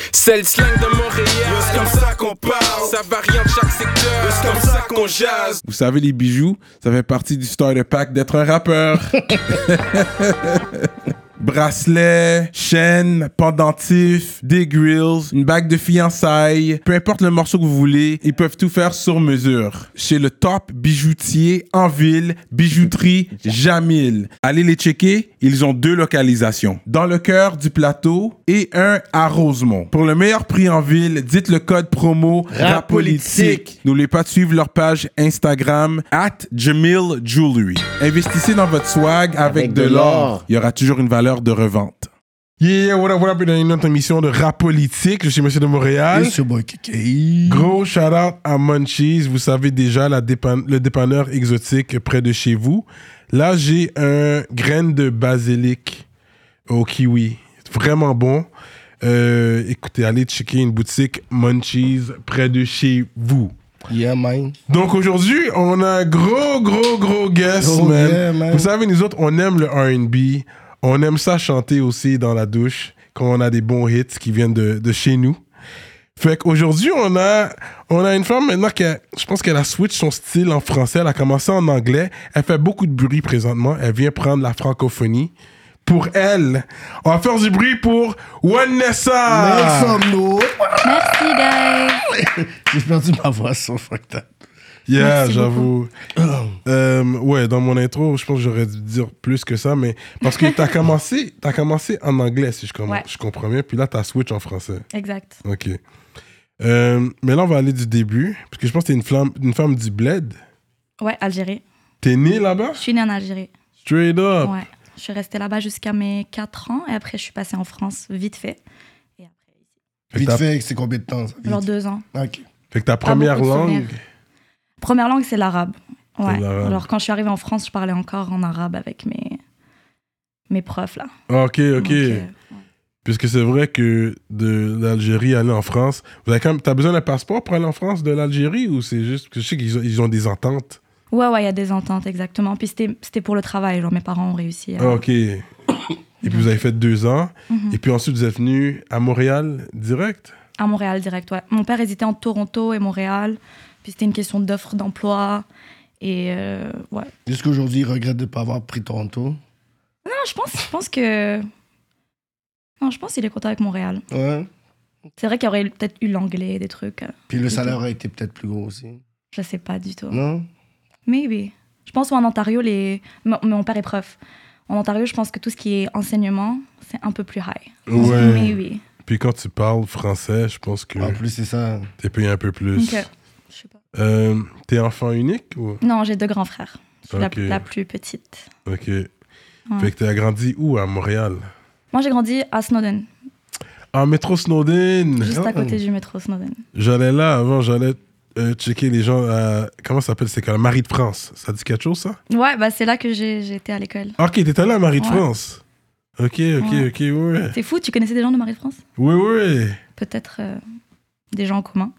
C'est le slang de Montréal. C'est comme ça qu'on parle. Ça varie en chaque secteur. C'est comme ça qu'on jase. Vous savez, les bijoux, ça fait partie du starter pack d'être un rappeur. Bracelet, chaîne, pendentif, des grills, une bague de fiançailles, peu importe le morceau que vous voulez, ils peuvent tout faire sur mesure. Chez le top bijoutier en ville, bijouterie Jamil. Allez les checker, ils ont 2 localisations. Dans le cœur du plateau et un à Rosemont. Pour le meilleur prix en ville, dites le code promo RAPOLITIQUE. N'oubliez pas de suivre leur page Instagram @JamilJewelry. Investissez dans votre swag avec de l'or. Il y aura toujours une valeur de revente. Yeah, what up, dans une autre émission de Rap Politique. Je suis Monsieur de Montréal. Yes, boy, Kiki. Gros shout-out à Munchies. Vous savez déjà, le dépanneur exotique près de chez vous. Là, j'ai un graine de basilic au kiwi. Vraiment bon. Écoutez, allez checker une boutique Munchies près de chez vous. Yeah, man. Donc aujourd'hui, on a un gros guest, Oh, man. yeah, man. Vous savez, nous autres, on aime le R&B. On aime ça chanter aussi dans la douche quand on a des bons hits qui viennent de chez nous. Fait qu'aujourd'hui, on a une femme maintenant qui je pense qu'elle a switch son style en français. Elle a commencé en anglais. Elle fait beaucoup de bruit présentement. Elle vient prendre la francophonie. Pour elle, on va faire du bruit pour Wanessa. Make some noise. Merci, guys. J'ai perdu ma voix sur fucked up. Yeah, Merci j'avoue. Ouais, dans mon intro, je pense que j'aurais dû dire plus que ça, mais parce que t'as commencé en anglais, si je comprends bien, puis là, t'as switch en français. Exact. OK. Mais là, on va aller du début, parce que je pense que t'es une femme du bled. Ouais, Algérie. T'es née là-bas? Je suis née en Algérie. Straight up. Ouais. Je suis restée là-bas jusqu'à mes 4 ans et après, je suis passée en France, vite fait. Et après, ici. Vite fait, c'est combien de temps? Ça? Vite. Alors 2 ans. Ok. Fait que ta première beaucoup de langue... souvenirs. Première langue, c'est l'arabe. Ouais. C'est l'arabe. Alors, quand je suis arrivée en France, je parlais encore en arabe avec mes profs, là. OK. Donc, Puisque c'est vrai que de l'Algérie aller en France, t'as besoin d'un passeport pour aller en France de l'Algérie ou c'est juste... Parce que je sais qu'ils ont des ententes. Ouais, il y a des ententes, exactement. Puis c'était pour le travail, genre mes parents ont réussi à... OK. Et puis vous avez fait 2 ans. Et puis ensuite, vous êtes venu à Montréal direct? À Montréal, direct, ouais. Mon père hésitait entre Toronto et Montréal. Puis c'était une question d'offre d'emploi. Et ouais. Jusqu'à aujourd'hui, il regrette de ne pas avoir pris Toronto. Non, je pense que... Non, je pense qu'il est content avec Montréal. Ouais. C'est vrai qu'il y aurait peut-être eu l'anglais, des trucs. Puis le salaire a été peut-être plus gros aussi. Je sais pas du tout. Non? Maybe. Je pense qu'en Ontario, mon père est prof. En Ontario, je pense que tout ce qui est enseignement, c'est un peu plus high. Ouais. Maybe. Puis quand tu parles français, je pense que En plus, c'est ça. t'es payé un peu plus. Ok. Je sais pas. T'es enfant unique ou? Non, j'ai 2 grands frères. Je suis Ok. la plus petite. OK. Fait que t'as grandi où à Montréal? Moi, j'ai grandi à Snowden, Ah, métro Snowden! juste à côté du métro Snowden. J'allais là avant, j'allais checker les gens à... Comment ça s'appelle? C'est quoi? Marie de France. Ça dit quelque chose, ça? Ouais, bah c'est là que j'ai été à l'école. Ok, t'es allé à Marie de Ouais. France. Ok, ouais. C'est fou, tu connaissais des gens de Marie de France? Oui. Peut-être des gens en commun.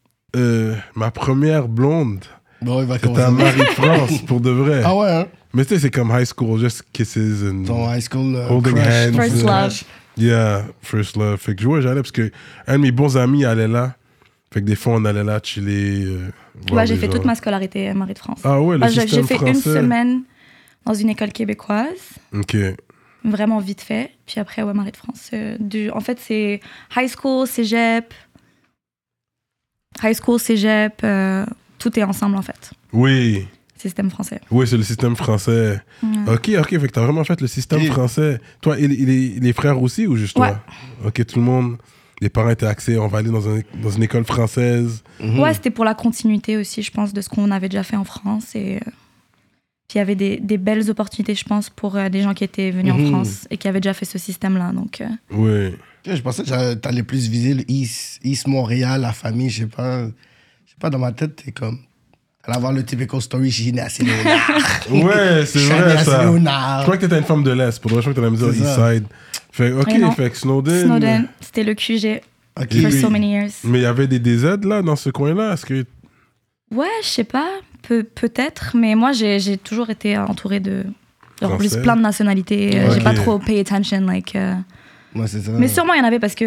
Ma première blonde, Bon, il va c'était à commencer. Marie de France, pour de vrai. Ah ouais, hein? Mais tu sais, c'est comme high school, just kisses and Ton high school holding crush. hands. First love. Yeah, first love. Fait que j'allais parce que un de mes bons amis allait là. Fait que des fois, on allait là chiller. voir Ouais, j'ai des fait gens. toute ma scolarité à Marie de France. Ah ouais, le Moi, j'ai système fait français. une semaine dans une école québécoise, Ok. vraiment vite fait. Puis après, ouais, Marie de France. En fait, c'est high school, cégep. High school, cégep, tout est ensemble en fait. Oui. Système français. Oui, c'est le système français. Ouais. Ok, fait que t'as vraiment fait le système français. Toi, et les frères aussi ou juste toi? Ouais. Ok, tout le monde, les parents étaient axés, on va aller dans une école française. Ouais, c'était pour la continuité aussi, je pense, de ce qu'on avait déjà fait en France. Et puis il y avait des belles opportunités, je pense, pour des gens qui étaient venus en France et qui avaient déjà fait ce système-là. Donc, Oui. Je pensais que t'allais plus viser le East Montréal, la famille, je sais pas. Dans ma tête, t'es comme... T'allais avoir le typical story, je suis né à Saint-Léonard. Ouais, c'est Je suis vrai né à ça. Saint-Léonard. Je crois que t'étais une femme de l'Est. Pour de vrai, je crois que t'allais me dire C'est East ça. Side. Fait, ok, Ouais, non. fait que Snowden. Snowden, c'était le QG Ok. for puis- so many years. Mais il y avait des DZ là, dans ce coin-là. Est-ce que. Ouais, je sais pas, peut-être, mais moi j'ai toujours été entourée de genre, Français. plus plein de nationalités. Ouais. J'ai pas Ok. trop pay attention, like. Ouais, c'est ça. Mais sûrement il y en avait parce que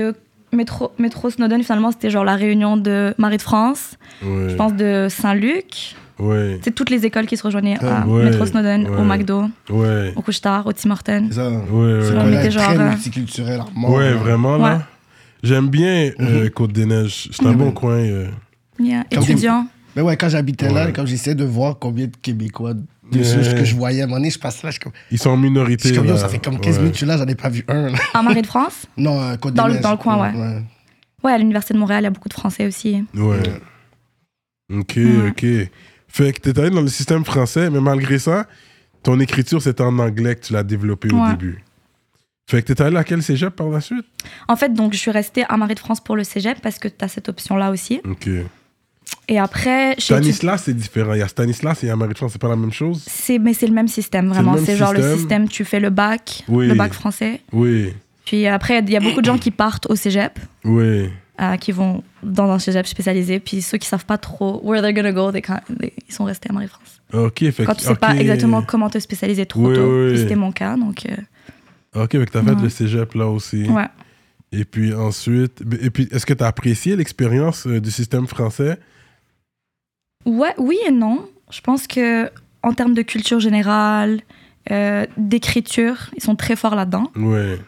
Métro Snowden, finalement, c'était genre la réunion de Marie de France, Ouais. je pense de Saint-Luc. Ouais. C'est toutes les écoles qui se rejoignaient à Ouais, Métro Snowden, ouais. au McDo, Ouais. au Couche-Tard, au Tim Hortons. C'est ça. Ouais, C'est ouais. qu'on On est était genre, très multiculturel à mort. Ouais, là. vraiment, là. Ouais. J'aime bien Côte-des-Neiges. C'est un bon coin. Yeah. Comme Étudiants. Mais ouais, quand j'habitais là, Ouais. quand j'essayais de voir combien de Québécois de Ouais. ce que je voyais, à un moment donné, je passe là, je suis comme, Ils sont en minorité. yo, là. ça fait comme 15 Ouais. minutes que je suis là, j'en ai pas vu un. là. À Marie de France. Non, Côte Dans des le- Neiges. dans le coin, ouais. Ouais, à l'Université de Montréal, il y a beaucoup de Français aussi. Ouais. Ok, Ouais. ok. Fait que t'es allé dans le système français, mais malgré ça, ton écriture, c'était en anglais que tu l'as développée au Ouais. début. Fait que t'es allé à quel cégep par la suite? En fait, donc, je suis restée à Marie de France pour le cégep parce que tu as cette option-là aussi. Ok. Et après, j'ai étudié- Stanislas, c'est différent. Il y a Stanislas et il y a Marie de France, c'est pas la même chose? mais c'est le même système, vraiment. même C'est genre le système. système, tu fais le bac français. Oui, Puis après, il y a beaucoup de gens qui partent au cégep, oui. qui vont dans un cégep spécialisé. Puis ceux qui savent pas trop where they're gonna go, ils sont restés à Marie de France. Ok, fait Quand tu sais pas exactement comment te spécialiser trop Oui, tôt. oui. Puis c'était mon cas, donc Ok, fait que t'as fait Ouais. le cégep là aussi. ouais. Et puis ensuite, est-ce que t'as apprécié l'expérience du système français? Ouais, oui et non. Je pense que en termes de culture générale, d'écriture, ils sont très forts là-dedans. Ouais.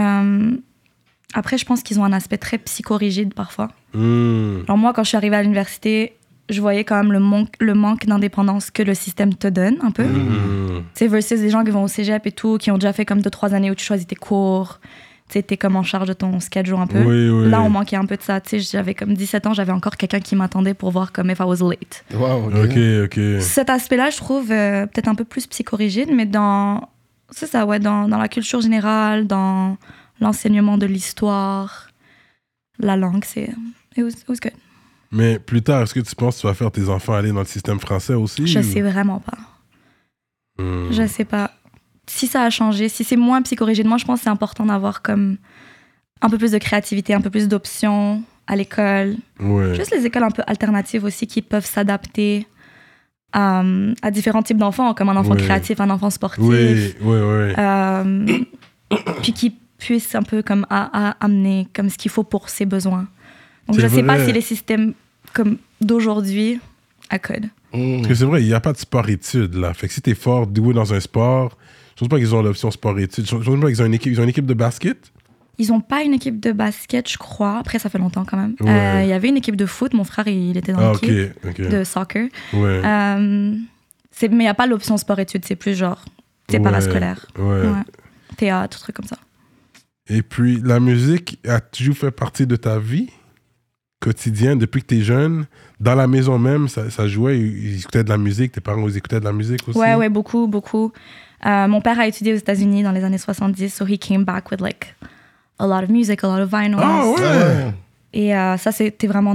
Après, je pense qu'ils ont un aspect très psychorigide parfois. Hmm. Alors moi, quand je suis arrivée à l'université, je voyais quand même le manque d'indépendance que le système te donne un peu. Hmm. Tu sais, versus des gens qui vont au cégep et tout, qui ont déjà fait comme 2-3 années où tu choisis tes cours. Tu sais, t'es comme en charge de ton schedule un peu. Oui, oui. Là, on manquait un peu de ça. Tu sais, j'avais comme 17 ans, j'avais encore quelqu'un qui m'attendait pour voir comme if I was late. Wow, Ok, ok. Cet aspect-là, je trouve peut-être un peu plus psychorigide, mais c'est ça, ouais, dans la culture générale, dans l'enseignement de l'histoire, la langue, it was good. Mais plus tard, est-ce que tu penses que tu vas faire tes enfants aller dans le système français aussi? Je ou- sais vraiment pas. Hmm. Je sais pas. Si ça a changé, si c'est moins psychorigide, moi, je pense que c'est important d'avoir comme un peu plus de créativité, un peu plus d'options à l'école. Ouais. Juste les écoles un peu alternatives aussi qui peuvent s'adapter à différents types d'enfants, comme un enfant Oui. créatif, un enfant sportif. Oui, oui, oui. Puis qui puisse un peu comme amener comme ce qu'il faut pour ses besoins. Donc C'est je sais pas vrai. si les systèmes comme d'aujourd'hui accordent. Parce que c'est vrai, il n'y a pas de sport-études, là. Fait que si t'es fort, doué dans un sport, je pense pas qu'ils ont l'option sport-études. Je pense pas qu'ils ont une équipe. Ils ont une équipe de basket? Ils ont pas une équipe de basket, je crois. Après, ça fait longtemps quand même. Ouais. Il y avait une équipe de foot. Mon frère, il était dans Ah, ok, l'équipe ok. de soccer. Ouais. Mais il n'y a pas l'option sport-études. C'est plus genre, c'est Ouais, parascolaire. Ouais. Ouais. Théâtre, trucs comme ça. Et puis, la musique a toujours fait partie de ta vie quotidienne depuis que t'es jeune. Dans la maison même, ça jouait, ils écoutaient de la musique. Tes parents, ils écoutaient de la musique aussi? Ouais, beaucoup, beaucoup. Mon père a étudié aux États-Unis dans les années 70, so he came back with like a lot of music, a lot of vinyls. Ah ouais! Et ça, c'était vraiment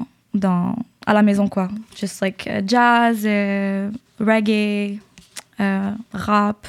à la maison, quoi. Just like jazz, reggae, rap.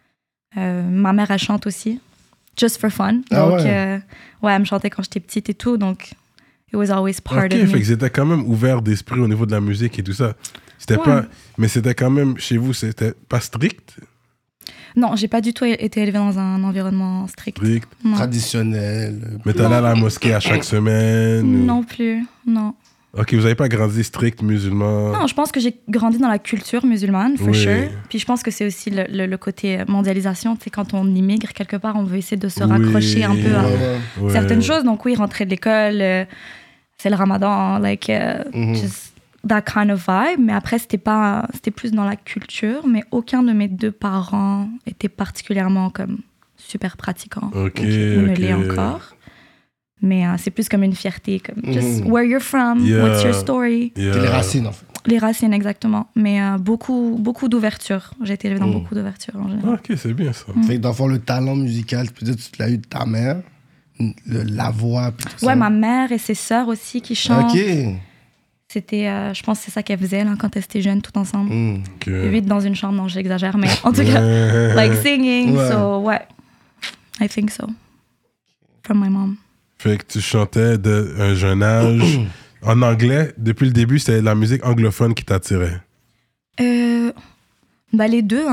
Ma mère, elle chante aussi. Just for fun. Ah Donc, ouais. ouais, elle me chantait quand j'étais petite et tout. Donc, it was always part Ok, of me. fait qu'ils étaient quand même ouverts d'esprit au niveau de la musique et tout ça. C'était Ouais. pas... Mais c'était quand même, chez vous, c'était pas strict? Non, j'ai pas du tout été élevée dans un environnement strict. Strict. Non, Traditionnel. Mais t'allais à la mosquée à chaque semaine? ou- non plus, non. Ok, vous avez pas grandi strict musulman? Non, je pense que j'ai grandi dans la culture musulmane, for Oui. sure. Puis je pense que c'est aussi le côté mondialisation. Tu sais, quand on immigre quelque part, on veut essayer de se Oui. raccrocher un peu à Ouais. certaines choses. Donc oui, rentrer de l'école, c'est le ramadan, like, just that kind of vibe. Mais après, c'était plus dans la culture. Mais aucun de mes deux parents était particulièrement comme super pratiquant. Ok, Il me l'est ok. encore. Mais c'est plus comme une fierté, comme just where you're from, Yeah. what's your story. Yeah. C'est les racines, en fait. Les racines, exactement. Mais beaucoup d'ouverture. J'ai été élevée dans beaucoup d'ouverture en général. Ok, c'est bien ça. Mm. Fait que dans le fond, le talent musical, tu peux dire que tu l'as eu de ta mère, la voix, puis tout ça. Ouais, ma mère et ses sœurs aussi qui chantent. Ok. C'était, je pense que c'est ça qu'elles faisaient là, quand elles étaient jeunes, tout ensemble. Ok. 8 dans une chambre, non, j'exagère, mais en tout cas, like singing, Ouais. so ouais. I think so. From my mom. Fait que tu chantais d'un jeune âge. En anglais, depuis le début, c'était la musique anglophone qui t'attirait. Bah les deux, hein.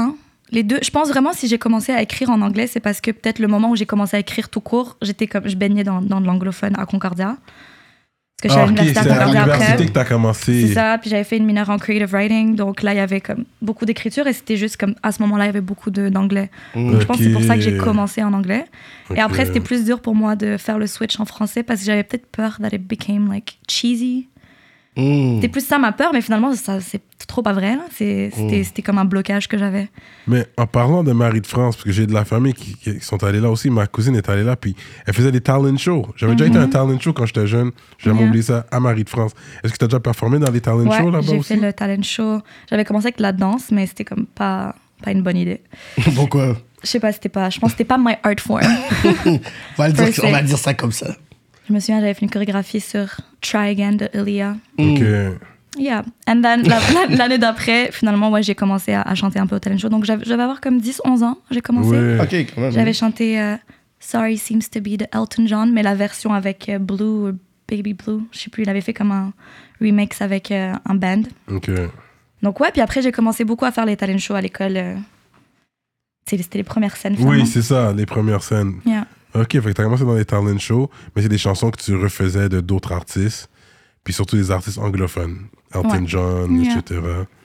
Les deux. Je pense vraiment si j'ai commencé à écrire en anglais, c'est parce que peut-être le moment où j'ai commencé à écrire tout court, je baignais dans de l'anglophone à Concordia. Parce que j'allais à l'université à c'est à Concordia l'université après. que t'as commencé. C'est ça, puis j'avais fait une mineure en creative writing, donc là il y avait comme beaucoup d'écriture et c'était juste comme à ce moment-là il y avait beaucoup d'anglais. Donc je pense que c'est pour ça que j'ai commencé en anglais. Et après c'était plus dur pour moi de faire le switch en français parce que j'avais peut-être peur that it became like cheesy. C'était plus ça ma peur, mais finalement ça c'est trop pas vrai là. C'était comme un blocage que j'avais. Mais en parlant de Marie de France, parce que j'ai de la famille qui sont allés là aussi, ma cousine est allée là, puis elle faisait des talent shows. J'avais déjà été à un talent show quand j'étais jeune. J'ai jamais oublié ça à Marie de France. Est-ce que tu as déjà performé dans les talent shows là-bas j'ai aussi? fait le talent show. J'avais commencé avec la danse, mais c'était comme pas une bonne idée. Pourquoi? Je sais pas, je pense que c'était pas my art form. On va dire ça comme ça. Je me souviens, j'avais fait une chorégraphie sur Try Again de Aaliyah. Ok. Yeah. And then, l'année d'après, finalement, j'ai commencé à chanter un peu au talent show. Donc, j'avais avoir comme 10-11 ans, j'ai commencé. Ouais. Ok, quand même. J'avais chanté Sorry Seems to Be de Elton John, mais la version avec Blue ou Baby Blue, je sais plus, il avait fait comme un remix avec un band. Ok. Donc, ouais, puis après, j'ai commencé beaucoup à faire les talent shows à l'école. C'était les premières scènes, finalement. Oui, c'est ça, les premières scènes. Yeah. Ok, fait que t'as commencé dans les talent shows, mais c'est des chansons que tu refaisais de d'autres artistes, puis surtout des artistes anglophones. Elton John, Yeah. etc.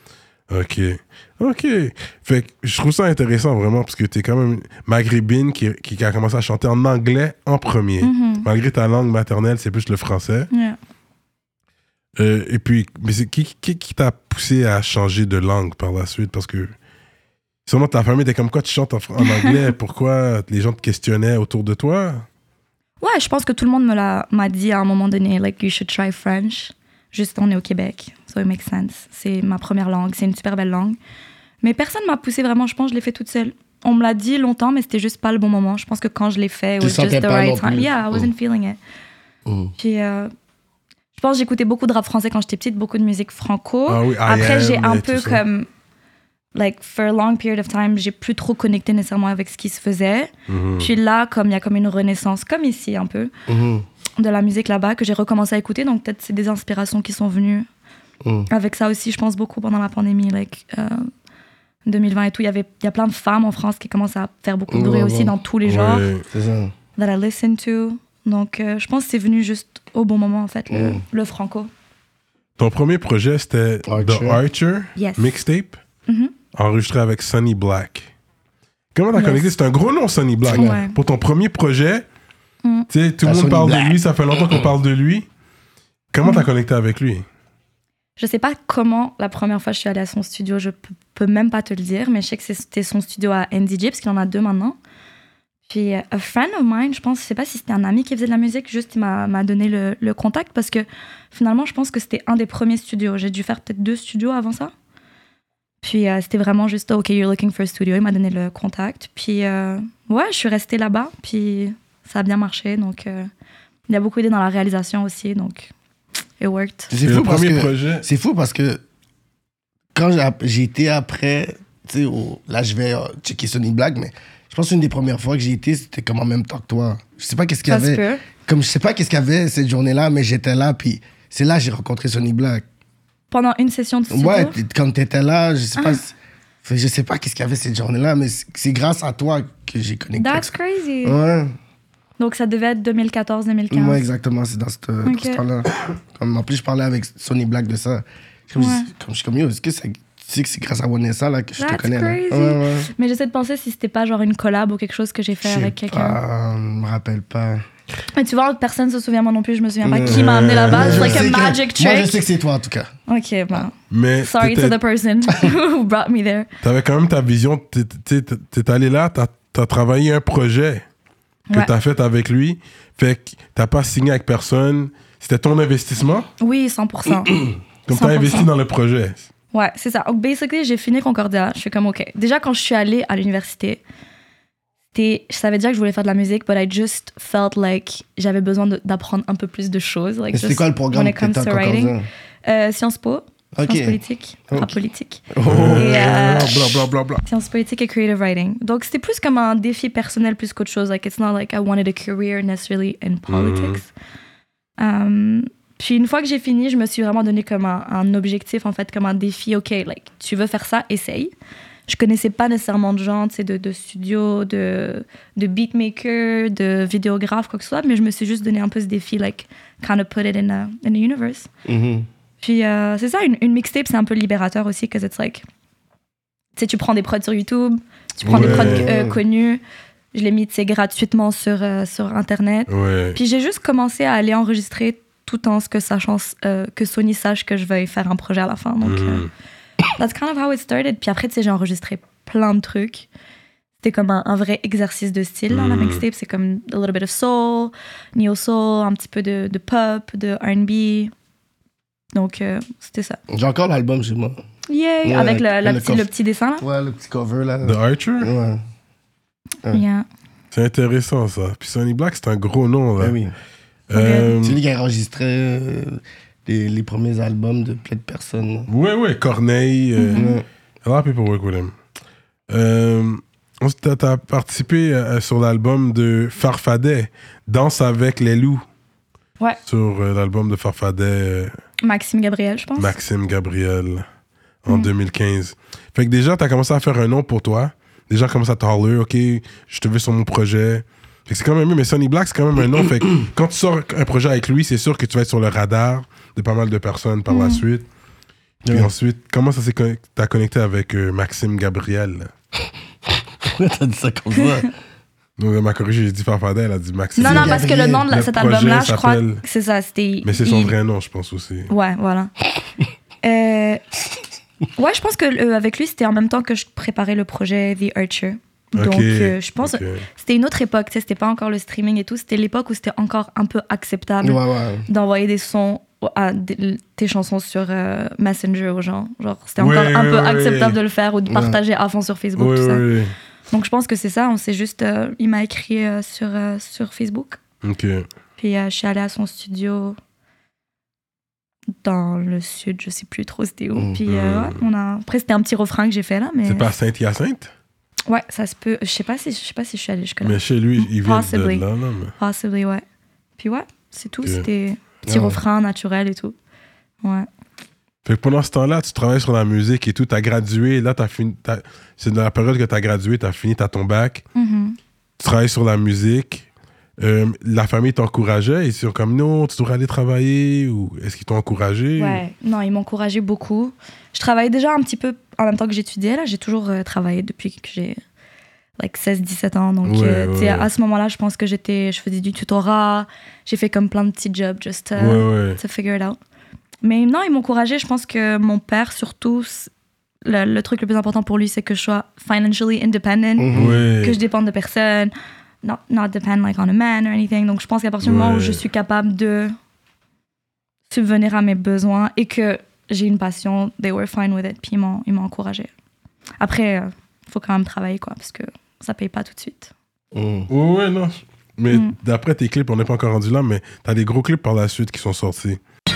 Ok. Fait que je trouve ça intéressant vraiment, parce que t'es quand même maghrébine qui a commencé à chanter en anglais en premier. Malgré ta langue maternelle, c'est plus le français. Yeah. Et puis, mais c'est qui t'a poussé à changer de langue par la suite? Parce que sûrement ta famille était comme quoi tu chantes en anglais? Pourquoi les gens te questionnaient autour de toi? Ouais, je pense que tout le monde m'a dit à un moment donné, like, you should try French. Juste, on est au Québec, so it makes sense. C'est ma première langue, c'est une super belle langue. Mais personne m'a poussé vraiment, je pense, je l'ai fait toute seule. On me l'a dit longtemps, mais c'était juste pas le bon moment. Je pense que quand je l'ai fait, it was just the right time. Yeah, I wasn't feeling it. Puis, je pense que j'écoutais beaucoup de rap français quand j'étais petite, beaucoup de musique franco. Ah oui, Après, j'ai un tout peu ça. comme... Like, for a long period of time, j'ai plus trop connecté nécessairement avec ce qui se faisait. Puis là, comme il y a comme une renaissance, comme ici un peu, de la musique là-bas, que j'ai recommencé à écouter. Donc peut-être c'est des inspirations qui sont venues avec ça aussi, je pense beaucoup pendant la pandémie. Like, 2020 et tout, il y a plein de femmes en France qui commencent à faire beaucoup de bruit aussi dans tous les genres C'est ça. that I listen to. Donc je pense que c'est venu juste au bon moment en fait, le franco. Ton premier projet, c'était The Archer Yes. Mixtape, enregistré avec Sonny Black. Comment t'as Yes. connecté? C'est un gros nom, Sonny Black. Ouais. Pour ton premier projet, tu sais, tout le monde Sonny parle Black. de lui, ça fait longtemps qu'on parle de lui. Comment t'as connecté avec lui? Je sais pas comment la première fois je suis allée à son studio, je peux même pas te le dire, mais je sais que c'était son studio à NDJ, parce qu'il en a 2 maintenant. Puis, a friend of mine, je pense, je sais pas si c'était un ami qui faisait de la musique, juste il m'a donné le contact, parce que finalement, je pense que c'était un des premiers studios. J'ai dû faire peut-être 2 studios avant ça. Puis, c'était vraiment juste, OK, you're looking for a studio. Il m'a donné le contact. Puis, ouais, je suis restée là-bas, puis ça a bien marché. Donc, il y a beaucoup aidé dans la réalisation aussi, donc it worked. C'est le fou parce premier que projet. c'est fou parce que quand j'ai été après, tu sais, là je vais checker Sonny Black, mais je pense que une des premières fois que j'ai été, c'était comme en même temps que toi. Je sais pas qu'est-ce qu'il y Ça se avait. peut. Comme je sais pas qu'est-ce qu'il y avait cette journée-là, mais j'étais là, puis c'est là que j'ai rencontré Sonny Black. Pendant une session de studio. Ouais, quand t'étais là, je sais pas qu'est-ce qu'il y avait cette journée-là, mais c'est grâce à toi que j'ai connecté. That's crazy. Ouais. Donc, ça devait être 2014-2015. Ouais, exactement, c'est dans ce temps-là. Comme, en plus, je parlais avec Sonny Black de ça. Je suis comme, yo, est-ce que tu sais que c'est grâce à Vanessa là, que je te That's connais? crazy. Là? Ouais. Mais j'essaie de penser si c'était pas genre une collab ou quelque chose que j'ai fait Je sais avec quelqu'un. pas, je me rappelle pas. Mais tu vois, personne se souvient, moi non plus, je me souviens pas qui m'a amené là-bas. Mais C'est je like sais a que- magic Moi, je trick. sais que c'est toi, en tout cas. Ok, bon. Mais Sorry to the person who brought me there. t'avais quand même ta vision. T'es allé là, t'as travaillé un projet que Ouais. t'as fait avec lui. Fait que t'as pas signé avec personne. C'était ton investissement. Oui, 100%. Comme t'as 100%. investi dans le projet. Ouais, c'est ça. Donc, basically, j'ai fini Concordia. Je suis comme, OK. Déjà, quand je suis allée à l'université, je savais déjà que je voulais faire de la musique, but I just felt like j'avais besoin d'apprendre un peu plus de choses. Like, Mais c'était just quoi le programme when it que comes t'as to encore writing. ça? Sciences Po, Ok. sciences politiques, rap Ok. politique. Oh, Et, blablabla. Sciences politiques et creative writing. Donc, c'était plus comme un défi personnel plus qu'autre chose. Like, it's not like I wanted a career necessarily in politics. Puis, une fois que j'ai fini, je me suis vraiment donné comme un objectif, en fait, comme un défi. OK, like, tu veux faire ça, essaye. je connaissais pas nécessairement de gens, tu sais, de studio, de beatmaker, de vidéographe, quoi que ce soit, mais je me suis juste donné un peu ce défi, like, kind of put it in the universe. Puis c'est ça, une mixtape, c'est un peu libérateur aussi, because it's like, tu sais, tu prends des prods sur YouTube, tu prends des prods connus. Je l'ai mis, tu sais, gratuitement sur Internet. Puis j'ai juste commencé à aller enregistrer tout en ce que Sony sache que je veuille faire un projet à la fin. Donc, that's kind of how it started. Puis après, tu sais, j'ai enregistré plein de trucs. C'était comme un vrai exercice de style dans la mixtape. C'est comme a little bit of soul, neo-soul, un petit peu de pop, de R&B. Donc, c'était ça. J'ai encore l'album chez moi. Yeah! Ouais, avec le petit dessin, là? Ouais, le petit cover, là. The Archer? Ouais. Yeah. C'est intéressant, ça. Puis Sonny Black, c'est un gros nom, là. Ben oui. C'est lui qui a enregistré les premiers albums de plein de personnes. Ouais, Corneille. A lot of people work with him. T'as participé sur l'album de Farfadet, Danse avec les loups. Ouais. Sur l'album de Farfadet. Maxime Gabriel, je pense. Maxime Gabriel, en 2015. Fait que déjà, t'as commencé à faire un nom pour toi. Les gens commencent à te holler, OK, je te veux sur mon projet. Fait que c'est quand même mieux, mais Sonny Black, c'est quand même un nom. Fait que quand tu sors un projet avec lui, c'est sûr que tu vas être sur le radar de pas mal de personnes par la suite. Puis ensuite, comment ça t'as connecté avec Maxime Gabriel? Pourquoi t'as dit ça comme ça? Donc, elle m'a corrigé, j'ai dit Farfadet, elle a dit Maxime. Non, parce que le nom de cet album-là, je crois que c'est ça. Mais c'est son vrai nom, je pense aussi. Ouais, voilà. Ouais, je pense qu'avec lui, c'était en même temps que je préparais le projet The Archer. Donc, je pense que c'était une autre époque. C'était pas encore le streaming et tout. C'était l'époque où c'était encore un peu acceptable d'envoyer des sons, tes chansons sur Messenger aux gens. Genre, c'était encore un peu acceptable de le faire ou de partager à fond sur Facebook. Tout ça. Donc, je pense que c'est ça. On s'est juste... il m'a écrit sur Facebook. Puis, je suis allée à son studio dans le sud, je sais plus trop c'était où. Puis après c'était un petit refrain que j'ai fait là, mais c'est pas à Saint-Hyacinthe? Ouais, ça se peut. Je sais pas si je suis allée jusque là. Mais chez lui, il vient de là, là. Mais... Possibly, ouais. Puis ouais, c'est tout. C'était petit refrain naturel et tout. Ouais. Fait que pendant ce temps-là, tu travailles sur la musique et tout. T'as gradué. Là, c'est dans la période que t'as gradué, t'as fini, t'as ton bac. Tu travailles sur la musique. La famille t'encourageait? Ils sont comme, non, tu devrais aller travailler? Ou est-ce qu'ils t'ont encouragé? Ouais, non, ils m'encourageaient beaucoup. Je travaillais déjà un petit peu en même temps que j'étudiais. Là, j'ai toujours travaillé depuis que j'ai 16-17 ans. Donc, à ce moment-là, je pense que je faisais du tutorat. J'ai fait comme plein de petits jobs just to figure it out. Mais non, ils m'encourageaient. Je pense que mon père, surtout, le truc le plus important pour lui, c'est que je sois financially independent, que je dépende de personne. Not depend like on a man or anything. Donc, je pense qu'à partir du moment où je suis capable de subvenir à mes besoins et que j'ai une passion, they were fine with it. Puis, ils m'ont encouragé. Après, faut quand même travailler, quoi, parce que ça paye pas tout de suite. Ouais, non. Mais d'après tes clips, on n'est pas encore rendu là, mais t'as des gros clips par la suite qui sont sortis.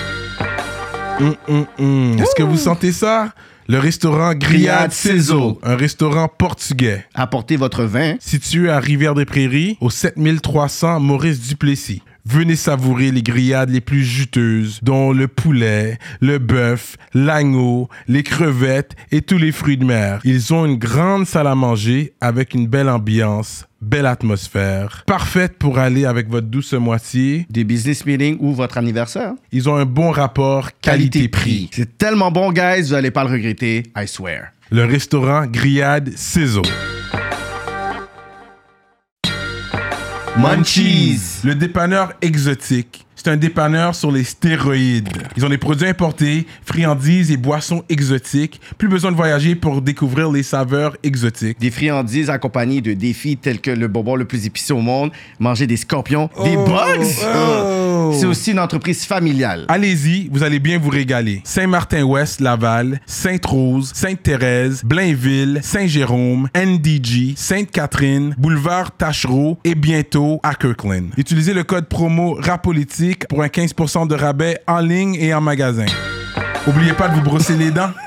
Est-ce que vous sentez ça? Le restaurant Grillade Sizzle, un restaurant portugais. Apportez votre vin. Situé à Rivière-des-Prairies, au 7300 Maurice-Duplessis. Venez savourer les grillades les plus juteuses, dont le poulet, le bœuf, l'agneau, les crevettes et tous les fruits de mer. Ils ont une grande salle à manger avec une belle ambiance, belle atmosphère, parfaite pour aller avec votre douce moitié. Des business meetings ou votre anniversaire. Ils ont un bon rapport qualité-prix. C'est tellement bon, guys, vous n'allez pas le regretter, I swear. Le restaurant Grillade Sizzle. Munchies. Le dépanneur exotique. C'est un dépanneur sur les stéroïdes. Ils ont des produits importés, friandises et boissons exotiques. Plus besoin de voyager pour découvrir les saveurs exotiques. Des friandises accompagnées de défis tels que le bonbon le plus épicé au monde, manger des scorpions, des bugs. C'est aussi une entreprise familiale. Allez-y, vous allez bien vous régaler. Saint-Martin-Ouest, Laval, Sainte-Rose, Sainte-Thérèse, Blainville, Saint-Jérôme, NDG, Sainte-Catherine, Boulevard Tachereau et bientôt à Kirkland. Utilisez le code promo RAPOLITIQUE pour un 15% de rabais en ligne et en magasin. Oubliez pas de vous brosser les dents.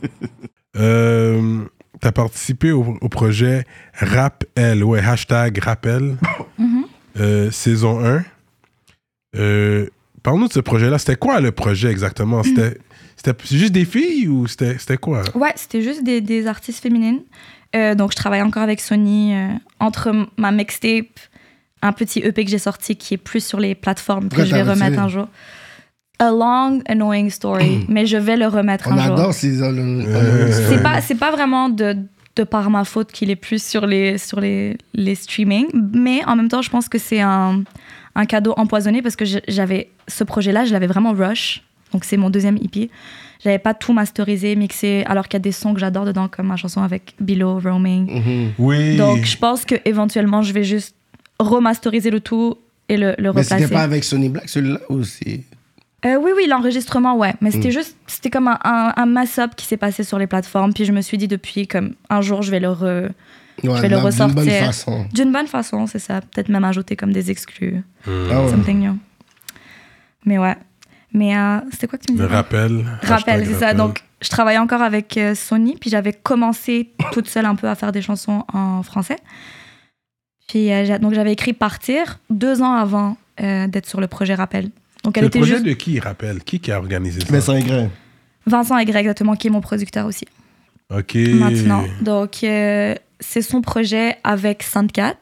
T'as participé au projet Rappel, hashtag Rappel, saison 1. Parle-nous de ce projet-là. C'était quoi le projet exactement? C'était juste des filles ou c'était quoi? Ouais, c'était juste des artistes féminines. Donc, je travaille encore avec Sony entre ma mixtape, un petit EP que j'ai sorti qui est plus sur les plateformes que je vais remettre un jour. A long, annoying story, mais je vais le remettre un jour. On adore ces... C'est pas vraiment de par ma faute qu'il est plus sur les streamings, mais en même temps, je pense que c'est un cadeau empoisonné parce que j'avais ce projet-là, je l'avais vraiment rush. Donc, c'est mon deuxième EP. J'avais pas tout masterisé, mixé, alors qu'il y a des sons que j'adore dedans, comme ma chanson avec Bilo, Roaming. Oui. Donc, je pense qu'éventuellement, je vais juste remasteriser le tout et le Mais replacer. c'était pas avec Sony Black, celui-là, ou c'est... Oui, l'enregistrement, ouais. Mais c'était comme un mass-up qui s'est passé sur les plateformes. Puis je me suis dit depuis, comme un jour, je vais le ressortir. D'une bonne façon. D'une bonne façon, c'est ça. Peut-être même ajouter comme des exclus. Ah ouais. Something new. Mais ouais. Mais c'était quoi que tu me disais? Le rappel. Rappel, c'est ça. Donc, je travaillais encore avec Sony. Puis j'avais commencé toute seule un peu à faire des chansons en français. Puis donc, j'avais écrit Partir 2 ans avant d'être sur le projet Rappel. Donc, C'est le projet de qui, rappelle? Qui a organisé ça? Vincent Aigret. Vincent Aigret, exactement, qui est mon producteur aussi. OK. Maintenant. Donc, c'est son projet avec Sandcat,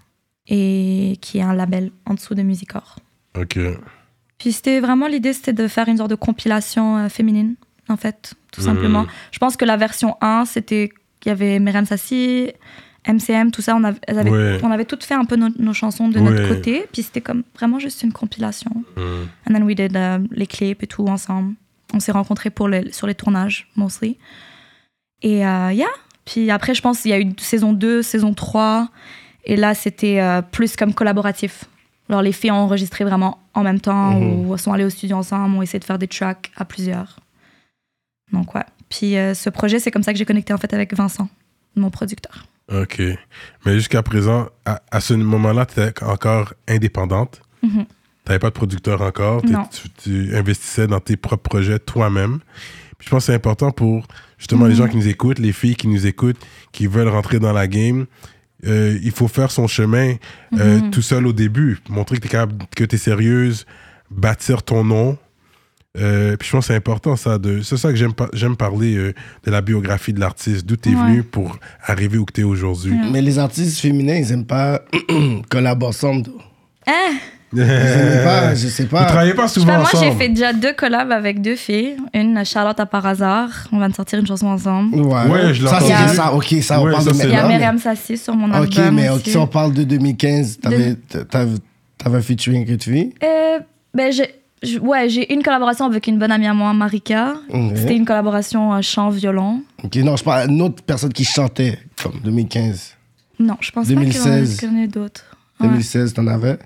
et qui est un label en dessous de Musicor. OK. Puis c'était vraiment l'idée, c'était de faire une sorte de compilation féminine, en fait, tout simplement. Je pense que la version 1, c'était qu'il y avait Myriam Sassi, MCM, tout ça, on avait toutes fait un peu nos chansons de notre côté, puis c'était comme vraiment juste une compilation. And then we did les clips et tout ensemble. On s'est rencontrés sur les tournages, mostly. Et puis après, je pense qu'il y a eu saison 2, saison 3, et là, c'était plus comme collaboratif. Alors, les filles ont enregistré vraiment en même temps, ou sont allées au studio ensemble, ont essayé de faire des tracks à plusieurs. Donc, ouais. Puis ce projet, c'est comme ça que j'ai connecté en fait avec Vincent, mon producteur. OK. Mais jusqu'à présent, à ce moment-là, tu étais encore indépendante. Tu n'avais pas de producteur encore. Non. Tu investissais dans tes propres projets toi-même. Puis je pense que c'est important pour justement les gens qui nous écoutent, les filles qui nous écoutent, qui veulent rentrer dans la game. Il faut faire son chemin tout seul au début. Montrer que tu es capable, que tu es sérieuse, bâtir ton nom. Puis je pense que c'est important, ça. C'est ça que j'aime parler de la biographie de l'artiste, d'où tu es venu pour arriver où tu es aujourd'hui. Mais les artistes féminins, ils aiment pas collaborer ensemble. Hein? Ils aiment pas, je sais pas. Vous travaillez pas souvent Moi, ensemble. j'ai fait déjà 2 collabs avec 2 filles. Une, Charlotte à par hasard. On va de sortir une chanson ensemble. Ouais, je ça, l'entends. c'est ça. OK, ça, on Ouais, parle ça, de c'est Il y a maintenant. Myriam Sassi sur mon OK, album mais aussi. si on parle de 2015, t'avais un featuring avec une fille? Ben, j'ai une collaboration avec une bonne amie à moi, Marika. Ok. C'était une collaboration chant-violon. OK, non, je parle d'une autre personne qui chantait, comme 2015. Non, je pense 2016. pas qu'il y en ait d'autres. Ouais. 2016, t'en avais?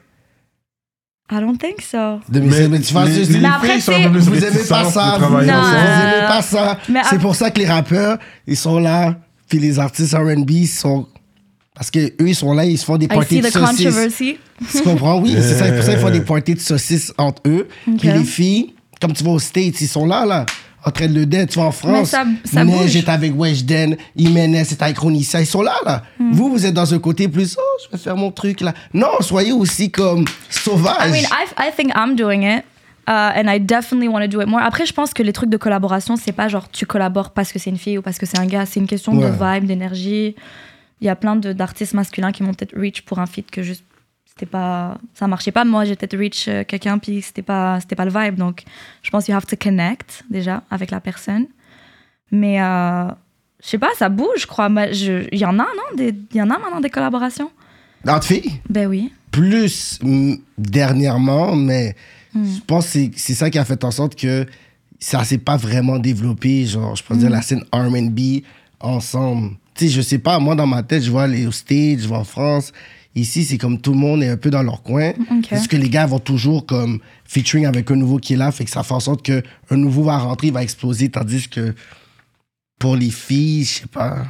I don't think so. 2016, mais tu vois, les Mais après, filles sont c'est- un peu plus vous aimez pas réticentes ça, de vous travailler Non. ensemble. aimez pas ça. Mais C'est pour ça que les rappeurs, ils sont là, puis les artistes R&B sont... Parce qu'eux, ils sont là, ils se font des I parties see de the saucisses. controversy. Tu comprends? Oui, c'est ça. C'est pour ça qu'ils font des parties de saucisses entre eux. Ok. Puis les filles, comme tu vas aux States, ils sont là, en train de le date. Tu vas en France, Mais ça Neige bouge. est avec Weshden, Jiménez est avec Ronissa. Ils sont là. Vous êtes dans un côté plus, oh, je vais faire mon truc, là. Non, soyez aussi comme sauvages. I mean, I think I'm doing it. And I definitely want to do it more. Après, je pense que les trucs de collaboration, c'est pas genre tu collabores parce que c'est une fille ou parce que c'est un gars. C'est une question de vibe, d'énergie. Il y a plein d'artistes masculins qui m'ont peut-être reach pour un feat que juste ça marchait pas. Moi, j'ai peut-être reach quelqu'un puis c'était pas le vibe. Donc, je pense you have to connect déjà avec la personne. Mais je sais pas, ça bouge, je crois. Il y en a, non? Il y en a maintenant des collaborations? Entre filles? Ben oui. Plus dernièrement, mais je pense que c'est ça qui a fait en sorte que ça s'est pas vraiment développé, genre, je peux dire la scène R&B ensemble. Tu sais, je sais pas, moi, dans ma tête, je vois aller au stage, je vois en France. Ici, c'est comme tout le monde est un peu dans leur coin. Ok. Parce que les gars vont toujours comme featuring avec un nouveau qui est là, fait que ça fait en sorte qu'un nouveau va rentrer, il va exploser, tandis que pour les filles, je sais pas.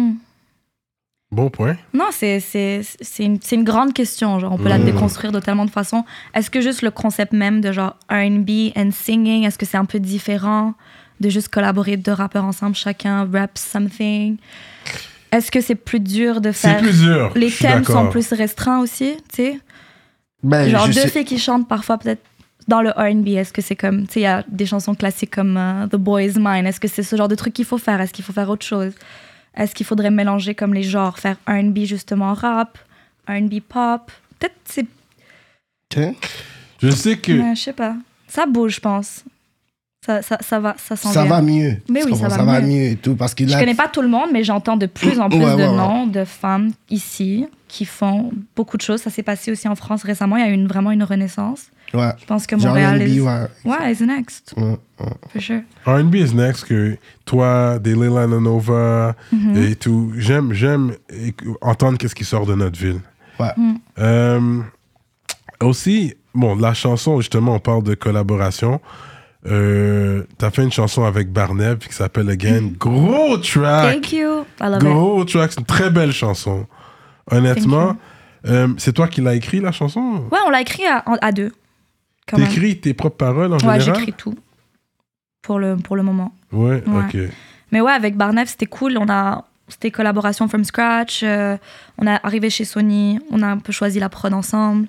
Bon point. Non, c'est une grande question. Genre, on peut la déconstruire de tellement de façons. Est-ce que juste le concept même de genre R&B and singing, est-ce que c'est un peu différent de juste collaborer 2 rappeurs ensemble, chacun rap something? Est-ce que c'est plus dur de C'est faire... plus dur. Les je suis thèmes d'accord. sont plus restreints aussi, tu sais? Ben, Genre je 2 sais- filles qui chantent, parfois peut-être dans le R&B, est-ce que c'est comme, tu sais, il y a des chansons classiques comme The Boy's Mine. Est-ce que c'est ce genre de truc qu'il faut faire? Est-ce qu'il faut faire autre chose? Est-ce qu'il faudrait mélanger comme les genres, faire R&B justement rap, R&B pop? Peut-être c'est... Ok. Je sais que... Ouais, je sais pas. Ça bouge, je pense. Ça va, ça s'en Ça vient. va mieux. Mais Tu oui, comprends? ça va mieux. et tout. Parce que Je là, connais pas tout le monde, mais j'entends de plus en plus Ouais, de ouais, ouais. noms de femmes ici qui font beaucoup de choses. Ça s'est passé aussi en France récemment. Il y a eu vraiment une renaissance. ouais. Je pense que Genre Montréal R&B, is... ouais. Ouais, is next. Ouais. For sure. R&B is next, que toi, des Leila Nova et tout, j'aime entendre qu'est-ce qui sort de notre ville. Ouais. Aussi, bon, la chanson, justement, on parle de collaboration. T'as fait une chanson avec Barnev qui s'appelle Again. Gros track! Thank you. I love it. Gros track, c'est une très belle chanson. Honnêtement, c'est toi qui l'as écrit, la chanson? Ouais, on l'a écrit à deux. quand même. T'écris tes propres paroles en Ouais, général? j'écris tout. Pour le moment. Ouais, Ouais. ok. Mais ouais, avec Barnev, c'était cool. C'était collaboration from scratch. On est arrivé chez Sony. On a un peu choisi la prod ensemble.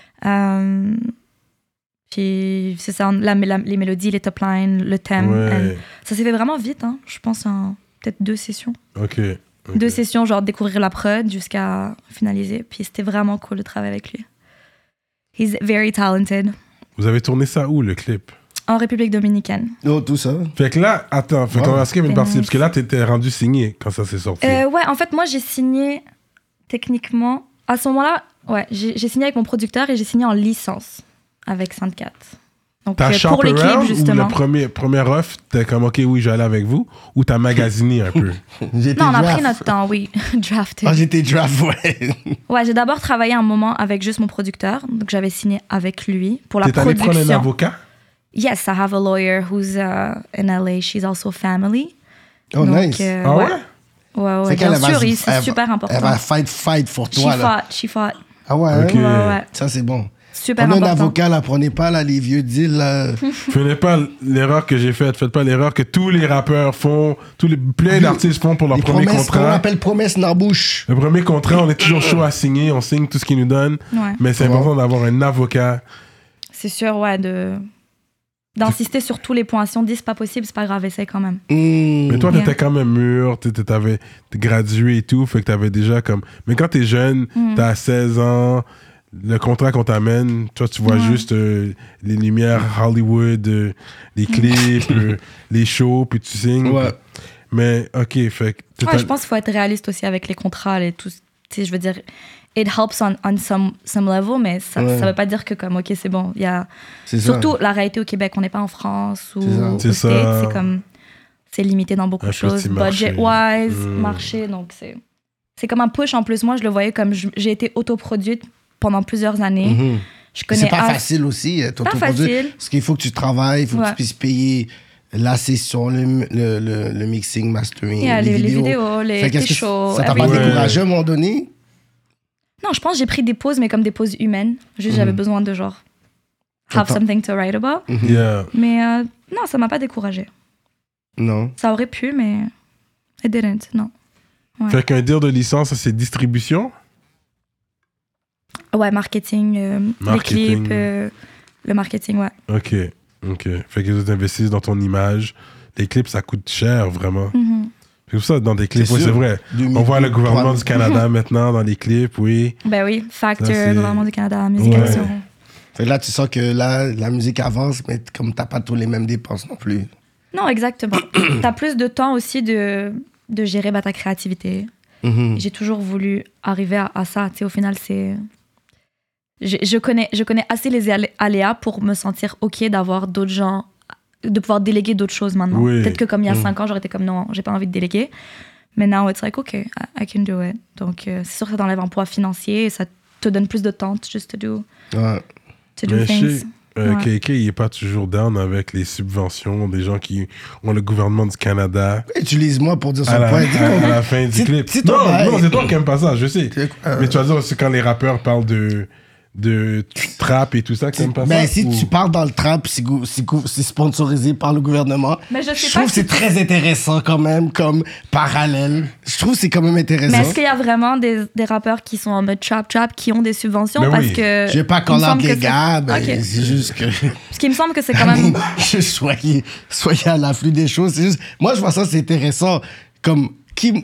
Puis c'est ça, les mélodies, les top lines, le thème. Ouais. Ça s'est fait vraiment vite, hein. Je pense en peut-être 2 sessions. Ok. 2 sessions, genre découvrir la prod jusqu'à finaliser. Puis c'était vraiment cool de travailler avec lui. He's very talented. Vous avez tourné ça où, le clip? En République dominicaine. Oh, tout ça. Fait que là, attends, faut qu'on skip une partie, Nice. parce que là, t'étais rendu signé quand ça s'est sorti. Ouais, en fait, moi, j'ai signé techniquement. À ce moment-là, ouais, j'ai signé avec mon producteur et j'ai signé en licence avec Sainte-Cat. Donc, T'as pour les clips, chaperon ou justement. le premier offre, t'es comme, OK, oui, je vais aller avec vous, ou t'as magasiné un peu? J'étais Non, on a draft. pris notre temps, oui. Drafted. Ah, j'étais draft, ouais. Ouais, j'ai d'abord travaillé un moment avec juste mon producteur. Donc, j'avais signé avec lui pour la T'es allé production. prendre un avocat? Yes, I have a lawyer who's in LA. She's also family. Oh, Donc, nice. Ah ouais? Ouais, C'est bien qu'elle va sûr, se- c'est elle va- super important. Elle va fight pour toi, là. She fought. Ah ouais, Ok. hein? Ouais. Ça, c'est bon. Super Prenez un important. avocat, là. Prenez pas, là, les vieux deals, là. Faites pas l'erreur que j'ai faite. Faites pas l'erreur que tous les rappeurs font, plein d'artistes font pour leur Les premier promesses, qu'on contrat. appelle promesses Narbouche. Le premier contrat, on est toujours chaud à signer, on signe tout ce qu'ils nous donnent. Ouais. Mais c'est Ouais. important d'avoir un avocat. C'est sûr, ouais, d'insister sur tous les points. Si on dit c'est pas possible, c'est pas grave, essaye quand même. Mais toi, Yeah. t'étais quand même mûr, t'es gradué et tout, fait que t'avais déjà comme... Mais quand t'es jeune, t'as 16 ans, le contrat qu'on t'amène, toi, tu vois juste les lumières Hollywood, les clips, les shows, puis tu signes. Ouais. Mais, OK, fait que... Ouais, je pense qu'il faut être réaliste aussi avec les contrats, tout. Tu sais, je veux dire, it helps on some level, mais ça veut pas dire que comme, OK, c'est bon. Il y a... C'est ça. Surtout la réalité au Québec, on n'est pas en France ou aux C'est ça. States, c'est comme... C'est limité dans beaucoup Un de choses, petit marché. budget-wise, marché, donc c'est comme un push. En plus, moi, je le voyais comme j'ai été autoproduite pendant plusieurs années. Mhm. Je Mais connais c'est pas facile aussi, t'autoproduire. facile. Parce qu'il faut que tu travailles, il faut que Ouais. tu puisses payer la session, le mixing, mastering, Yeah, les les vidéos. vidéos, les Fait qu'est-ce que shows, ça t'a pas everything. découragé à un moment donné? Non, je pense que j'ai pris des pauses, mais comme des pauses humaines. Juste, j'avais besoin de genre have Attends. something to write about. Yeah. Mais non, ça m'a pas découragée. Non. Ça aurait pu, mais it didn't, non. Ouais. Fait qu'un deal de licence, ça, c'est distribution? Ouais, marketing, les Marketing. clips, le marketing, ouais. OK. Fait que tu investis dans ton image. Les clips, ça coûte cher, vraiment. C'est pour ça, dans des clips, C'est oui, c'est sûr. vrai. 2000, On voit le gouvernement 3000. du Canada maintenant dans les clips, oui. Ben oui, Factor, Ça, c'est- gouvernement du Canada, Musication. Ouais. Fait que là, tu sens que là, la musique avance, mais comme t'as pas tous les mêmes dépenses non plus. Non, exactement. T'as plus de temps aussi de gérer ta créativité. Mhm. J'ai toujours voulu arriver à ça. Tu sais, au final, c'est... Je connais assez les aléas pour me sentir OK d'avoir d'autres gens, de pouvoir déléguer d'autres choses maintenant. Oui. Peut-être que comme il y a 5 ans, j'aurais été comme non, j'ai pas envie de déléguer. Mais now, it's like, OK, I can do it. Donc, c'est sûr que ça t'enlève un poids financier et ça te donne plus de temps just to do Ouais. do Mais things. Ouais. KK, il est pas toujours down avec les subventions des gens qui ont le gouvernement du Canada Utilise-moi pour dire son à la, point. à la fin du C'est- clip. c'est ton Non, bail. non, c'est toi qui aimes pas ça, je sais. C'est quoi? Mais tu vas dire, c'est quand les rappeurs parlent de de trap et tout ça que t'aimes pas Ben, ça? si ou- tu parles dans le trap, c'est sponsorisé par le gouvernement. Mais je sais Je pas trouve que si c'est très intéressant quand même, comme parallèle. Je trouve que c'est quand même intéressant. Mais est-ce qu'il y a vraiment des rappeurs qui sont en mode trap qui ont des subventions? Ben parce oui. que. Je vais pas il me call out semble que les c'est- gars, ben, Ok. c'est juste que... Parce qu'il me semble que c'est quand même. soyez à l'afflux des choses. C'est juste, moi, je vois ça, c'est intéressant. Qui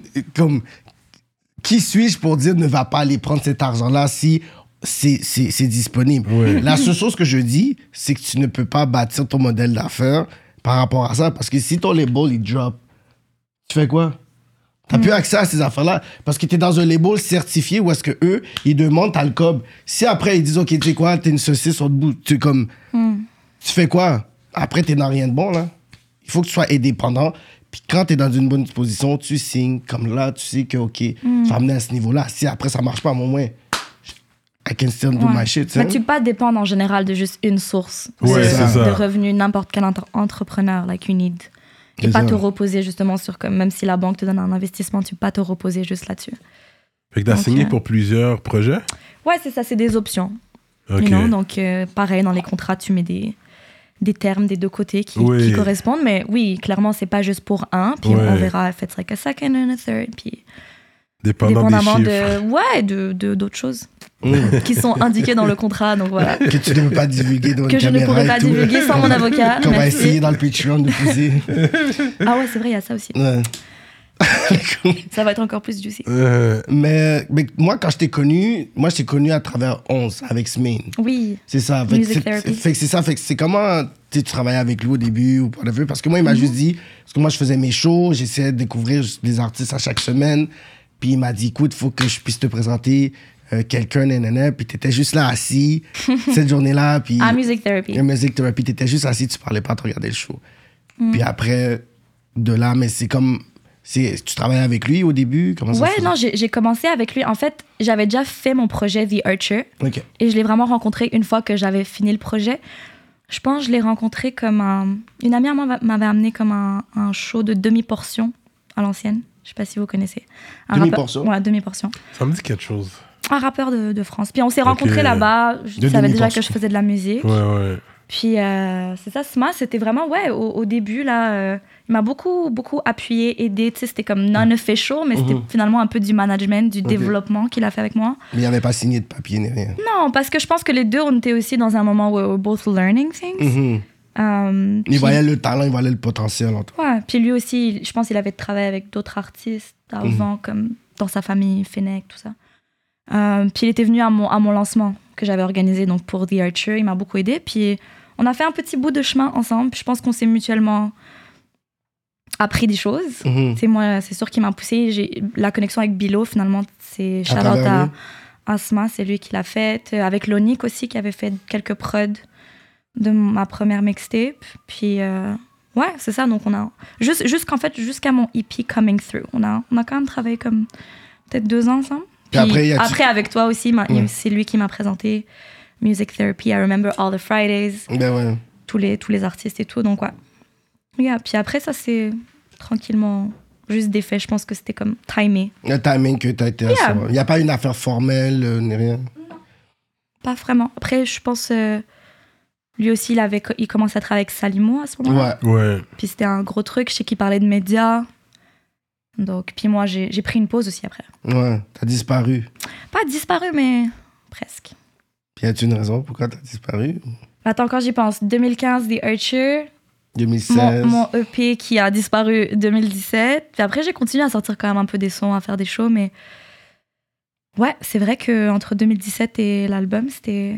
suis-je pour dire ne va pas aller prendre cet argent-là si c'est disponible? Ouais. La seule chose que je dis, c'est que tu ne peux pas bâtir ton modèle d'affaires par rapport à ça. Parce que si ton label, il drop, tu fais quoi? T'as plus accès à ces affaires-là parce que t'es dans un label certifié où est-ce que eux, ils demandent t'as le cob. Si après, ils disent, OK, tu sais quoi, t'es une saucisse sur le bout, tu fais quoi? Après, t'es dans rien de bon, là. Il faut que tu sois indépendant. Puis quand t'es dans une bonne position, tu signes. Comme là, tu sais que, OK, tu vas amener à ce niveau-là. Si après, ça marche pas, au moins, I can still do Ouais. my shit, tu Mais sais. tu peux pas dépendre en général de juste une source Ouais, c'est ça. de revenus, n'importe quel entrepreneur, like you need. Et C'est pas ça. te reposer justement sur, comme, même si la banque te donne un investissement, tu peux pas te reposer juste là-dessus. Fait que t'as Donc, signé pour plusieurs projets? Ouais, c'est ça, c'est des options. Ok. You know? Donc, pareil, dans les contrats, tu mets des termes des deux côtés qui Oui. correspondent. Mais oui, clairement, c'est pas juste pour un. Puis Ouais. on verra if it's like a second and a third. Puis Dépendant des dépendamment chiffres. d'autres choses qui sont indiquées dans le contrat. Donc voilà. Que tu ne peux pas divulguer dans Que une je ne caméra pourrais et pas tout. divulguer sans mon avocat. Qu'on va Merci. essayer dans le Patreon de pousser. Ah ouais, c'est vrai, il y a ça aussi. Ouais. Ça va être encore plus juicy. mais moi, quand je t'ai connu à travers 11 avec Smain. Oui. C'est ça. Fait que Music c'est- therapy. fait que c'est ça. Fait que c'est comment tu travaillais avec lui au début ou whatever. Parce que moi, il m'a juste dit, parce que moi, je faisais mes shows, j'essayais de découvrir des artistes à chaque semaine. Puis il m'a dit, écoute, il faut que je puisse te présenter quelqu'un, nanana. Puis t'étais juste là assis cette journée-là. Puis À Music Therapy. Music Therapy, t'étais juste assis, tu parlais pas, tu regardais le show. Puis après, de là, mais c'est comme... Tu travaillais avec lui au début? Comment ça se Ouais, faisait? non, j'ai commencé avec lui. En fait, j'avais déjà fait mon projet The Archer. OK. Et je l'ai vraiment rencontré une fois que j'avais fini le projet. Je pense que je l'ai rencontré comme un... Une amie à moi m'avait amené comme un show de demi-portion à l'ancienne. Je sais pas si vous connaissez. Un Demi-portion? rappeur- Ouais, demi-portion. Ça me dit quelque chose. Un rappeur de France. Puis on s'est rencontrés là-bas. Je De savais déjà demi-portion. que je faisais de la musique. Ouais, ouais. Puis c'est ça, Sma, c'était vraiment, ouais, au début, là, il m'a beaucoup, beaucoup appuyé, aidé. Tu sais, c'était comme non-official, mais c'était finalement un peu du management, du développement qu'il a fait avec moi. Mais il n'avait pas signé de papier ni rien. Non, parce que je pense que les deux, on était aussi dans un moment où we were both learning things. Il Puis- voyait le talent, il voyait le potentiel en toi. Ouais, puis lui aussi, je pense qu'il avait travaillé avec d'autres artistes avant, comme dans sa famille, Fennec, tout ça. Puis il était venu à mon lancement que j'avais organisé donc pour The Archer. Il m'a beaucoup aidé. Puis on a fait un petit bout de chemin ensemble. Puis je pense qu'on s'est mutuellement appris des choses. C'est moi, c'est sûr qu'il m'a poussé. La connexion avec Bilo, finalement, c'est shout out travers à lui. Asma, c'est lui qui l'a faite. Avec Lonique aussi, qui avait fait quelques prods de ma première mixtape. Puis ouais, c'est ça. Donc on a jusqu'en fait jusqu'à mon EP Coming Through, on a quand même travaillé comme peut-être 2 ans ensemble. Puis après, Après avec toi aussi, c'est lui qui m'a présenté Music Therapy. I Remember All the Fridays, Ben ouais. tous les artistes et tout. Donc ouais. Yeah. Puis après ça c'est tranquillement juste des faits. Je pense que c'était comme timé. Le timing que tu as été à ça. Il n'y a pas une affaire formelle, ni rien. Pas vraiment. Après je pense lui aussi il commençait à travailler avec Salimo à ce moment-là. Ouais. Ouais. Puis c'était un gros truc, je sais qu'il parlait de médias. Donc, puis moi, j'ai pris une pause aussi après. Ouais. T'as disparu. Pas disparu, mais presque. Puis y a-tu une raison pourquoi t'as disparu? Attends, quand j'y pense, 2015, The Archer, 2016. mon EP qui a disparu 2017. Puis après, j'ai continué à sortir quand même un peu des sons, à faire des shows, mais ouais, c'est vrai qu'entre 2017 et l'album, c'était...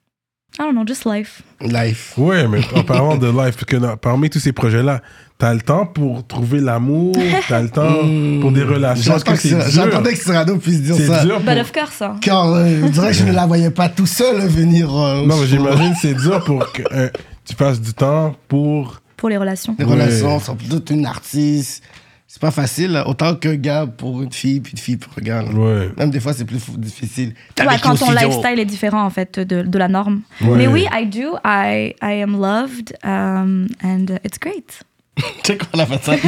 I don't know, just life. Life. Ouais, mais en parlant de life, parce que parmi tous ces projets-là, t'as le temps pour trouver l'amour, t'as le temps pour des relations. Est-ce que c'est dur? J'attendais que Cyrano puisse dire ça. C'est dur pour... But of course, ça. Car je dirais que je ne la voyais pas tout seul venir. Non, mais j'imagine que c'est dur pour que tu passes du temps pour... Pour les relations. Les relations, sont toute une artiste. C'est pas facile, là. Autant qu'un gars pour une fille, puis une fille pour un gars. Là. Ouais. Même des fois, c'est plus difficile. T'as Ouais, vécu quand au ton studio. lifestyle est différent, en fait, de la norme. Ouais. Mais oui, I do. I am loved and it's great. Check on a fait ça.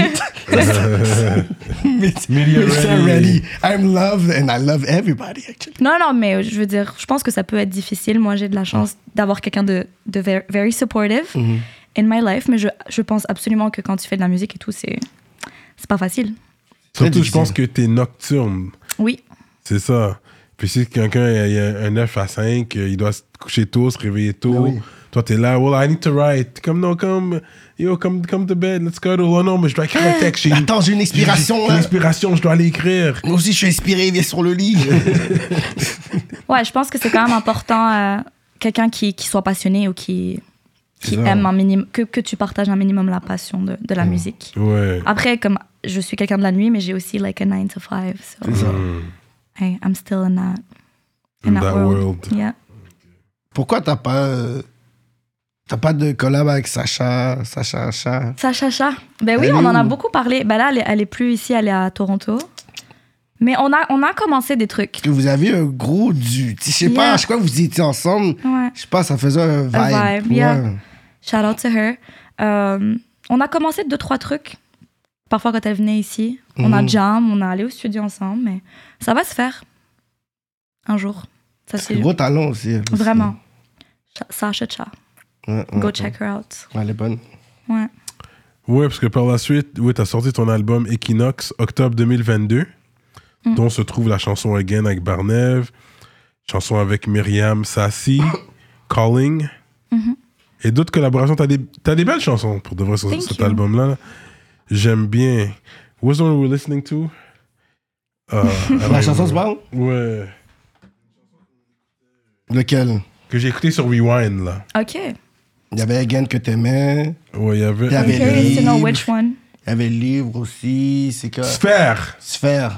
Media Mr. ready. Ready. I'm loved and I love everybody, actually. Non, mais je veux dire, je pense que ça peut être difficile. Moi, j'ai de la chance d'avoir quelqu'un de very supportive in my life, mais je pense absolument que quand tu fais de la musique et tout, c'est pas facile. Surtout, je pense que t'es nocturne. Oui. C'est ça. Puis si quelqu'un il y a un 9 à 5, il doit se coucher tôt, se réveiller tôt. Ah oui. Toi, t'es là, well, I need to write. Come to bed, let's go. Oh non, mais je dois écrire un texte. Attends, j'ai une inspiration, J'ai là. une inspiration, je dois aller écrire. Moi aussi, je suis inspiré, viens sur le lit. Ouais, je pense que c'est quand même important, quelqu'un qui soit passionné ou qui C'est ça. aime un minimum, que tu partages un minimum la passion de la musique. Ouais. Après, comme je suis quelqu'un de la nuit, mais j'ai aussi like a 9 to 5. So C'est ça. I'm still in that world. world. Yeah. Pourquoi t'as pas de collab avec Sacha? Sacha. Ben oui, Elle est on en a où? beaucoup parlé. Ben là, elle est plus ici, elle est à Toronto. Mais on a commencé des trucs. Que vous avez un gros du... Je sais pas, Yeah. à chaque fois que vous étiez ensemble, Ouais. je sais pas, ça faisait un vibe. Un vibe, yeah. Ouais. Shout out to her. On a commencé 2-3 trucs. Parfois, quand elle venait ici, on a jam, on a allé au studio ensemble, mais ça va se faire un jour. Ça, C'est gros talent aussi. elle aussi. Vraiment. Sasha Cha. Ouais, Go ouais, check her out. ouais, elle est bonne. Ouais. Ouais, parce que par la suite, oui, t'as sorti ton album Equinox, octobre 2022, dont se trouve la chanson Again avec Barnev, chanson avec Myriam Sassi, Calling, et d'autres collaborations. T'as des belles chansons pour de vrai sur Thank cet you. album-là. J'aime bien. What's the one we're listening to? La chanson se parle? Ouais. Lequel? Que j'ai écouté sur Rewind, là. OK. Il y avait Again que t'aimais. Ouais, il y avait... Il y avait I'm curious to know Livre. which one. Il y avait le livre aussi. C'est que... Sphère! Sphère.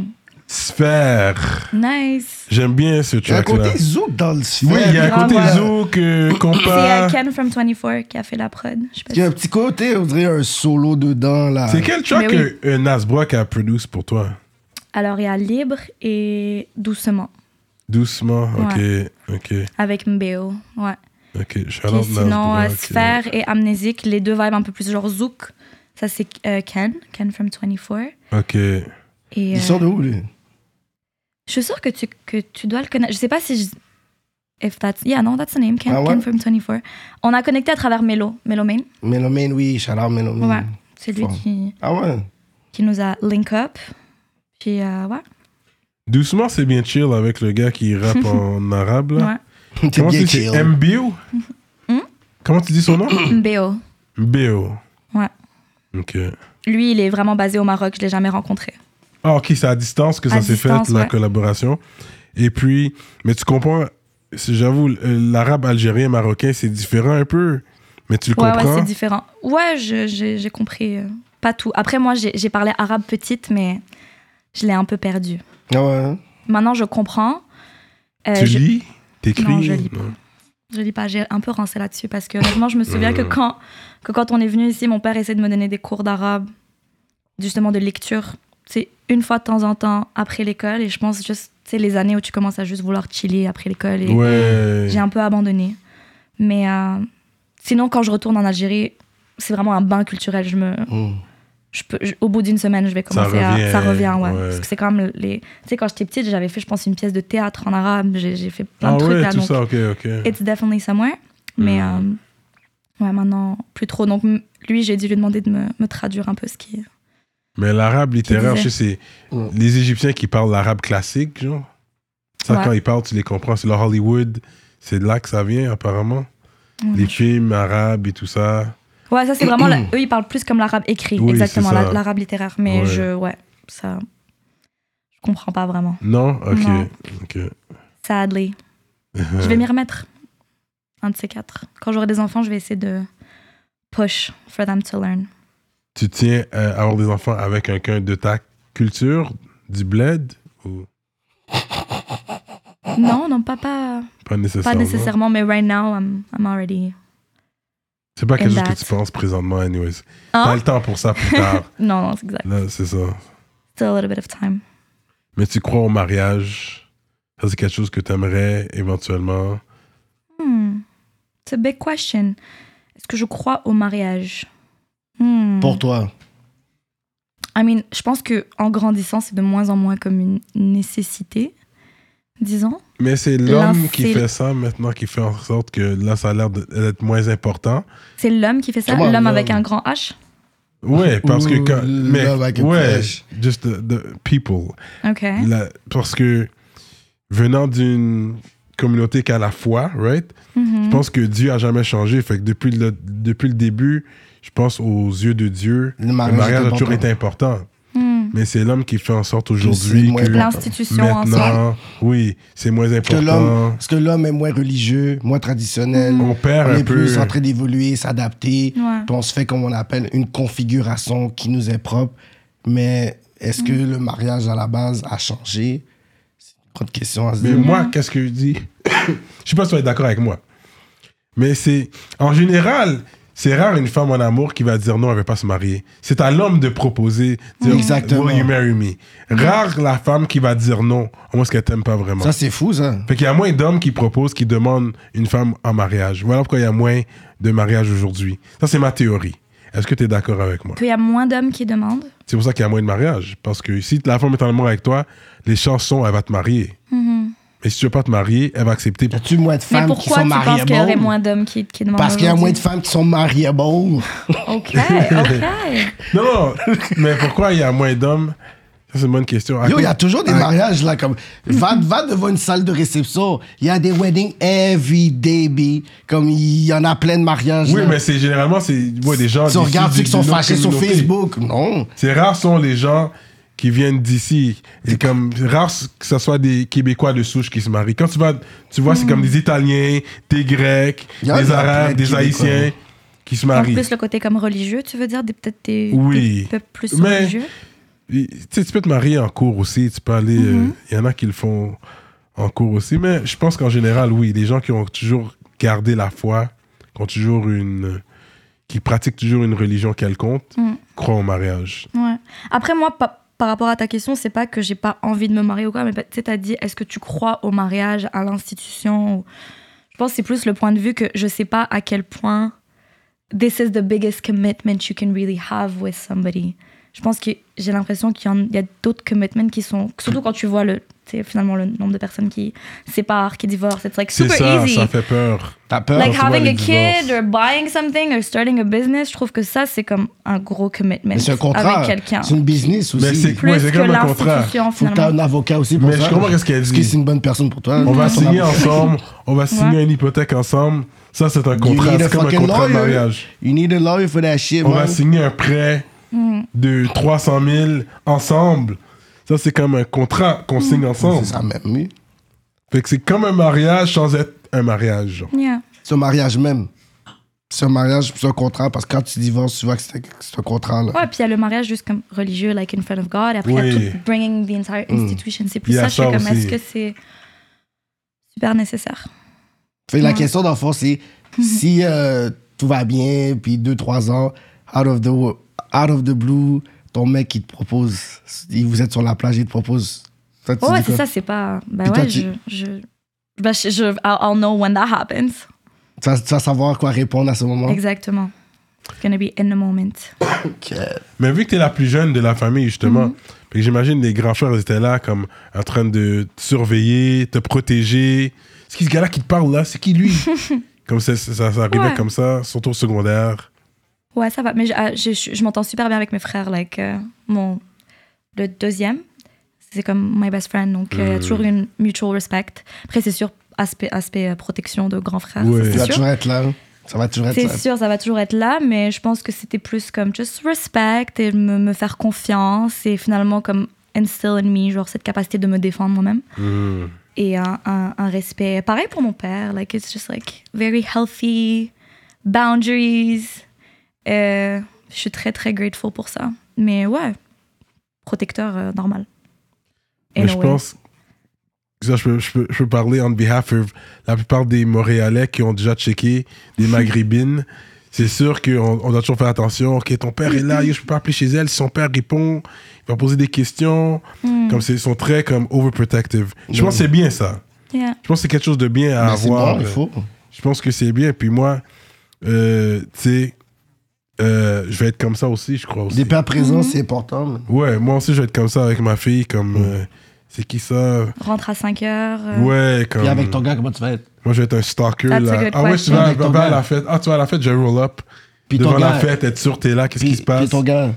Sphère! Nice. J'aime bien ce Il y a un track-là. côté zouk dans le Sphère. Oui, il y a un Grave, côté ouais. zouk, C'est compas. Ken from 24 qui a fait la prod. Je sais pas Il y a un si- petit côté, on dirait un solo dedans, là. C'est quel track Mais oui. que Nas Brock a produit pour toi? Alors, il y a Libre et Doucement Doucement, ok. avec Mbeo. Ouais. Ok, shout Puis out Nas sinon, Brock. Sphère et Amnésique, les deux vibes un peu plus genre zouk. Ça, c'est Ken from 24. Ok. Et, Il sort de où, lui? je suis sûre que tu dois le connaître. Je sais pas si if that's... Yeah, no, that's the name. Ken, Ah ouais? Ken from 24. On a connecté à travers Melo Main. Mélomane, oui, shout out Mélomane. Ouais. C'est lui Fort. Ah ouais? qui nous a link up. Puis, ouais. Doucement, c'est bien chill avec le gars qui rappe en arabe, là. Ouais. T'es Comment bien tu dis? chill. C'est MBO? Comment tu dis son nom? Mbeo. MBO. Ouais. Ok. Lui, il est vraiment basé au Maroc. Je l'ai jamais rencontré. Ah, ok, c'est à distance que ça À s'est fait, distance, la ouais. collaboration. Et puis, mais tu comprends, j'avoue, l'arabe algérien, marocain, c'est différent un peu. Mais tu le Ouais, comprends? c'est différent. Ouais, j'ai compris. Pas tout. Après, moi, j'ai parlé arabe petite, mais je l'ai un peu perdu. Ah ouais? Maintenant, je comprends. Tu lis? T'écris? Non, je lis pas. Je lis pas. J'ai un peu rincé là-dessus parce que, honnêtement, je me souviens que quand on est venu ici, mon père essayait de me donner des cours d'arabe, justement de lecture. C'est une fois de temps en temps après l'école. Et je pense juste, tu sais, les années où tu commences à juste vouloir chiller après l'école. Et Ouais. j'ai un peu abandonné. Mais sinon, quand je retourne en Algérie, c'est vraiment un bain culturel. Au bout d'une semaine, je vais commencer ça revient, ouais. Parce que c'est quand même tu sais, quand j'étais petite, j'avais fait, je pense, une pièce de théâtre en arabe. J'ai fait plein de trucs ouais, là. tout Donc, ça, ok. it's definitely somewhere. Mais ouais, maintenant, plus trop. Donc, lui, j'ai dû lui demander de me traduire un peu ce qui est. Mais l'arabe littéraire, je disait. sais, c'est les Égyptiens qui parlent l'arabe classique, genre. Ça, Ouais. quand ils parlent, tu les comprends. C'est le Hollywood. C'est de là que ça vient, apparemment. Les films arabes et tout ça. Ouais, ça, c'est vraiment. Eux, ils parlent plus comme l'arabe écrit. Oui, exactement, c'est ça. l'arabe littéraire. Mais Ouais. ça. Je comprends pas vraiment. Non? Ok. Non. Ok. Sadly. Je vais m'y remettre. Un de ces quatre. Quand j'aurai des enfants, je vais essayer de push for them to learn. Tu tiens à avoir des enfants avec quelqu'un de ta culture, du bled? Ou Non, pas nécessairement, mais right now, I'm already. C'est pas quelque chose that. que tu penses présentement, anyways. Hein? T'as le temps pour ça plus tard. Non, c'est exact. Là, c'est ça. Still a little bit of time. Mais tu crois au mariage? Ça, c'est quelque chose que t'aimerais éventuellement? It's a big question. Est-ce que je crois au mariage? Pour toi? I mean, je pense qu'en grandissant, c'est de moins en moins comme une nécessité, disons. Mais c'est l'homme qui fait ça maintenant, qui fait en sorte que là, ça a l'air d'être moins important. C'est l'homme qui fait ça? Comment, L'homme l'homme? avec un grand H? Ouais, parce que quand. Ou Mais, l'homme avec un ouais, H. just the people. OK. Parce que venant d'une communauté qui a la foi, right? Je pense que Dieu a jamais changé. Fait que depuis le début, je pense aux yeux de Dieu, le mariage a toujours été important. Mais c'est l'homme qui fait en sorte aujourd'hui moins que L'institution maintenant, ensemble. oui, c'est moins Parce important. que l'homme est moins religieux, moins traditionnel. On perd On un est peu. plus en train d'évoluer, s'adapter. Ouais. Puis on se fait comme on appelle une configuration qui nous est propre. Mais est-ce que le mariage à la base a changé? C'est une grande question à se Mais dire. moi, qu'est-ce que je dis? Je sais pas si tu vas être d'accord avec moi. Mais c'est, en général, c'est rare une femme en amour qui va dire non, elle veut pas se marier. C'est à l'homme de proposer, dire, Exactement. will you marry me? Rare la femme qui va dire non, au moins ce qu'elle t'aime pas vraiment. Ça, c'est fou, ça. Fait qu'il y a moins d'hommes qui proposent, qui demandent une femme en mariage. Voilà pourquoi il y a moins de mariages aujourd'hui. Ça, c'est ma théorie. Est-ce que tu es d'accord avec moi? Qu'il y a moins d'hommes qui demandent. C'est pour ça qu'il y a moins de mariages. Parce que si la femme est en amour avec toi, les chances sont, elle va te marier. Mais si tu veux pas te marier, elle va accepter. Y a-tu moins de Mais femmes qui pourquoi sont tu penses mariables? qu'il y aurait moins d'hommes qui demandent Parce qu'il y a moins de aujourd'hui? femmes qui sont mariables. OK, OK. Non, mais pourquoi il y a moins d'hommes? Ça, c'est une bonne question. Yo, il y a toujours des mariages, là, comme... Va devant une salle de réception. Il y a des weddings every day, B. Comme il y en a plein de mariages. Oui, là. mais c'est généralement des gens. Si on regarde ceux qui sont d'une autre fâchés sur communauté. Facebook, non. C'est rare sont les gens qui viennent d'ici. Et comme rare que ce soit des Québécois de souche qui se marient. Quand tu vois, c'est comme des Italiens, des Grecs, Il y en a des plein Arabes, de des Québécois. Haïtiens qui se En marient. plus, le côté comme religieux, tu veux dire, peut-être des peuples plus Mais- religieux? Tu sais, tu peux te marier en cours aussi. Tu peux aller. Il y en a qui le font en cours aussi. Mais je pense qu'en général, oui, les gens qui ont toujours gardé la foi, qui pratiquent toujours une religion quelconque, croient au mariage. Ouais. Après, moi, par rapport à ta question, c'est pas que j'ai pas envie de me marier ou quoi, mais tu sais, t'as dit, est-ce que tu crois au mariage, à l'institution ou... Je pense que c'est plus le point de vue que je sais pas à quel point this is the biggest commitment you can really have with somebody. Je pense que j'ai l'impression qu'il y a d'autres commitments qui sont... Surtout quand tu vois finalement le nombre de personnes qui séparent, qui divorcent. It's like C'est super ça, easy. ça fait peur. T'as peur. Like tu vois having les a kid divorces. or buying something or starting a business, je trouve que ça, c'est comme un gros commitment Mais c'est un contrat. avec quelqu'un. C'est une business aussi. Mais c'est Plus ouais, c'est que comme un contrat. l'institution, Faut que t'aies finalement. un avocat aussi pour Mais ça. je comprends qu'est-ce qu'elle Est-ce dit. que c'est une bonne personne pour toi? On va Ton signer avocat. ensemble, on va signer une hypothèque ensemble. Ça, c'est un You contrat. need a C'est comme un fucking contrat de lawyer. mariage. You need a lawyer for that shit, On va man. signer un prêt de 300 000 ensemble. Ça, c'est comme un contrat qu'on signe ensemble. C'est ça même, oui. Fait que c'est comme un mariage sans être un mariage. Genre. Yeah. C'est un mariage même. C'est un mariage, c'est un contrat, parce que quand tu divorces, tu vois que c'est un contrat, là. Ouais, puis il y a le mariage juste comme religieux, like in front of God. Après, il y a Oui. tout bringing the entire institution. C'est plus Il y a ça, je suis ça comme, aussi. est-ce que c'est super nécessaire? Fait que la Ouais. question d'enfant, c'est si tout va bien, puis 2-3 ans, out of the blue, ton mec, il te propose, vous êtes sur la plage, il te propose. Toi, tu Ouais, dis c'est quoi? ça, c'est pas. Ben Puis toi, ouais, I'll know when that happens. Tu vas savoir quoi répondre à ce moment. Exactement. It's gonna be in the moment. Ok. Mais vu que t'es la plus jeune de la famille, justement, fait que j'imagine les grands frères étaient là, comme en train de te surveiller, te protéger. C'est qui ce gars-là qui te parle là? C'est qui lui? Comme ça arrivait Ouais. comme ça, surtout au secondaire. Ouais, ça va. Mais je m'entends super bien avec mes frères. Like, le deuxième, c'est comme my best friend. Donc, il y a toujours une mutual respect. Après, c'est sûr, aspect protection de grands frères. Ouais. ça, Tu vas c'est sûr. toujours être là. Ça va toujours être C'est là. sûr, ça va toujours être là, mais je pense que c'était plus comme just respect et me faire confiance et finalement comme instill in me, genre cette capacité de me défendre moi-même. Et un respect. Pareil pour mon père, like it's just like very healthy, boundaries. Je suis très très grateful pour ça. Mais ouais, protecteur normal. In Mais a je way. pense ça, je peux parler on behalf of la plupart des Montréalais qui ont déjà checké, des Maghrébines. C'est sûr qu'on doit toujours faire attention. Ok, ton père est là, yo, je peux pas appeler chez elle. Si son père répond, il va poser des questions. Comme ils sont très comme overprotective. Je pense que c'est bien ça. Yeah. Je pense que c'est quelque chose de bien à Mais c'est avoir. bon, il faut. Je pense que c'est bien. Puis moi, tu sais, Je vais être comme ça aussi, je crois aussi. Depuis à présent, c'est important. man. Ouais, moi aussi, je vais être comme ça avec ma fille, comme... c'est qui ça? Rentre à 5 heures. Ouais, comme... Puis avec ton gars, comment tu vas être? Moi, je vais être un stalker, That's a là. good Ah ouais, tu question. vas Avec ton à gars. la fête. Ah, tu vas à la fête, je vais roll up. Puis Devant ton la gars, fête, être sûr, t'es là, qu'est-ce qui se passe? Puis ton gars.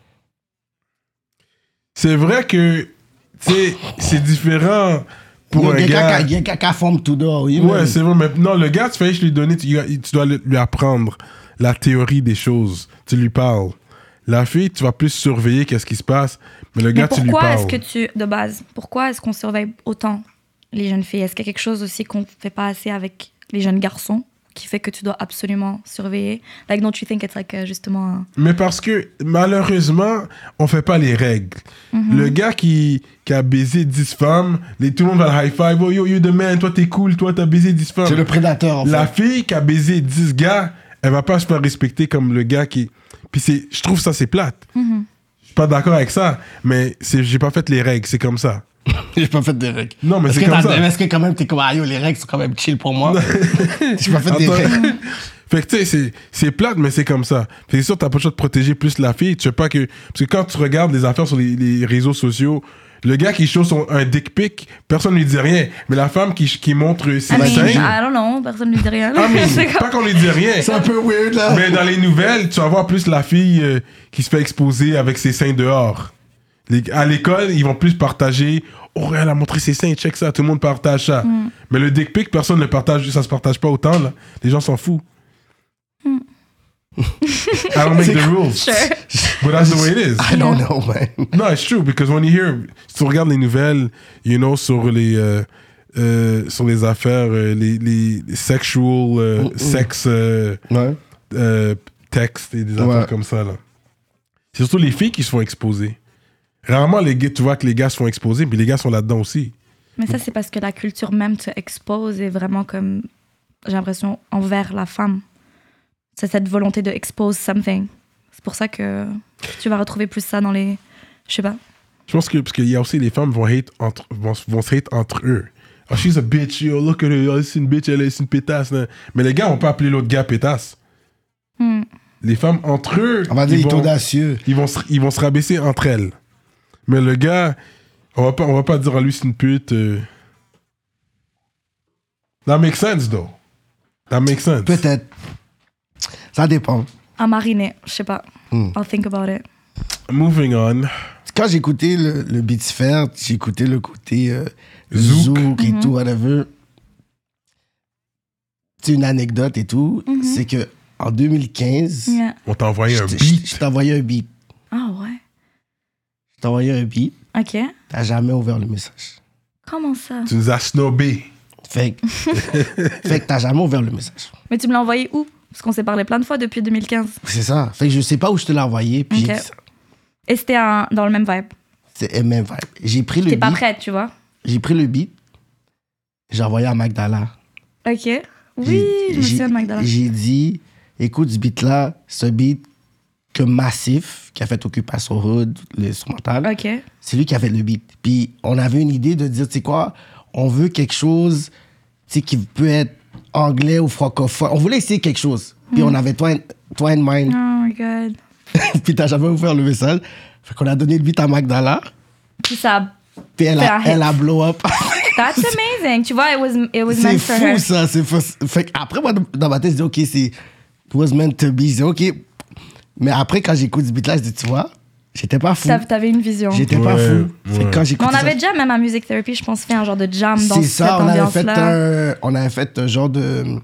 C'est vrai que, tu sais, c'est différent pour un gars. Quelqu'un qui forme tout dehors, oui. Ouais, man. c'est vrai, mais non, le gars, tu fais juste lui donner, tu dois lui apprendre la théorie des choses. Tu lui parles. La fille, tu vas plus surveiller qu'est-ce qui se passe, mais le Mais gars, tu lui pourquoi parles. est-ce que de base, pourquoi est-ce qu'on surveille autant les jeunes filles? Est-ce qu'il y a quelque chose aussi qu'on fait pas assez avec les jeunes garçons qui fait que tu dois absolument surveiller? Like, don't you think it's like justement... Mais parce que, malheureusement, on fait pas les règles. Le gars qui a baisé 10 femmes, tout le monde va le high-five. Oh, yo, you're the man, toi, t'es cool, toi, t'as baisé 10 femmes. C'est le prédateur, en fait. La fille qui a baisé 10 gars, elle va pas se faire respecter comme le gars qui... Puis je trouve ça, c'est plate. Je suis pas d'accord avec ça, mais j'ai pas fait les règles, c'est comme ça. J'ai pas fait des règles. Non, mais Est-ce c'est que comme ça. Est-ce que quand même t'es comme, ah yo, les règles sont quand même chill pour moi? J'ai pas fait des Attends. règles. Fait que tu sais, c'est plate, mais c'est comme ça. Fait que c'est sûr, t'as pas le choix de protéger plus la fille. Tu sais pas que... Parce que quand tu regardes les affaires sur les réseaux sociaux, le gars qui show un dick pic, personne lui dit rien. Mais la femme qui montre ses I mean, seins... I don't know, personne ne lui dit rien. Ah, mais C'est comme- pas qu'on lui dit rien. C'est un peu weird, là. Mais dans les nouvelles, tu vas voir plus la fille qui se fait exposer avec ses seins dehors. À l'école, ils vont plus partager. Oh, elle a montré ses seins, check ça. Tout le monde partage ça. Mais le dick pic, personne ne le partage. Ça se partage pas autant, là. Les gens s'en foutent. I don't make the rules. Sure. But that's the way it is. I don't know, man. No, it's true, because when you hear, si tu regardes les nouvelles, you know, sur les affaires, les sexual, sex Ouais. textes et des affaires Ouais. comme ça, là. C'est surtout les filles qui se font exposer. Rarement, tu vois que les gars se font exposer, puis les gars sont là-dedans aussi. Mais ça, c'est parce que la culture même te expose et vraiment comme, j'ai l'impression, envers la femme. C'est cette volonté de expose something. C'est pour ça que tu vas retrouver plus ça dans les... Je sais pas. Je pense que, parce qu'il y a aussi les femmes vont se hate entre eux. Oh, she's a bitch, yo, look at her, oh, c'est une bitch, elle est une pétasse. Là. Mais les gars vont pas appeler l'autre gars pétasse. Les femmes, entre eux, On va dire, il est audacieux. ils vont se rabaisser entre elles. Mais le gars, on va pas dire à lui c'est une pute. That makes sense, though. That makes sense. Peut-être. Ça dépend. À mariner, je sais pas. I'll think about it. Moving on. Quand j'ai écouté le beat faire, j'ai écouté le côté Zouk. zouk et tout, whatever. C'est une anecdote et tout. C'est que en 2015, Yeah. On t'a envoyé un je beat. t'ai envoyé un beat. Ah ouais. Je t'ai envoyé un beat. Ok. T'as jamais ouvert le message. Comment ça? Tu nous as snobé. Fait que t'as jamais ouvert le message. Mais tu me l'as envoyé où? Parce qu'on s'est parlé plein de fois depuis 2015. C'est ça. Fait que je sais pas où je te l'ai envoyé. Puis Ok. Et c'était dans le même vibe. c'est la même vibe. J'ai pris le T'es pas beat. prête, tu vois? J'ai pris le beat. J'ai envoyé à Magdala. Ok. Oui, je me souviens de Magdala. J'ai dit, écoute, ce beat-là, c'est un beat que Massif, qui a fait Occupation Hood, l'instrumental, Ok. c'est lui qui a fait le beat. Puis on avait une idée de dire, tu sais quoi, on veut quelque chose, tu sais, qui peut être anglais ou francophone. On voulait essayer quelque chose. Puis on avait toi in mind. Oh my god. Puis t'as jamais ouvert le message. Fait qu'on a donné le beat à Magdala. Puis ça... Puis C'est un hit. elle a blow up. That's amazing. Tu vois, it was C'est meant for fou, her. ça. C'est fou. Fait qu'après, moi, dans ma tête, je dis, OK, c'est it was meant to be. Je dis, OK. Mais après, quand j'écoute ce beat-là, je dis, tu vois, j'étais pas fou. T'avais une vision. J'étais pas Ouais, fou. Fait que quand Mais j'écoute on avait déjà, même à Music Therapy, je pense, fait un genre de jam dans c'est cette ça, ambiance-là. on avait fait un genre de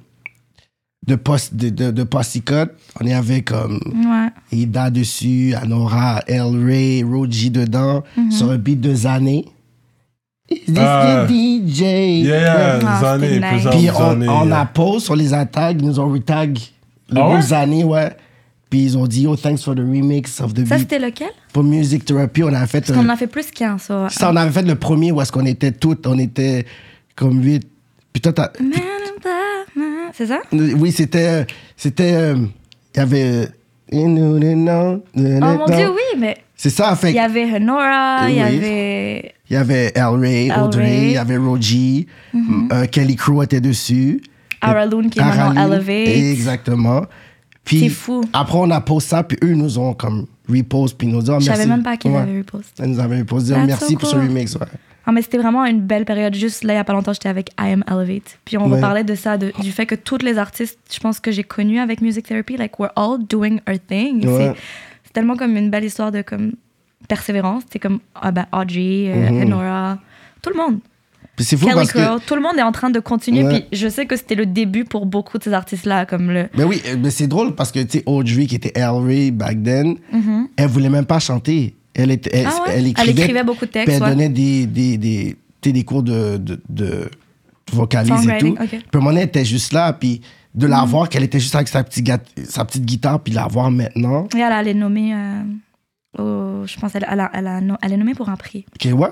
posticote. On y avait comme Ouais. Ida dessus, Anora, El Ray, Roji dedans, sur un beat de Zané. Is this Ah. the DJ? Yeah, Ah, Zané, c'était nice. plusieurs Puis années. on a pause sur les attaques, ils nous ont retag le Ah mot ouais? Zané, ouais. Puis ils ont dit, yo, thanks for the remix of the Ça, beat. c'était lequel? Pour Music Therapy, on a fait... Parce qu'on en a fait plus qu'un, ça. ça, on avait fait le premier où est-ce qu'on était toutes, on était comme 8. Puis toi, C'est ça? oui, c'était... il y avait... Oh mon Dieu, oui, mais C'est ça, fait il y avait Honora, il y Oui. avait... il y avait El Ray, El Audrey, Ray. il y avait Roji, Kelly Crow était dessus. Ara Loon qui est maintenant Ara Loon, Elevate. Exactement. Puis C'est fou. après, on a posté ça, puis eux, ils nous ont comme repost, puis ils nous ont dit, Je merci. savais même pas qu'ils Ouais. avaient repost. Ils nous avaient repost, dire That's merci so pour ce cool. remix, ouais. Ah, mais c'était vraiment une belle période. Juste là, il y a pas longtemps, j'étais avec I Am Elevate. Puis on Ouais. parlait de ça, du fait que toutes les artistes, je pense que j'ai connus avec Music Therapy, like, we're all doing our thing. Ouais. C'est tellement comme une belle histoire de comme persévérance. C'est comme Audrey, Enora, tout le monde. Puis c'est fou Kelly parce que... Crow, tout le monde est en train de continuer. Ouais. Puis je sais que c'était le début pour beaucoup de ces artistes-là, comme le... Mais oui, mais c'est drôle parce que, tu sais, Audrey, qui était El Ray back then, elle voulait même pas chanter. Elle écrivait beaucoup de textes, puis elle ouais. donnait des cours de vocalise et tout. Songwriting, ok. Puis à un moment donné, elle était juste là, puis de la voir qu'elle était juste avec sa petite guitare, puis la voir maintenant. Et elle est nommée... je pense qu'elle elle est nommée pour un prix. Ok, ouais,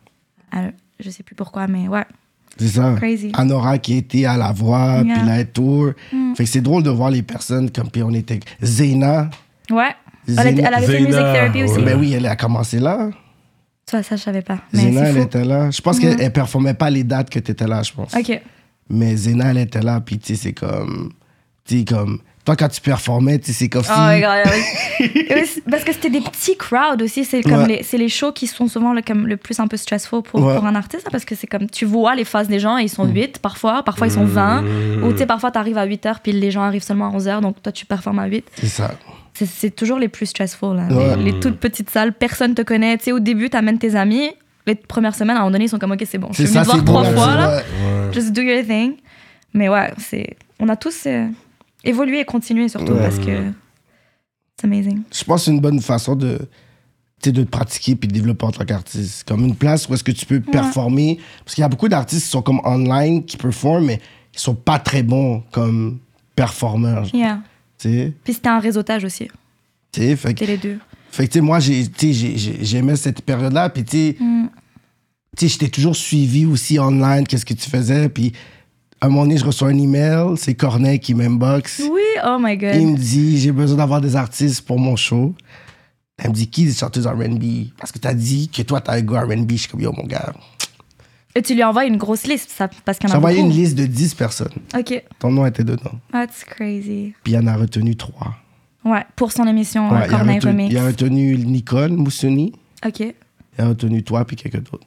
Je sais plus pourquoi, mais ouais. c'est ça. Crazy. Anora qui était à la voix, Yeah. puis là, elle tour. Fait que c'est drôle de voir les personnes comme, puis on était... Zena, Ouais. Zena- Elle avait fait Zena, Music Therapy aussi. ouais. ben oui, elle a commencé là. Tu vois, ça, je savais pas. Mais Zena, c'est elle fou. était là. Je pense qu'elle performait pas les dates que tu étais là, je pense. OK. Mais Zena, elle était là, puis tu sais, c'est comme... Tu sais, comme... Toi, quand tu performais, tu sais, c'est comme si... Oh my God, oui. Parce que c'était des petits crowds aussi. C'est comme Ouais. c'est les shows qui sont souvent comme le plus un peu stressful pour Ouais. un artiste. Parce que c'est comme, tu vois les faces des gens, et ils sont 8 parfois ils sont 20. Ou tu sais, parfois, t'arrives à 8h, puis les gens arrivent seulement à 11h, donc toi, tu performes à 8. C'est ça. C'est toujours les plus stressful. Là. Ouais. Les toutes petites salles, personne te connaît. Tu sais, au début, t'amènes tes amis. Les premières semaines, à un moment donné, ils sont comme, OK, c'est bon. Je C'est suis venue ça, te c'est voir bon. 3 fois, là. Ouais. Just do your thing. Mais ouais, on a tous évolué et continué surtout Ouais. parce que c'est amazing. Je pense que c'est une bonne façon de... Tu sais, de te pratiquer puis de développer en tant qu'artiste. Comme une place où est-ce que tu peux performer. Parce qu'il y a beaucoup d'artistes qui sont comme online, qui performent, mais ils sont pas très bons comme performeurs. Yeah. Tu sais? Puis c'était un réseautage aussi. Tu sais, fait que... C'était les deux. Fait que, tu sais, moi, j'aimais cette période-là. Puis, tu sais, tu sais, j'étais toujours suivi aussi online, qu'est-ce que tu faisais. Puis, à un moment donné, je reçois un email, c'est Corneille qui m'inbox. Oui, oh my Il God. me dit, j'ai besoin d'avoir des artistes pour mon show. Elle me dit, qui des chanteuses R&B? Parce que t'as dit que toi, t'as un gars R&B. Je suis comme, yo, mon gars. Et tu lui envoies une grosse liste, ça, parce qu'il y J'ai en a envoyé beaucoup. une liste de 10 personnes. OK. Ton nom était dedans. That's crazy. Puis, il en a retenu 3. Ouais, pour son émission Ouais, Corneille Remix. il a retenu Nicole Moussoni. OK. Il a retenu toi, puis quelqu'un d'autre.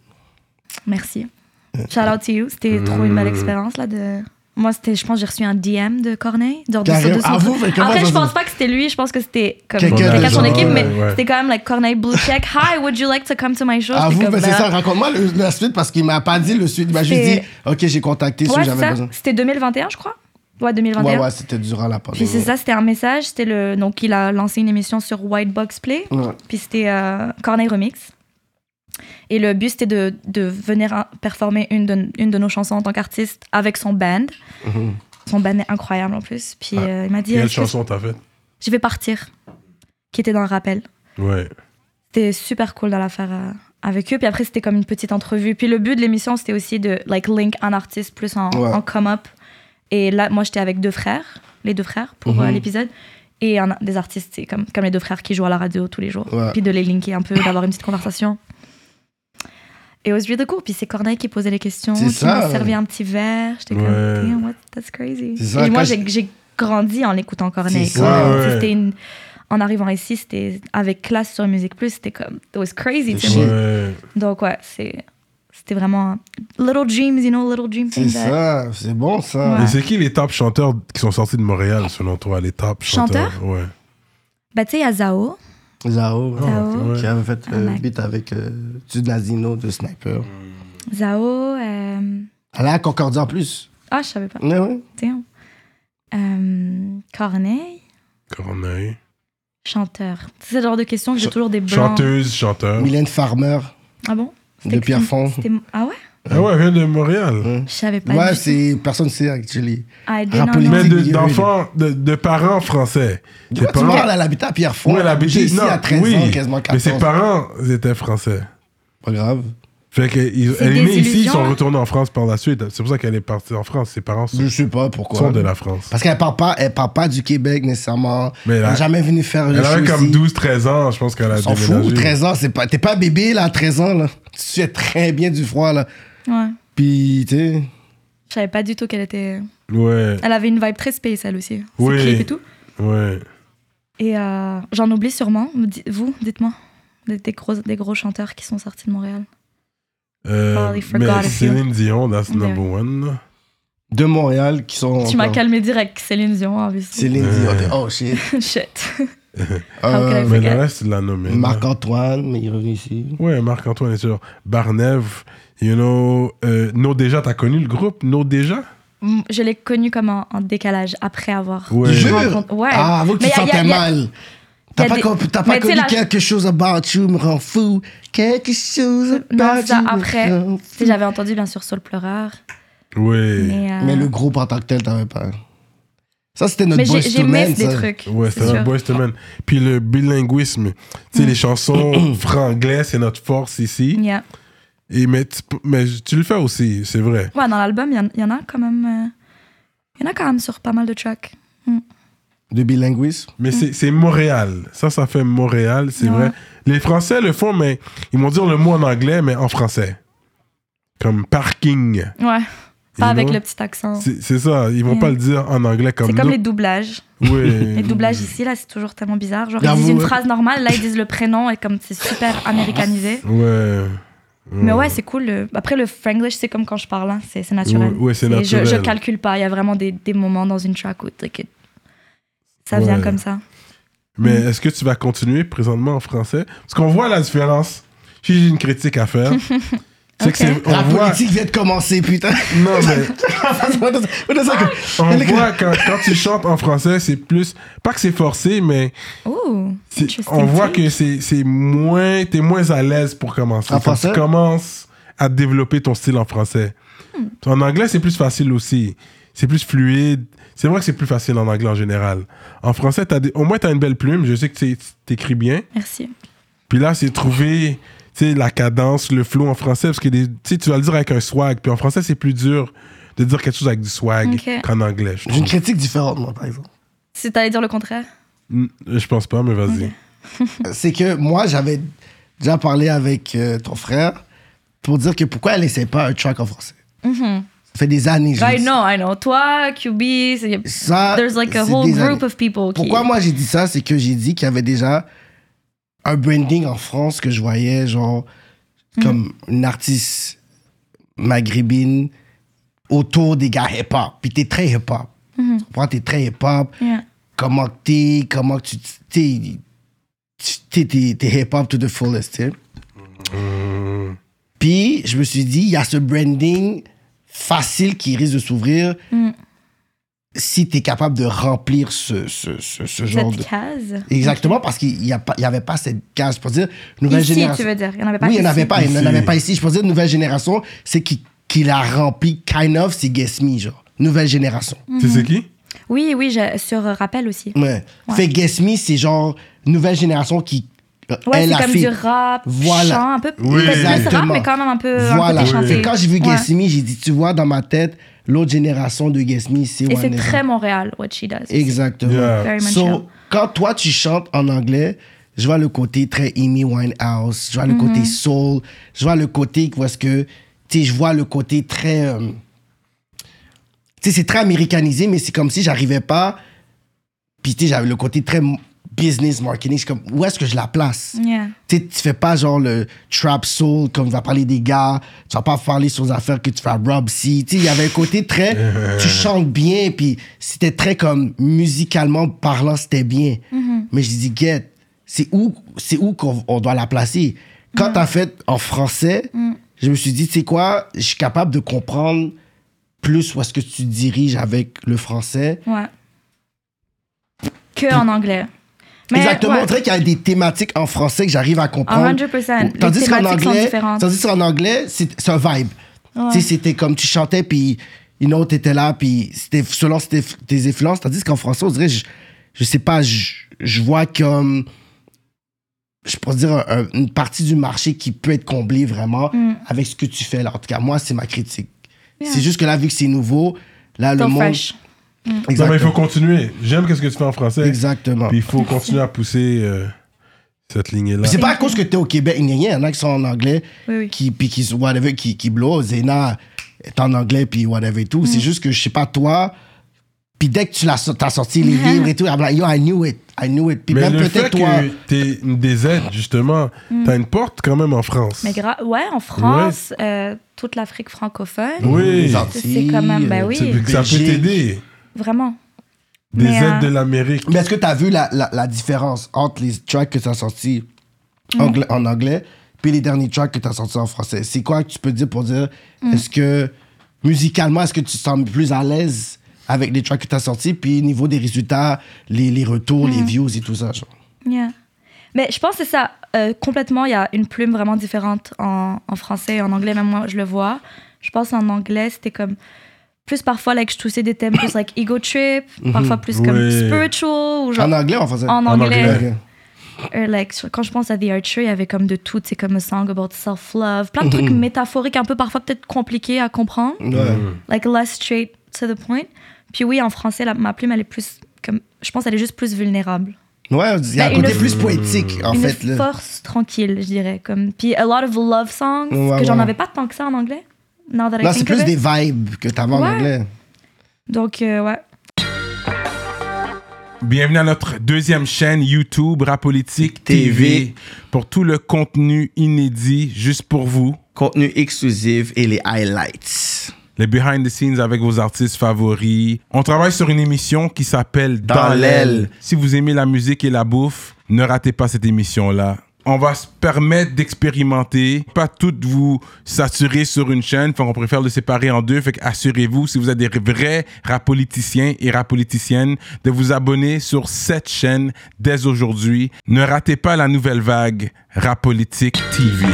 Merci. Shout out to you. C'était trop une belle expérience, là, de... Moi, je pense que j'ai reçu un DM de Corneille. Carrément. Ah, vous, mais comment Après, ça je se- pense pas que c'était lui. Je pense que c'était comme Quelqu'un quelqu'un de de son genre, équipe, mais ouais. c'était quand même like Corneille Blue Check. Hi, would you like to come to my show? Ah, J'étais vous, comme, ben, c'est bah, ça. Raconte-moi la suite parce qu'il m'a pas dit le suite. Il m'a juste dit, C'est- OK, j'ai contacté ceux Ouais, que c'est j'avais ça. besoin. C'était 2021, je crois. Ouais, 2021. Ouais, c'était durant la pandémie. Puis c'est ça, c'était un message. C'était donc il a lancé une émission sur White Box Play. Ouais. Puis c'était Corneille Remix. Et le but, c'était de venir performer une de nos chansons en tant qu'artiste avec son band. Son band est incroyable en plus. Puis il m'a dit... Quelle est-ce que chanson t'as faite? Je vais partir, qui était dans le rappel. Ouais. C'était super cool de la faire avec eux. Puis après, c'était comme une petite entrevue. Puis le but de l'émission, c'était aussi de link un artiste plus en come-up. Et là, moi, j'étais avec les deux frères pour l'épisode. Et des artistes, c'est comme les deux frères qui jouent à la radio tous les jours. Ouais. Puis de les linker un peu, d'avoir une petite conversation. Et it was really cool. Puis c'est Corneille qui posait les questions, C'est qui ça, m'a servi un petit verre. J'étais comme, Ouais. damn, that's crazy. C'est ça, Et moi, quand j'ai grandi en écoutant Corneille. C'est quoi. ça, ouais. C'était en arrivant ici, c'était avec classe sur Musique Plus, c'était comme, it was crazy to me. Ouais. Donc ouais, c'était vraiment little dreams, little dream C'est things. ça. C'est bon, ça. Ouais. Et c'est qui les top chanteurs qui sont sortis de Montréal, selon toi? Les top chanteurs? Ouais. Bah tu sais, il y a Zao. Zao. Zao. Qui avait fait Mac. beat avec Nazino de Sniper. Zao. Elle a à Concordia en plus. Ah, je savais pas. Ouais, ouais. Tiens. Corneille. Corneille. Chanteur. C'est le genre de questions que j'ai toujours des blancs. Chanteuse, chanteur. Mylène Farmer Ah bon? de Pierrefonds. Ah ouais? Ah ouais, elle vient de Montréal. Je savais pas. Ouais, du c'est... Personne ne sait, actually. tout. I did Rap not politique. know. Mais Milieu d'enfants, de parents français. Ouais, Ses tu parents- vois, elle habitait à Pierrefonds. Ouais, elle habitait ici non, à 13 oui, ans, quasiment 14. mais ses parents étaient français. Pas grave. Fait que C'est elle est des née ici, ils illusions, sont hein. retournés en France par la suite. C'est pour ça qu'elle est partie en France. Ses parents Je sais pas pourquoi. sont de la France. Parce qu'elle parle pas du Québec nécessairement. Mais Elle elle n'est a- jamais venue faire le Elle show avait comme ici. 12-13 ans, je pense qu'elle a On s'en déménagé. fout, 13 ans, t'es pas bébé là, à 13 ans là. Tu fais très bien du froid là. Ouais. Puis, tu sais, Je savais pas du tout qu'elle était. Ouais. Elle avait une vibe très space, elle aussi. Ses Oui. clips et tout. Ouais. Et j'en oublie sûrement. Vous, dites-moi. Des gros chanteurs qui sont sortis de Montréal. Probably forgot Mais a few. Céline Dion, that's There. number one. De Montréal qui sont. Tu m'as encore- calmé direct, Céline Dion, obviously. Céline Dion. Oh shit. Shit. Euh, Mais forget. le reste, de la nommer. Marc-Antoine, mais il est revenu ici. Ouais, Marc-Antoine est sûr. Barnève, you know. No Déjà, t'as connu le groupe No Déjà? Je l'ai connu comme en décalage après avoir. Ouais. Tu jures? rencontré- Ouais. Ah, avant que tu Mais te y a- sentais y a- mal. y a des- T'as pas mais tu sais, connu la- quelque chose about you me rend fou. Quelque chose Non, about ça you après. me rend Tu sais, fou. j'avais entendu bien sûr Soul Pleureur. Oui. Mais le groupe en tant que tel, t'avais pas. Ça, c'était notre Mais Boyz j'ai II mis Men, des ça. trucs. Ouais, c'est c'est notre sûr. Boyz II Men. Puis le bilinguisme, tu sais, les chansons franglais, c'est notre force ici. Yeah. Mais tu le fais aussi, c'est vrai. Ouais, dans l'album, il y en a quand même. Il y en a quand même sur pas mal de tracks. De bilinguisme. Mais c'est Montréal. Ça fait Montréal, c'est Ouais. vrai. Les Français le font, mais ils vont dire le mot en anglais, mais en français. Comme parking. Ouais. Pas You avec know? le petit accent. C'est ça, ils vont Yeah. pas le dire en anglais comme C'est comme nous. les doublages. Oui. Les doublages ici, là, c'est toujours tellement bizarre. Genre, ils J'avoue, disent une ouais. phrase normale, là, ils disent le prénom et comme c'est super américanisé. Ouais. Mais ouais, c'est cool. Après, le Franglish, c'est comme quand je parle, hein, c'est naturel. Ouais, c'est Je naturel. calcule pas. Il y a vraiment des moments dans une track où ça vient Ouais. comme ça. Mais est-ce que tu vas continuer présentement en français? Parce qu'on voit la différence. J'ai une critique à faire. C'est que Ok. La on voit... politique vient de commencer, putain. Non, mais on Les voit quand tu chantes en français, c'est plus... Pas que c'est forcé, mais Ouh, interesting on voit take. que c'est moins... T'es moins à l'aise pour commencer. En Quand français? tu commences à développer ton style en français. En anglais, c'est plus facile aussi. C'est plus fluide. C'est vrai que c'est plus facile en anglais en général. En français, au moins, t'as une belle plume. Je sais que t'écris bien. Merci. Puis là, c'est trouver la cadence, le flow en français, parce que tu vas le dire avec un swag. Puis en français, c'est plus dur de dire quelque chose avec du swag Ok. qu'en anglais, je J'ai une trouve. critique différente, moi, par exemple. Si t'allais dire le contraire. Je pense pas, mais vas-y. C'est que moi, j'avais déjà parlé avec ton frère pour dire que pourquoi elle essaie pas un track en français. Ça fait des années. je I dis. know. Toi, QB, Ça, there's like a c'est whole des group années. of people qui... Pourquoi moi j'ai dit ça, c'est que j'ai dit qu'il y avait déjà un branding en France que je voyais, genre, comme une artiste maghrébine autour des gars hip-hop. Puis t'es très hip-hop. Tu comprends? T'es très hip-hop. Yeah. Comment que t'es hip-hop to the fullest, tu sais. Puis je me suis dit, il y a ce branding facile qui risque de s'ouvrir si t'es capable de remplir ce genre de... Cette case. Exactement, parce qu'il n'y avait pas cette case. Je peux dire, nouvelle Ici, génération. tu veux dire. Il n'y en avait pas Oui, il n'y en ici. avait pas. Il n'y en Ici. avait pas ici. Je peux dire, nouvelle génération, c'est qui l'a rempli, kind of, c'est Guess Me, genre. Nouvelle génération. Tu sais qui? Oui, sur Rappel aussi. Ouais. Ouais. Fait Guess Me, c'est genre nouvelle génération qui. Ouais, elle c'est a comme fait. du rap, Voilà. chant, un peu Oui. peut-être plus rap, Exactement. mais quand même un peu Voilà. chanté. Fait que quand j'ai vu Ouais. Guess Me, j'ai dit, tu vois, dans ma tête, l'autre génération de Guess Me, c'est Et c'est One très Montréal, what she does. Exactement. Yeah. Very much So, so. quand toi, tu chantes en anglais, je vois le côté très Amy Winehouse, je vois le côté soul, je vois le côté où est-ce que, tu sais, je vois le côté très... tu sais, c'est très américanisé, mais c'est comme si j'arrivais pas... Puis, tu sais, j'avais le côté très business marketing. Je suis comme, où est-ce que je la place? Yeah. Tu sais, tu fais pas genre le trap soul, comme tu vas parler des gars, tu vas pas parler sur les affaires que tu fais à Rob C. Tu sais, il y avait un côté très, tu chantes bien, puis c'était très comme, musicalement parlant, c'était bien. Mais je dis, get, c'est où qu'on doit la placer? Quand t'as fait en français, je me suis dit, tu sais quoi, je suis capable de comprendre plus où est-ce que tu diriges avec le français. Ouais. Que en anglais. Mais, Exactement, ouais. on dirait qu'il y a des thématiques en français que j'arrive à comprendre. 100%. Les Tandis qu'en thématiques sont anglais, différentes. c'est un vibe. Ouais. Tu sais, c'était comme tu chantais, puis une autre était là, puis c'était selon tes influences. Tandis qu'en français, on dirait, je sais pas, je vois comme, je pourrais dire, une partie du marché qui peut être comblée vraiment avec ce que tu fais là. En tout cas, moi, c'est ma critique. Yeah. C'est juste que là, vu que c'est nouveau, là, le Still monde... fresh. Non, mais il faut Exactement. continuer. J'aime ce que tu fais en français. Exactement. Puis il faut continuer à pousser cette lignée-là. Puis c'est pas à cause que t'es au Québec, il y en a qui sont en anglais, Oui, oui. qui blow. Zena est en anglais, puis whatever et tout. C'est juste que, je sais pas, toi, Puis dès que t'as sorti les livres et tout, I'm like, yo, I knew it. Puis Mais même le fait peut-être toi. que t'es une DZ, justement, t'as une porte quand même en France. Mais ouais, en France, toute l'Afrique francophone. Oui. Les Antilles, C'est quand même, ben oui. Ça peut Belgique. t'aider. Vraiment. Des Mais, aides de l'Amérique. Mais est-ce que t'as vu la différence entre les tracks que t'as sortis en anglais puis les derniers tracks que t'as sortis en français? C'est quoi que tu peux dire pour dire, est-ce que musicalement, est-ce que tu te sens plus à l'aise avec les tracks que t'as sortis, puis niveau des résultats, les retours, les views et tout ça, genre? Yeah. Mais je pense que c'est ça. Complètement, il y a une plume vraiment différente en français et en anglais. Même moi, je le vois. Je pense en anglais, c'était comme... Plus parfois, like, je touchais des thèmes plus like ego trip, parfois plus comme Oui. spiritual. Ou genre, En anglais ou en français? en anglais. Ok. Like, quand je pense à The Archer, il y avait comme de tout. C'est comme a song about self-love. Plein de trucs métaphoriques, un peu parfois peut-être compliqués à comprendre. Ouais. Like less straight to the point. Puis oui, en français, ma plume, elle est plus comme... Je pense qu'elle est juste plus vulnérable. Ouais, il y a un Ben, côté une- plus poétique, en Une fait. Là. force tranquille, je dirais. Comme... Puis a lot of love songs, Ouais, que j'en ouais. avais pas tant que ça en anglais. Now that I Non, c'est think of plus it. des vibes que t'avais en Ouais. anglais. Donc, ouais. Bienvenue à notre deuxième chaîne YouTube Rapolitique TV TV. pour tout le contenu inédit juste pour vous. Contenu exclusif et les highlights. Les behind the scenes avec vos artistes favoris. On travaille sur une émission qui s'appelle Dans l'aile. Si vous aimez la musique et la bouffe, ne ratez pas cette émission-là. On va se permettre d'expérimenter, pas toutes vous saturer sur une chaîne, on préfère le séparer en deux, fait assurez-vous, si vous êtes des vrais rapoliticiens et rapoliticiennes, de vous abonner sur cette chaîne dès aujourd'hui. Ne ratez pas la nouvelle vague Rapolitique TV.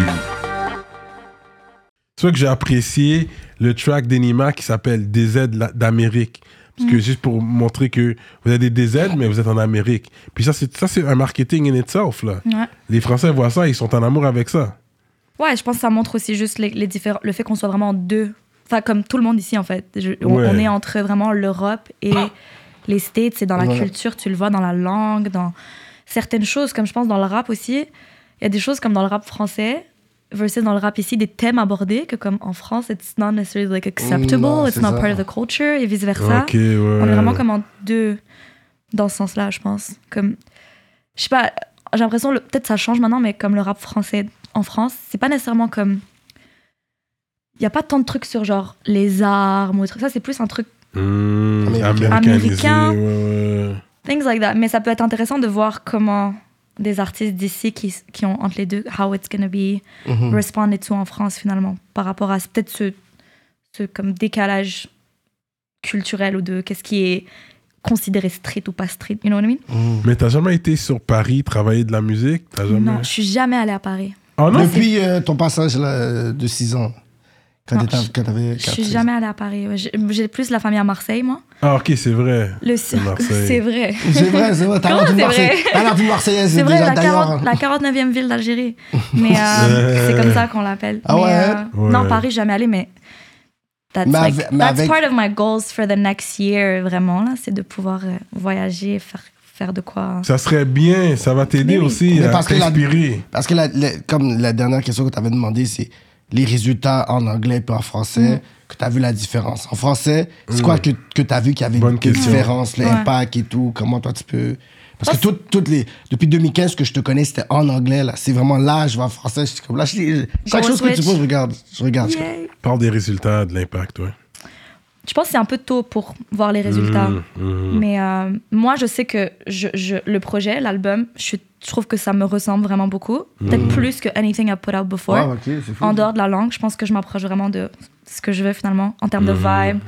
C'est vrai que j'ai apprécié le track d'Enima qui s'appelle DZ d'Amérique. Parce que juste pour montrer que vous êtes des DZ, mais vous êtes en Amérique. Puis ça, c'est un marketing in itself, là. Ouais. Les Français voient ça, ils sont en amour avec ça. Ouais, je pense que ça montre aussi juste le fait qu'on soit vraiment deux. Enfin, comme tout le monde ici, en fait. On est entre vraiment l'Europe et les States. C'est dans la culture, tu le vois dans la langue, dans certaines choses, comme je pense dans le rap aussi. Il y a des choses comme dans le rap français versus dans le rap ici, des thèmes abordés que comme en France, it's not necessarily like acceptable, Non, it's c'est not ça. part of the culture et vice-versa. Ok, ouais. On est vraiment comme en deux dans ce sens-là, je pense. Comme, je sais pas, j'ai l'impression, peut-être ça change maintenant, mais comme le rap français en France, c'est pas nécessairement comme... Il y a pas tant de trucs sur genre les armes ou des trucs. Ça, c'est plus un truc, Américanisé, Américain. ouais. things like that. Mais ça peut être intéressant de voir comment des artistes d'ici qui ont entre les deux, how it's gonna be responded to en France finalement, par rapport à peut-être ce comme décalage culturel ou de qu'est-ce qui est considéré street ou pas street, you know what I mean? Mais t'as jamais été sur Paris travailler de la musique? T'as jamais... Non, je suis jamais allée à Paris. Ah non? Depuis ton passage là, de 6 ans, quand Non, t'avais Je suis jamais allée à Paris. Ouais, j'ai plus la famille à Marseille, moi. Ah ok, c'est vrai. Marseille. C'est vrai. C'est vrai, T'as Comment l'air d'une c'est Marseille- vrai? t'as l'air d'une Marseillaise C'est vrai, déjà, la d'ailleurs. 49e ville d'Algérie. Mais c'est comme ça qu'on l'appelle. Ah Mais, ouais? Ouais. Non, Paris, jamais allé, mais that's, Mais like, avec- mais that's avec- part of my goals for the next year, vraiment. Là, c'est de pouvoir voyager, faire de quoi. Ça serait bien, ça va t'aider Mais oui. aussi Mais à parce que la- t'inspirer. Parce que comme la dernière question que t'avais demandé, c'est les résultats en anglais et en français, que t'as vu la différence. En français, c'est quoi que t'as vu qu'il y avait Bonne une question. différence, l'impact et tout, comment toi tu peux... Parce que depuis 2015, ce que je te connais, c'était en anglais, là. C'est vraiment là, je vais en français. Je suis comme là, chaque Go chose que tu switch. vois, je regarde. Yeah. Parle des résultats, de l'impact, ouais. Je pense que c'est un peu tôt pour voir les résultats. Mais moi, je sais que le projet, l'album, je trouve que ça me ressemble vraiment beaucoup. Peut-être plus que anything I've put out before. Ouais, ok, c'est fou. En dehors de la langue, je pense que je m'approche vraiment de ce que je veux finalement, en termes de vibe.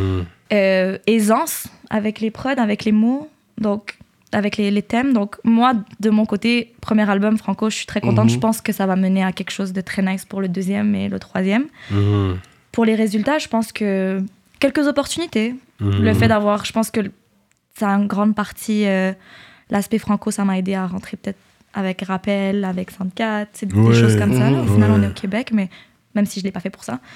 Aisance avec les prods, avec les mots, donc avec les thèmes. Donc moi, de mon côté, premier album Franco, je suis très contente. Je pense que ça va mener à quelque chose de très nice pour le deuxième et le troisième. Pour les résultats, je pense que quelques opportunités. Le fait d'avoir, je pense que ça a une grande partie, l'aspect Franco, ça m'a aidé à rentrer peut-être avec Rappel, avec 104, c'est des choses comme ça. Là. Au final, on est au Québec, mais même si je ne l'ai pas fait pour ça.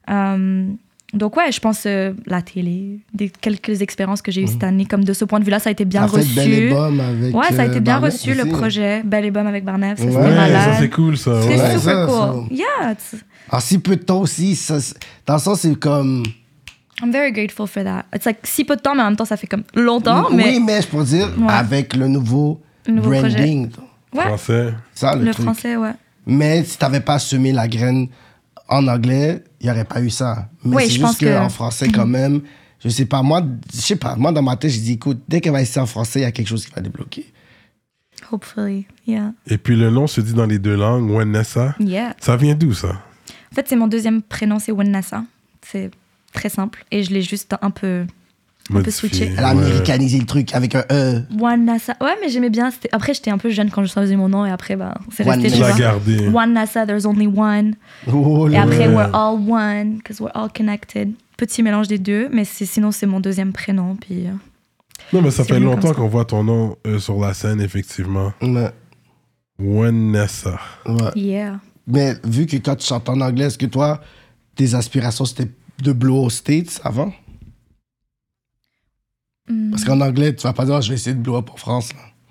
Donc ouais, je pense la télé, quelques expériences que j'ai eues cette année, comme de ce point de vue-là, ça a été bien T'as fait reçu. Bel Album avec Ouais, ça a été bien Barnett reçu, le aussi. projet. Bel Album avec Barnett, ça Ouais, c'était Ouais, malade. ça c'est cool, ça. C'était Ouais. super ça, cool. Yeah. En si peu de temps aussi, dans le sens, c'est comme... I'm very grateful for that. It's like si peu de temps, mais en même temps, ça fait comme longtemps. Oui, Mais mais je peux dire, Ouais. avec le nouveau branding, ouais, Français. ça le le truc. français, ouais. Mais si t'avais pas semé la graine en anglais, il n'y aurait pas eu ça. Mais Oui, c'est je juste pense que- qu'en français, quand même, je sais pas, moi, dans ma tête, je dis, écoute, dès qu'elle va essayer en français, il y a quelque chose qui va débloquer. Hopefully, yeah. Et puis le nom se dit dans les deux langues, Wanessa. Yeah. Ça vient d'où, ça? En fait, c'est mon deuxième prénom, c'est Wanessa. C'est très simple. Et je l'ai juste un peu switché. Elle a américanisé le truc avec un E. Wanessa. Ouais, mais j'aimais bien. Après, j'étais un peu jeune quand je choisis mon nom et après, bah, c'est resté. Wanessa. Tu tu l'as vois. gardé. Wanessa, there's only one. Oh, Et là. après, Ouais. we're all one, because we're all connected. Petit mélange des deux, mais sinon, c'est mon deuxième prénom. Puis, Non, mais ça C'est fait venu comme longtemps ça. qu'on voit ton nom sur la scène, effectivement. Ouais, Wanessa. ouais. yeah. Mais vu que quand tu chantes en anglais, est-ce que toi, tes aspirations, c'était de blow aux States avant? Parce qu'en anglais, tu vas pas dire, je vais essayer de blow up en France.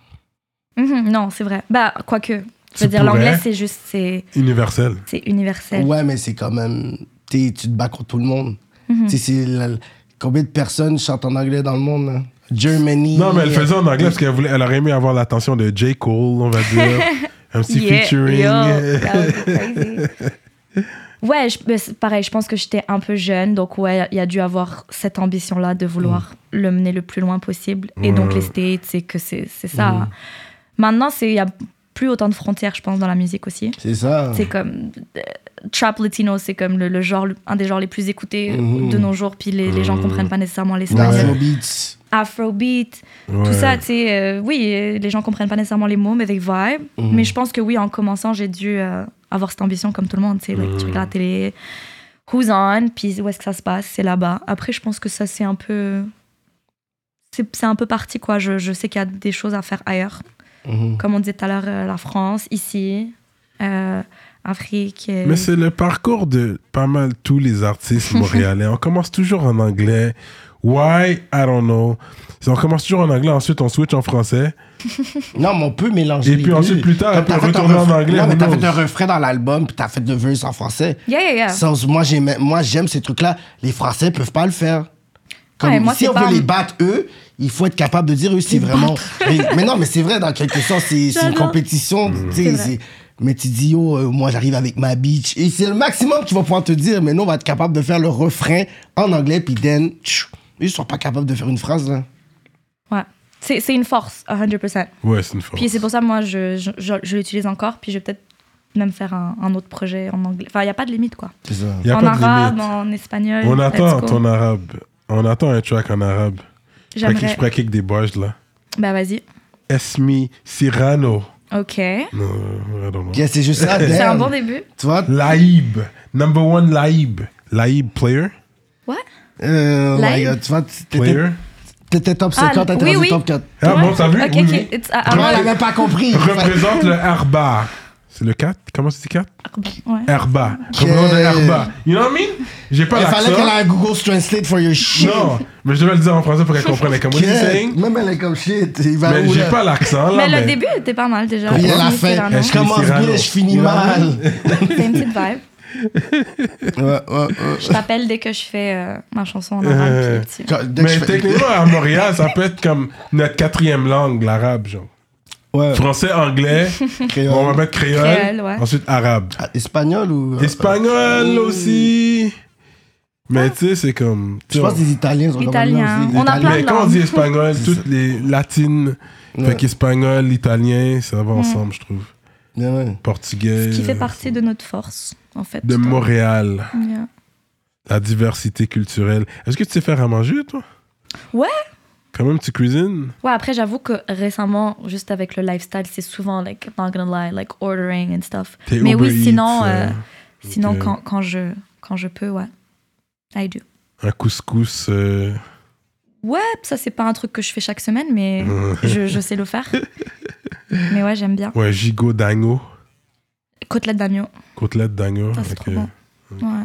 Là. Non, c'est vrai. Bah, quoique. Je Tu veux dire, l'anglais, pourrais. c'est juste, c'est Universel. universel. Ouais, mais c'est quand même. Tu te bats contre tout le monde. Tu sais, combien de personnes chantent en anglais dans le monde? Là? Germany. Non, mais elle faisait en anglais parce elle aurait aimé avoir l'attention de J. Cole, on va dire. Un petit featuring. Yo, that would be crazy. Ouais, c'est pareil, je pense que j'étais un peu jeune, donc ouais, il y a dû avoir cette ambition-là de vouloir le mener le plus loin possible. Et donc les States, c'est que c'est ça. Maintenant, il y a plus autant de frontières, je pense, dans la musique aussi. C'est ça. C'est comme Trap Latino, c'est comme le genre, un des genres les plus écoutés de nos jours, puis les gens comprennent pas nécessairement l'espagnol. Afrobeats. Afrobeat, Ouais. tout ça, tu sais, oui, les gens comprennent pas nécessairement les mots, mais they vibe. Mais je pense que oui, en commençant, j'ai dû avoir cette ambition comme tout le monde, tu sais, like, tu regardes la télé, who's on, puis où est-ce que ça se passe, c'est là-bas. Après, je pense que ça, c'est un peu... C'est un peu parti, quoi. Je sais qu'il y a des choses à faire ailleurs. Comme on disait tout à l'heure, la France, ici, Afrique. Mais c'est le parcours de pas mal tous les artistes montréalais. On commence toujours en anglais. Why? I don't know. On commence toujours en anglais, ensuite on switch en français. Non, mais on peut mélanger Et les puis deux. ensuite, plus tard, Comme elle peut t'as fait un retourner en refrain- anglais, Non, mais who t'as knows? fait un refrain dans l'album, puis t'as fait deux verses en français. Yeah. Ça, moi, j'aime ces trucs-là. Les Français peuvent pas le faire. Comme, Ouais, moi, si c'est on pas- veut les battre, eux, il faut être capable de dire, eux, c'est vraiment... mais non, mais c'est vrai, dans quelque sens, c'est une J'adore. compétition. tu sais, C'est vrai. mais tu dis, moi, j'arrive avec ma bitch. Et c'est le maximum qu'ils vont pouvoir te dire. Mais nous, on va être capable de faire le refrain en anglais, puis then, ils sont pas capables de faire une phrase, là. Ouais. C'est une force, 100%. Ouais, c'est une force. Puis c'est pour ça, moi, je l'utilise encore, puis je vais peut-être même faire un autre projet en anglais. Enfin, il n'y a pas de limite, quoi. C'est ça. Il y a En pas de arabe, limite. en espagnol. On let's attend go. ton arabe. On attend un track en arabe. Je J'aimerais. pourrais kick des bars, là. Bah, vas-y. Esmi Cyrano. OK. Non, I don't know. Yeah, c'est juste ça, C'est un damn. bon début. Tu vois? Laïb. Number one Laïb. Laïb player. What? Oh my Live? God, tu vois, Player. t'étais top 50, t'étais oui, rendu oui. top 4. Ah bon, t'as vu? OK, Oui, OK. oui. It's Moi, elle a même pas compris. Représente le Herba. C'est le 4? Comment c'est 4? Ouais. Herba. Représente le Herba. You know what I mean? J'ai pas Il fallait qu'elle l'accent. ait un Google Translate for your shit. Non, mais je devais le dire en français pour qu'elle comprenne. Comme what you Yeah. saying? Même elle est comme shit. Il va Mais où, j'ai là? pas l'accent, là. Mais le mais- début était pas mal déjà. Oui, à la Esmi fin, Cyrano. je commence Cyrano. bien, je finis You know what I mal. C'est une petite vibe. Ouais. Je t'appelle dès que je fais ma chanson en arabe. puis tu- Dès que Mais je fais- techniquement, à Montréal, ça peut être comme notre 4e langue, l'arabe, genre. Ouais. Français, anglais, Créole. on va mettre créole, Créole, ouais. ensuite arabe. Ah, espagnol ou. Espagnol aussi. Mais tu sais, c'est comme... Je pense des Italiens sont Italien. comme On a Italiens. plein Mais de quand on langues. dit espagnol, toutes les latines, Ouais. fait qu'espagnol, italien, ça va ensemble, je trouve. Ouais. Portugais. Ce qui fait partie de notre force, en fait. De Montréal. Yeah. La diversité culturelle. Est-ce que tu sais faire à manger, toi? Ouais. Quand même, tu cuisines? Ouais, après, j'avoue que récemment, juste avec le lifestyle, c'est souvent, like, not gonna lie, like ordering and stuff. T'es Mais Uber oui, sinon, Eats, sinon ok. quand je peux, ouais. I do. Un couscous. Ouais, ça, c'est pas un truc que je fais chaque semaine, mais je sais le faire. Mais ouais, j'aime bien. Ouais, gigot d'agneau. Côtelette d'agneau, Côtelette d'agneau. ça, c'est ok. trop bon. Ouais.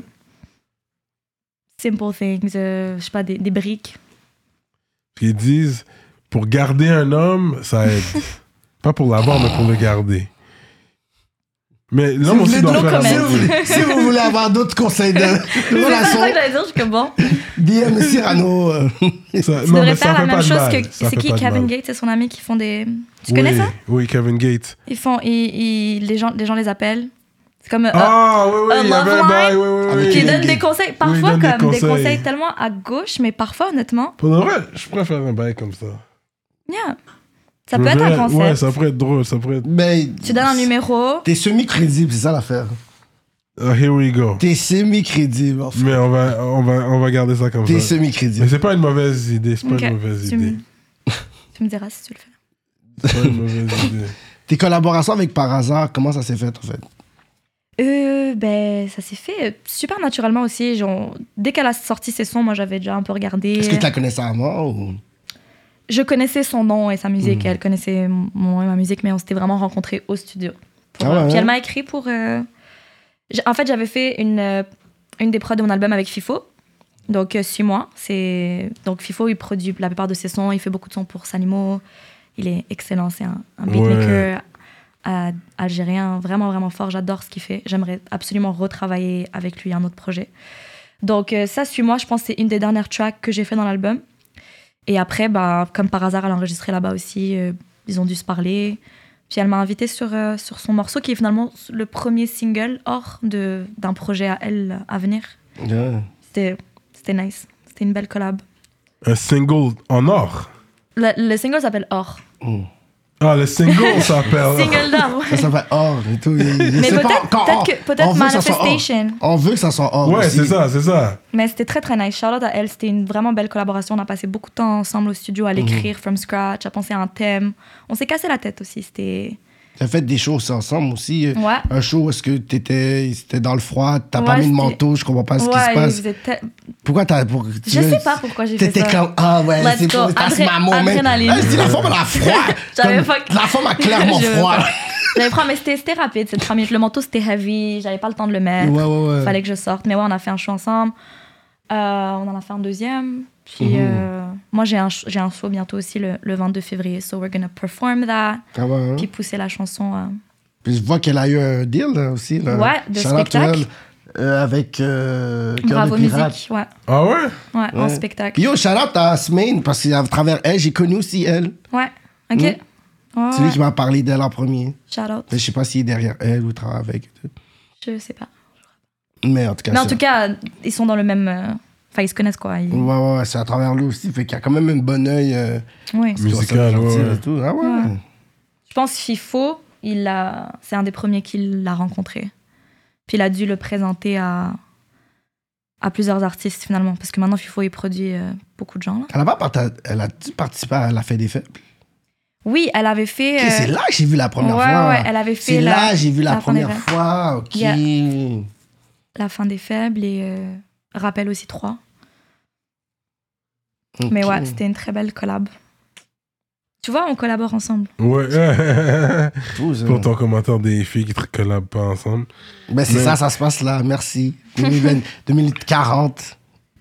Simple things, je sais pas, des briques. Puis ils disent, pour garder un homme, ça aide. Pas pour l'avoir, mais pour le garder. Mais l'homme aussi doit faire si, la vous voulez, si vous voulez avoir d'autres conseils de C'est relation, ça que j'allais dire, je suis comme bon. DM Cyrano. Tu devrais faire la même chose que. C'est qui Kevin Gates et son ami qui font des. Tu connais ça? Oui, Kevin Gates. Ils font. Les gens les appellent. C'est comme. Ah, oui, a il y avait un love bail, line oui, oui, qui oui. donne des conseils. Parfois, il donne des comme des conseils. conseils tellement à gauche, mais parfois, honnêtement, Pour de vrai, je pourrais faire un bail comme ça. yeah. Ça peut être un concept. Ouais, ça pourrait être drôle, ça pourrait être... Mais Tu donnes un numéro. t'es semi-crédible, c'est ça l'affaire. Here we go. T'es semi-crédible, en fait. Mais on va garder ça comme T'es ça. Mais semi-crédible. c'est pas une mauvaise idée, c'est pas Ok. une mauvaise Tu idée. tu me diras si tu le fais. C'est pas une mauvaise idée. Tes collaborations avec Par Hasard, comment ça s'est fait, en fait? Ben, ça s'est fait super naturellement aussi. Genre, dès qu'elle a sorti ses sons, moi, j'avais déjà un peu regardé. Est-ce que tu la connaissais avant ou... Je connaissais son nom et sa musique. Elle connaissait mon nom et ma musique, mais on s'était vraiment rencontrés au studio. Ah ouais, Puis ouais. elle m'a écrit pour... En fait, j'avais fait une des prods de mon album avec Fifo. Donc, 6 mois. Donc, Fifo, il produit la plupart de ses sons. Il fait beaucoup de sons pour Sanimo. Il est excellent. C'est un beatmaker algérien vraiment, vraiment fort. J'adore ce qu'il fait. J'aimerais absolument retravailler avec lui un autre projet. Donc, ça, 6 mois, je pense que c'est une des dernières tracks que j'ai fait dans l'album. Et après, bah, comme par hasard, elle a enregistré là-bas aussi. Ils ont dû se parler. Puis elle m'a invitée sur son morceau, qui est finalement le premier single hors d'un projet à elle à venir. Yeah. C'était nice. C'était une belle collab. Un single en or. Le single s'appelle Or. Ah, le single s'appelle... Single d'or, ouais. Ça s'appelle or et tout. Mais peut-être Manifestation. On veut que ça soit or Ouais, aussi. c'est ça. Mais c'était très, très nice. Shout-out à elle. C'était une vraiment belle collaboration. On a passé beaucoup de temps ensemble au studio à l'écrire from scratch, à penser à un thème. On s'est cassé la tête aussi. C'était... T'as fait des shows aussi ensemble aussi. Ouais. Un show où est-ce que c'était dans le froid, t'as Ouais, pas mis de c'était- manteau, je comprends pas ce qui se Ouais, passe. vous êtes Pourquoi t'as... Je sais pas pourquoi j'ai fait T'étais ça. comme, ah ouais, Let's c'est go. pour passer ma moment. Adrénaline. Je dis, la femme, elle a froid. J'avais Comme, pas- La femme a clairement Je veux froid. pas. J'avais pris, mais c'était rapide, ces 3 minutes. Le manteau, c'était heavy. J'avais pas le temps de le mettre. Ouais. Fallait que je sorte. Mais ouais, on a fait un show ensemble. On en a fait un deuxième. Puis moi, j'ai un show bientôt aussi le 22 février. So we're gonna perform that. Ah ouais, hein. Puis pousser la chanson. Puis je vois qu'elle a eu un deal là, aussi. Là. Ouais, de Shout out to spectacle. elle, avec Cœur Bravo de Pirate. Musique. Ouais, Ah ouais? ouais, en Ouais. spectacle. Puis yo, shout out à Smaine, parce qu'à travers elle, j'ai connu aussi elle. Ouais, ok. Ouais, C'est lui qui m'a parlé d'elle en premier. Shout out. Mais je sais pas s'il est derrière elle ou travaille avec. Je sais pas. Mais en tout cas, Mais en c'est- tout cas, ils sont dans le même. Enfin, ils se connaissent quoi. Ouais, c'est à travers lui aussi. Fait qu'il y a quand même un bon œil. Oui. Musical, sortir ouais. et tout. Ah ouais. Ouais. Je pense Fifo, c'est un des premiers qui l'a rencontré. Puis il a dû le présenter à plusieurs artistes finalement. Parce que maintenant, Fifo, il produit beaucoup de gens. Là. Elle a dû participer à La Fête des Faibles. Oui, elle avait fait. Ok, c'est là que j'ai vu la première ouais, fois. ouais, elle avait fait C'est la- là que j'ai vu la la fin des première Faibles. fois. Ok. Yeah. La fin des faibles et Rappel aussi 3. Mais Ok. ouais, c'était une très belle collab. Tu vois, on collabore ensemble. Ouais. Tout, ça. Pour ton commentaire des filles qui ne collabent pas ensemble. Ben c'est Mais- ça se passe là. Merci. 2040.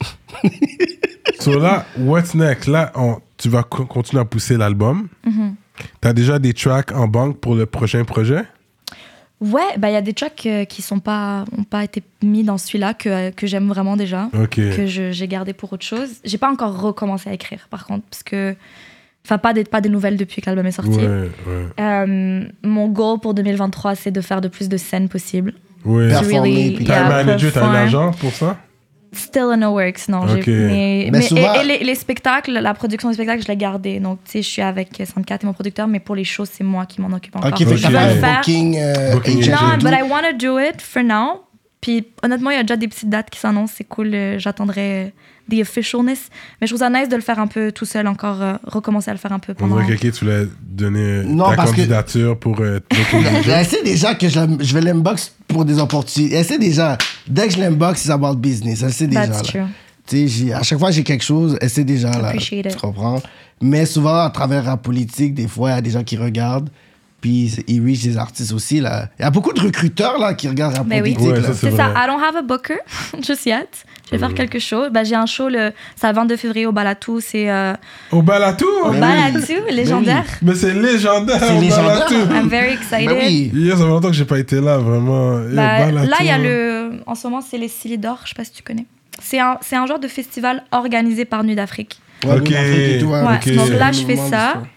So là, what's next? Là, tu vas continuer à pousser l'album. Mhm. T'as déjà des tracks en banque pour le prochain projet? Ouais, bah il y a des tracks qui ont pas été mis dans celui-là que j'aime vraiment déjà, Ok. que j'ai gardé pour autre chose. J'ai pas encore recommencé à écrire par contre, parce que enfin pas des nouvelles depuis que l'album est sorti. Ouais. Mon goal pour 2023, c'est de faire de plus de scènes possibles. Ouais. Performer, puis- T'as un manager, t'as un perform. agent pour ça? Still in the works, non. Ok. Mais souvent- et les spectacles, la production des spectacles, je l'ai gardée. Donc, tu sais, je suis avec 64 et mon producteur, mais pour les shows, c'est moi qui m'en occupe encore. Ok, fait que Je t'as veux pas le un faire. booking, Booking agent Non, et tout. but I want to do it for now. Puis, honnêtement, il y a déjà des petites dates qui s'annoncent. C'est cool. J'attendrai the officialness. Mais je trouve ça nice de le faire un peu tout seul encore. Recommencer à le faire un peu On pendant... dirait que tu voulais donner Non, ta parce que- candidature pour Booking Agent. Elle sait déjà que je vais l'inbox pour des opportunités. Elle sait déjà, dès que je l'inbox, c'est about business. Elle sait déjà. That's là. true. Tu sais, à chaque fois que j'ai quelque chose, elle sait déjà. Là, Appreciate it. tu comprends? Mais souvent, à travers la politique, des fois, il y a des gens qui regardent. puis il reach des artistes aussi, là. Il y a beaucoup de recruteurs, là, qui regardent Rap Ben oui. Politique, Ouais, là. ça, C'est vrai. ça. I don't have a booker just yet. Je vais faire quelque chose. Ben, j'ai un show c'est le 22 février au Balatou. C'est Au Balatou? au Ben Balatou, légendaire. Mais c'est légendaire, C'est au légendaire. Balatou. I'm very excited. Ben oui. Yeah, ça fait longtemps que j'ai pas été là, vraiment. Bah, Balatou. là, il y a en ce moment, c'est les Silidor, je sais pas si tu connais. C'est un genre de festival organisé par Nuit d'Afrique. Ouais, Ok. Nuit d'Afrique et tout, Ouais, ok. donc là, je C'est fais le ça. moment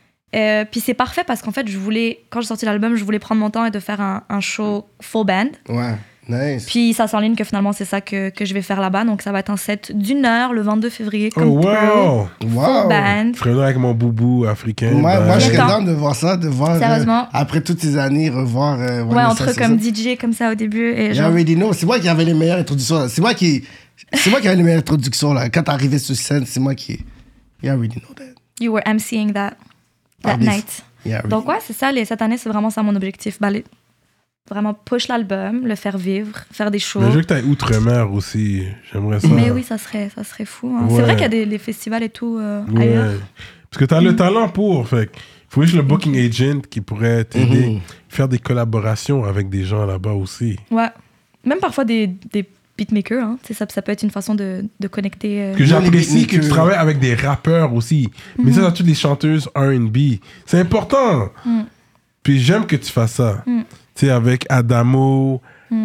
Puis c'est parfait parce qu'en fait, quand j'ai sorti l'album, je voulais prendre mon temps et de faire un show full band. Ouais, nice. Puis ça s'enligne que finalement, c'est ça que je vais faire là-bas. Donc ça va être un set d'1 heure le 22 février, comme Oh, wow! full Wow. band. Ferais-le avec mon boubou africain. Moi, ben, moi, je serais Attends. down de voir ça, de voir, Sérieusement? après toutes ces années, revoir. Ouais, Vanessa entre Sosa. comme DJ comme ça au début et You genre... already know. C'est moi qui avais les meilleures introductions. C'est moi qui avais les meilleures introductions, là. Quand t'arrivais sur scène, c'est moi qui. You already know that. You were emceeing that Ah, night. You already Donc ouais, c'est ça, cette année, c'est vraiment ça mon objectif. Vraiment push l'album, le faire vivre, faire des shows. Mais je veux que t'ailles outre-mer aussi. J'aimerais ça. Mais oui, ça serait fou. Hein. Ouais. C'est vrai qu'il y a des festivals et tout Ouais. ailleurs. Parce que t'as le talent pour. Fait il faut juste le booking agent qui pourrait t'aider. Faire des collaborations avec des gens là-bas aussi. Ouais. Même parfois des beatmakers, hein. Tu sais, ça peut être une façon de connecter. Que les j'apprécie que tu beatmakers. travailles avec des rappeurs aussi. Mais ça, dans toutes les chanteuses R&B. C'est important. Puis j'aime que tu fasses ça. Tu sais, avec Adamo,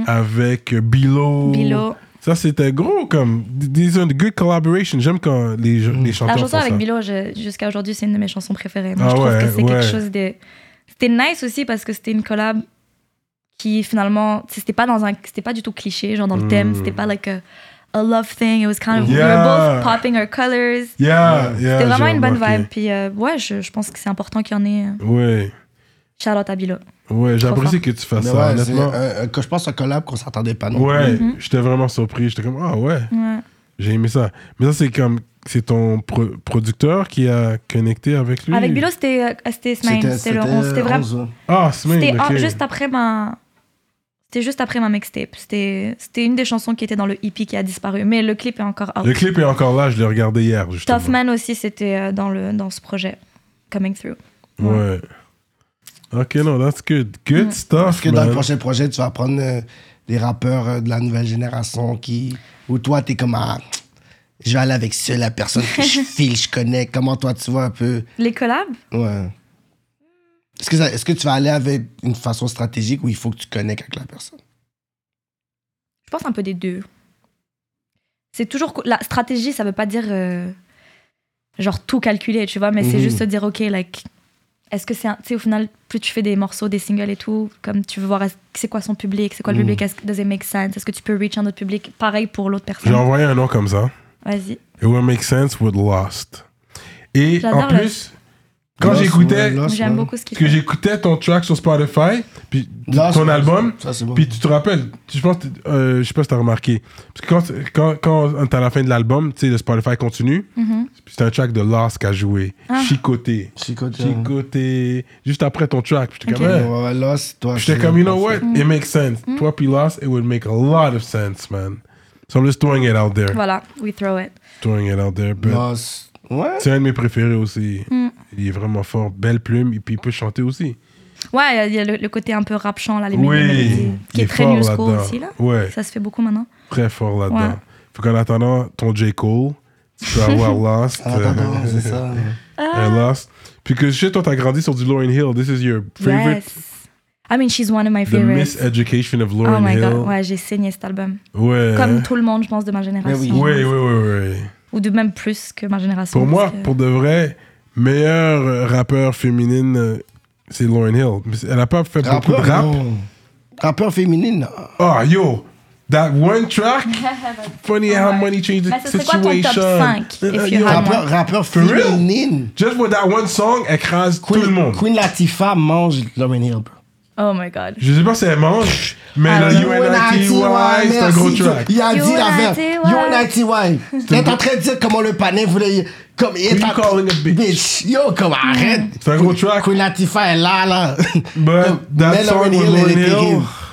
avec Bilo. Bilo. Ça, c'était gros comme. These are good collaboration. J'aime quand les chanteurs La font chanson ça. avec Bilo, jusqu'à aujourd'hui, c'est une de mes chansons préférées. Moi, Ah je trouve ouais, que c'est ouais. quelque chose de... C'était nice aussi parce que c'était une collab qui, finalement... tu sais, c'était pas du tout cliché, genre dans le thème. C'était pas like a love thing. It was kind of... We Yeah. were both popping our colors. Yeah, C'était vraiment j'ai une bonne remarqué. vibe. Puis ouais, je pense que c'est important qu'il y en ait... Ouais. Shout out à Bilo. Ouais, j'apprécie fort. que tu fasses Mais ça, ouais, c'est honnêtement. que je pense un collab qu'on s'attendait pas non Ouais, Mm-hmm. j'étais vraiment surpris. J'étais comme, ah ouais, Ouais. j'ai aimé ça. Mais ça, c'est ton producteur qui a connecté avec lui? Avec Bilo, c'était Smaine. C'était le 11. C'était vraiment... 11, ouais. Ah, Smaine, C'était ok. juste après ma mixtape. C'était une des chansons qui était dans le EP qui a disparu. Mais le clip est encore out. Le clip est encore là, je l'ai regardé hier, justement. Tough Man aussi, c'était dans ce projet. Coming Through. Ouais. Ok, non, that's good. Good stuff, Parce que dans le man. prochain projet, tu vas prendre des rappeurs de la nouvelle génération où toi, t'es comme, je vais aller avec la personne que je file, je connais. Comment toi, tu vois un peu. Les collabs? Ouais. Est-ce que tu vas aller avec une façon stratégique ou il faut que tu connectes avec la personne? Je pense un peu des deux. C'est toujours... La stratégie, ça veut pas dire... genre tout calculer, tu vois, mais c'est juste se dire, OK, like... Est-ce que c'est... Tu sais, au final, plus tu fais des morceaux, des singles et tout, comme tu veux voir c'est quoi son public, c'est quoi le public, does it make sense? Est-ce que tu peux reach un autre public? Pareil pour l'autre J'ai personne. envoyé un nom comme ça. Vas-y. It will make sense with Lost. Et J'adore en plus, quand Lost, j'éctais... ouais, Lost, J'aime ouais. beaucoup ce qu'il Parce que fait. j'écoutais ton track sur Spotify, puis Lost, ton ouais, album, ça, c'est bon. puis tu te rappelles, je pense, je sais pas si t'as remarqué, parce que quand t'es à la fin de l'album, tu sais, le Spotify continue, puis c'est un track de Lost qui a joué, Ah. Chicoté. Chicoté, juste après ton track, puis j'étais Ok. comme, hey. Ouais, Lost, toi. J'étais c'est comme, you know parfait. what, it makes sense. Toi puis Lost, it would make a lot of sense, man. So I'm just throwing it out there. Voilà, we throw it. Throwing it out there, but Lost. Ouais. c'est un de mes préférés aussi. Il est vraiment fort, belle plume, et puis il peut chanter aussi. Ouais, il y a le côté un peu rap chant, là, les Oui, mélodies, qui il est est très fort new school là-dedans. aussi, là. Ouais. Ça se fait beaucoup maintenant. Très fort là-dedans. Ouais. Faut qu'en attendant ton J. Cole, tu peux avoir Lost. Attends, c'est ça. Lost. Puis que je sais, toi, t'as grandi sur du Lauryn Hill. This is your favorite. Yes. I mean, she's one of my The favorites. Miseducation of Oh Lauryn my Hill. god, ouais, j'ai saigné cet album. Ouais. Comme tout le monde, je pense, de ma génération. oui. Oui. Ou de même plus que ma génération. Pour moi, parce que- pour de vrai, meilleure rappeur féminine, c'est Lauryn Hill. Mais elle a pas fait beaucoup de rap. non. Rappeur féminine, non. Oh, yo! That one track, funny how money changed the Mais ce serait quoi ton top situation. 5, if you Yo, had one? Rappeur For real? féminine. Just with that one song, écrase tout le monde. Queen Latifah mange Lauryn Hill, bro. Oh my god. Je sais pas si elle mange, mais Ah, le ouais. UNITY, c'est un gros merci. track. Il a dit la UNITY. UNITY. Il est en train de dire comment le panais voulait. Comme il est Who you calling a bitch? Yo, comme arrête. C'est un gros track. Queen Latifah est là. But that Mais song Lauryn with Hill, elle Lauryn est Hill, terrible.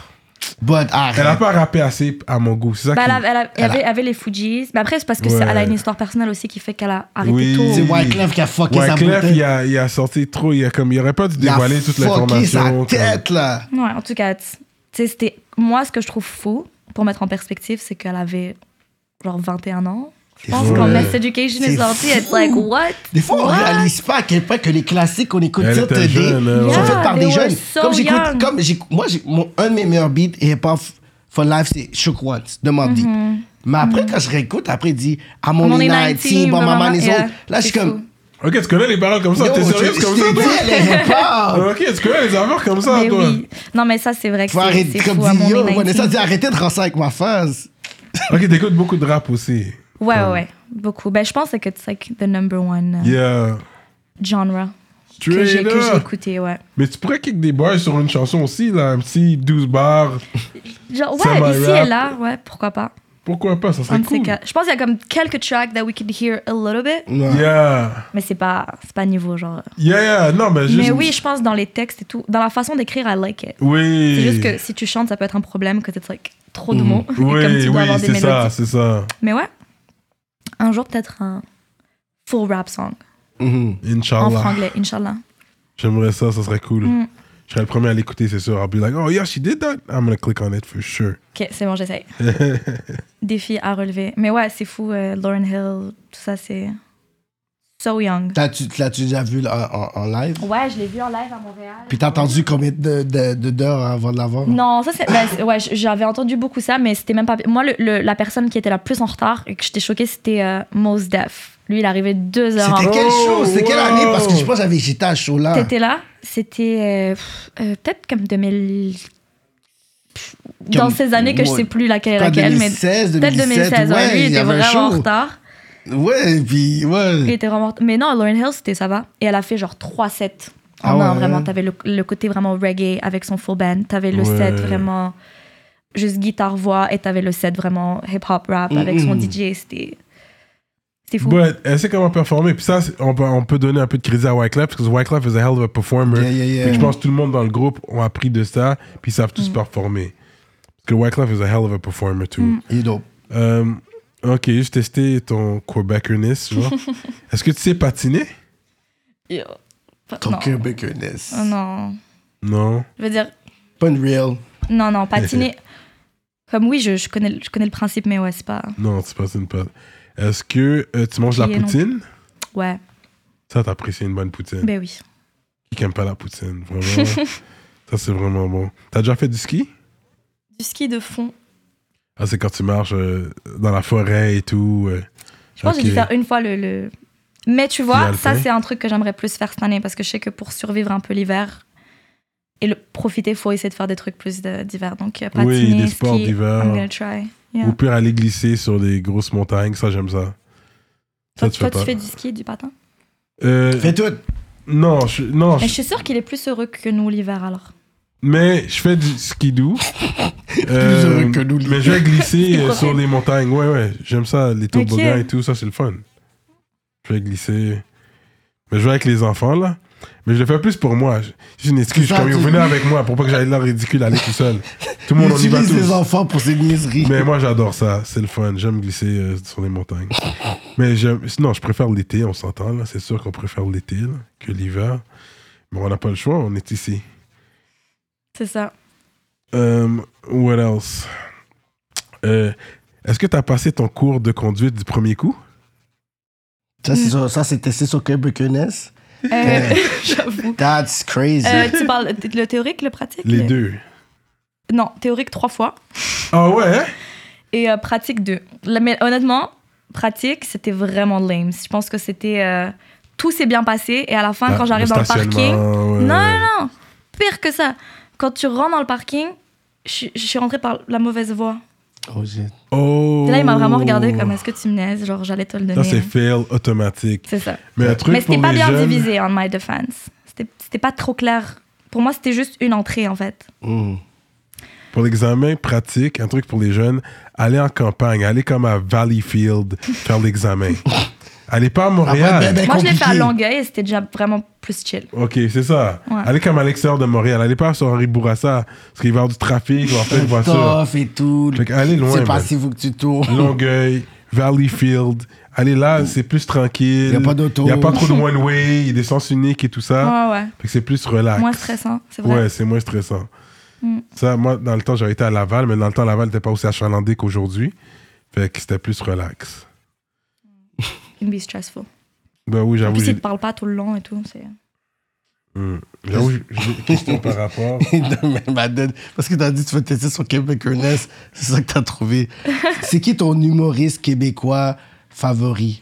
But Elle a pas rappé assez à mon goût. C'est ça Bah, qui... elle avait les Fujis. Mais après, c'est parce que Ouais. elle a une histoire personnelle aussi qui fait qu'elle a arrêté Oui. tôt. c'est Wyclef qui a fucké sa Wyclef, bouteille. il a sorti trop. Il aurait pas dû Il a dévoiler toute fucké l'information. sa tête, là. Ouais, en tout cas, tu sais, c'était. Moi, ce que je trouve fou, pour mettre en perspective, c'est qu'elle avait genre 21 ans. Je pense fou. quand Ouais. Miss Education est C'est sorti, it's fou. like, what? Des fois, on What? réalise pas à quel point que les classiques qu'on écoute Elle était jeune, hein, sont ouais. faits par Yeah, des they were jeunes. so Comme j'écoute, young. un de mes meilleurs beats hip-hop for life, c'est Shook Once de Mobb Deep. Mm-hmm. Mais après, quand je réécoute, après, il dit I'm I'm only only 19, but my blablabla. man is Yeah, old. Là, je suis c'est comme. fou. Ok, tu connais les paroles comme ça? Yo, T'es sérieuse je comme te ça, dis, toi? elle est hip-hop. Ok, tu connais les affaires comme ça, Mais toi? oui. Non, mais ça, c'est vrai que Faut c'est arrêter, c'est comme fou à dit mon Yo, age. Vanessa dit arrêtez de rancer avec ma phase. Ok, t'écoutes beaucoup de rap aussi. Ouais, beaucoup. Ben, je pense que c'est like the number one Yeah. genre que j'ai Straight up. écouté, ouais. Mais tu pourrais kick des bars sur une chanson aussi, là. Un petit 12 bars. Genre, C'est ouais, my ici rap. et là, ouais, pourquoi pas. Pourquoi pas? Ça serait Un de ces cool. quatre. Je pense qu'il y a comme quelques tracks that we could hear a little bit, Yeah. mais c'est pas niveau genre. Yeah. Non, mais juste... Mais oui, je pense dans les textes et tout, dans la façon d'écrire, I like it. Oui. C'est juste que si tu chantes, ça peut être un problème, que c'est like trop de mots, et comme Oui, tu dois avoir oui, des c'est ça, mélodies. c'est ça. Mais ouais, un jour peut-être un full rap song en Inch'Allah. franglais, Inch'Allah. J'aimerais ça serait cool. Mm. Je serais le premier à l'écouter, c'est sûr. I'll be like, oh yeah, she did that. I'm gonna click on it for sure. Ok, c'est bon, j'essaye. Défi à relever. Mais ouais, c'est fou, Lauryn Hill, tout ça, c'est so young. L'as-tu déjà vu en live? Ouais, je l'ai vu en live à Montréal. Puis t'as entendu combien d'heures avant de l'avoir? Non, ça c'est. Ouais, j'avais entendu beaucoup ça, mais c'était même pas. Moi, la personne qui était la plus en retard et que j'étais choquée, c'était Mos Def. Lui, il arrivait 2 heures en C'était retard. quelle chose? C'était quelle wow. année? Parce que je pense que j'étais à ce show-là. T'étais là? C'était peut-être comme 2000. Dans ces années que je sais plus laquelle est Pas laquelle, 2016, mais peut-être 2016. Ouais, lui, il y était avait un vraiment en show. retard. Ouais, puis Il ouais. était vraiment en retard. Mais non, Lauryn Hill, c'était ça va. Et elle a fait genre 3 sets. Ah En un, ouais. vraiment. T'avais le côté vraiment reggae avec son full band. T'avais le Ouais. set vraiment juste guitare-voix. Et t'avais le set vraiment hip-hop rap avec son DJ. C'était fou. But elle sait comment performer. Puis ça, on peut donner un peu de crédit à Wyclef, parce que Wyclef is a hell of a performer. Yeah. Puis je pense que tout le monde dans le groupe ont appris de ça, puis ils savent tous performer. Parce que Wyclef is a hell of a performer too. Il est dope. Ok, juste tester ton Quebecerness, genre. Est-ce que tu sais patiner? Yo. Ton Non. Quebecerness. Oh non. Non. Je veux dire, Pas une real. non, patiner. Comme oui, je connais le principe, mais ouais, c'est pas. Non, tu patines pas. Est-ce que tu manges la Qui est non. poutine? Ouais, Ça, t'apprécies une bonne poutine. ben oui. Qui aime pas la poutine? Vraiment. Ça, c'est vraiment bon. T'as déjà fait du ski? Du ski de fond. Ah, c'est quand tu marches dans la forêt et tout. Je pense que j'ai dû faire une fois le. Mais tu vois, Ski ça, alpin. c'est un truc que j'aimerais plus faire cette année parce que je sais que pour survivre un peu l'hiver et profiter, il faut essayer de faire des trucs plus d'hiver. Donc, patiner, Oui, des sports ski, d'hiver. I'm gonna try. Yeah. Au pire, aller glisser sur des grosses montagnes. Ça, j'aime ça. Ça, Toi, pas. tu fais du ski, du patin? Fais tout. Non, Mais je suis sûre qu'il est plus heureux que nous l'hiver alors. mais je fais du skidoo. heureux que nous, mais je vais glisser C'est sur les montagnes. Ouais. J'aime ça, les toboggans Ok. et tout. Ça, c'est le fun. Je vais glisser. Mais je vais avec les enfants, là. Mais je le fais plus pour moi. J'ai une excuse. Ça, Comme tu- ils venaient avec moi pour pas que j'aille là ridicule aller tout seul. Tout le monde, on y va Utilise les tous. enfants pour ces niaiseries. Mais moi, j'adore ça. C'est le fun. J'aime glisser sur les montagnes. Mais sinon, je préfère l'été, on s'entend. Là. C'est sûr qu'on préfère l'été là, que l'hiver. Mais on n'a pas le choix, on est ici. C'est ça. What else? Est-ce que tu as passé ton cours de conduite du premier coup? Ça, c'est testé sur Quebecerness. J'avoue. That's crazy. Tu parles le théorique, le pratique? Les deux. Non, théorique 3 fois. Ah ouais? Hein? Et pratique 2. Mais honnêtement, pratique, c'était vraiment lame. Je pense que c'était... tout s'est bien passé. Et à la fin, quand j'arrive dans le parking... stationnement, ouais. Non. Pire que ça. Quand tu rentres dans le parking, je suis rentrée par la mauvaise voie. Oh, shit. Oh! Et là, il m'a vraiment regardé comme est-ce que tu me niaises? Genre, j'allais te le donner. Ça, c'est fail automatique. C'est ça. Mais un truc Mais c'était pour pas les bien jeunes, divisé, on my defense. C'était pas trop clair. Pour moi, c'était juste une entrée, en fait. Pour l'examen pratique, un truc pour les jeunes, aller en campagne, aller comme à Valleyfield faire l'examen. Allez pas à Montréal. Après, ben, Moi, je l'ai fait à compliqué. Longueuil et c'était déjà vraiment plus chill. Ok, c'est ça. Ouais. Allez comme à l'extérieur de Montréal. Allez pas sur Henri Bourassa. Parce qu'il va y avoir du trafic, il va y avoir plein de voitures. Tough et tout. Fait que allez loin, C'est pas man. si vous que tu tournes. Longueuil, Valleyfield. Allez là, c'est plus tranquille. Y a pas d'auto. Il y a pas trop de one-way, il y a des sens uniques et tout ça. Ouais. Fait que c'est plus relax. Moins stressant, c'est vrai. Ouais, c'est moins stressant. Mm. Ça, moi, dans le temps, j'avais été à Laval, mais dans le temps, Laval n'était pas aussi achalandé qu'aujourd'hui. Fait que c'était plus relax. It can be stressful. Ben oui, En j'avoue. plus, J'ai ils te parlent pas tout le long et tout. J'avoue, j'ai des questions par rapport. Non, mais Madeleine, parce que t'as dit que tu vas tester sur Québécoisness, c'est ça que t'as trouvé. C'est qui ton humoriste québécois favori?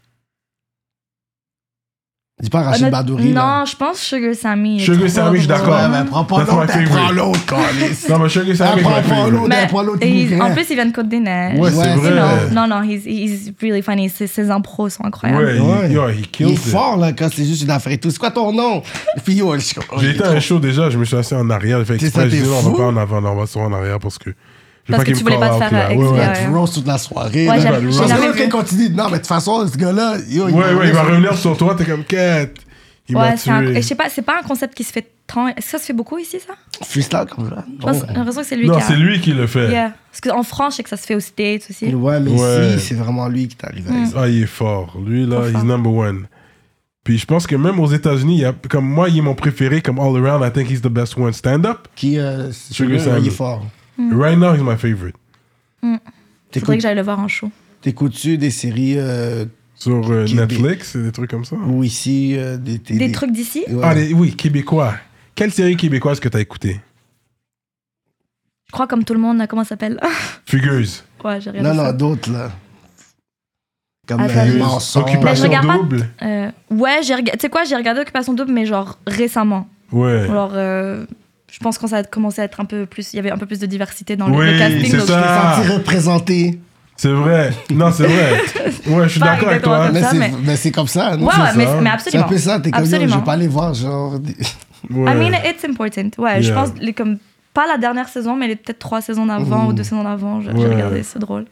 Dis pas Rachid Badouri, là. Non, je pense Sugar Sammy. Sugar Sammy, je suis d'accord. Ouais, mais prends pas That's my l'autre, elle favorite. prend l'autre, câlisse. Non, mais Sugar Sammy, Prends c'est pas my l'autre, favorite. elle prend l'autre. En plus, il vient de Côte-des-Neiges. Ouais, c'est Ouais, vrai. Non, he's really funny. Ses impros sont incroyables. Ouais, Ouais. yo, he Il kills est it. fort, là, quand c'est juste une affaire et tout. C'est quoi ton nom? Puis, yo, J'ai été à un show déjà, je me suis assis en arrière. J'ai fait C'est exprès, ça, je dis t'es non, on va fou. pas en avant, on va se en arrière parce que. Je veux Parce pas que qu'il tu me voulais pas call te out, faire là. exprès, Ouais, ouais. tu roast toute la soirée. Ouais, là. j'ai Parce jamais que vu. continue. Non, mais de toute façon, ce gars-là, yo, Ouais, il va revenir sur toi, t'es comme Cat. Il m'a Ouais, tué. je sais pas, c'est pas un concept qui se fait tant. Est-ce que ça se fait beaucoup ici, ça? Freestyle comme ça. Je pense, j'ai l'impression que c'est lui Non, qui a. c'est lui qui le fait. Yeah. Parce qu'en France, je sais que ça se fait aux States aussi. Ouais, mais Ouais. ici, c'est vraiment lui qui t'arrive avec ça. Ah, il est fort. Lui, là, Trop he's fort. number one. Puis je pense que même aux États-Unis, il y a, comme moi, il est mon préféré, comme all around, I think he's the best one. Stand-up, Qui, Sugar il Sammy. est fort. right now, he's my favorite. Faudrait que j'aille le voir en show. T'écoutes-tu des séries Sur Québec. Netflix, et des trucs comme ça. ou ici, Des trucs d'ici? Ouais. Ah, oui, québécois. Quelle série québécoise que t'as écoutée? Je crois comme tout le monde, là, comment ça s'appelle? Fugueuse. Ouais, j'ai regardé Non, ça. non, d'autres, là. Comme Attends. mensonge. Mais je Occupation regarde pas- double. Ouais, tu sais quoi, j'ai regardé Occupation Double, mais genre récemment. Ouais. Alors, je pense qu'on ça a commencé à être un peu plus. Il y avait un peu plus de diversité dans le Oui, casting. c'est donc ça. je Ah. Senti représenté. C'est vrai. Non, c'est vrai. Ouais, je suis Pas d'accord avec exactement toi. comme Mais ça, c'est mais- c'est comme ça, non? Ouais, c'est ouais, ça. mais C'est un absolument. peu ça, t'es comme, yo, je Absolument. vais pas aller voir, genre... Ouais. I mean, it's important. Ouais, je Yeah. pense, comme, pas la dernière saison, mais les peut-être 3 saisons d'avant ou 2 saisons d'avant, j'ai Ouais. regardé, c'est drôle.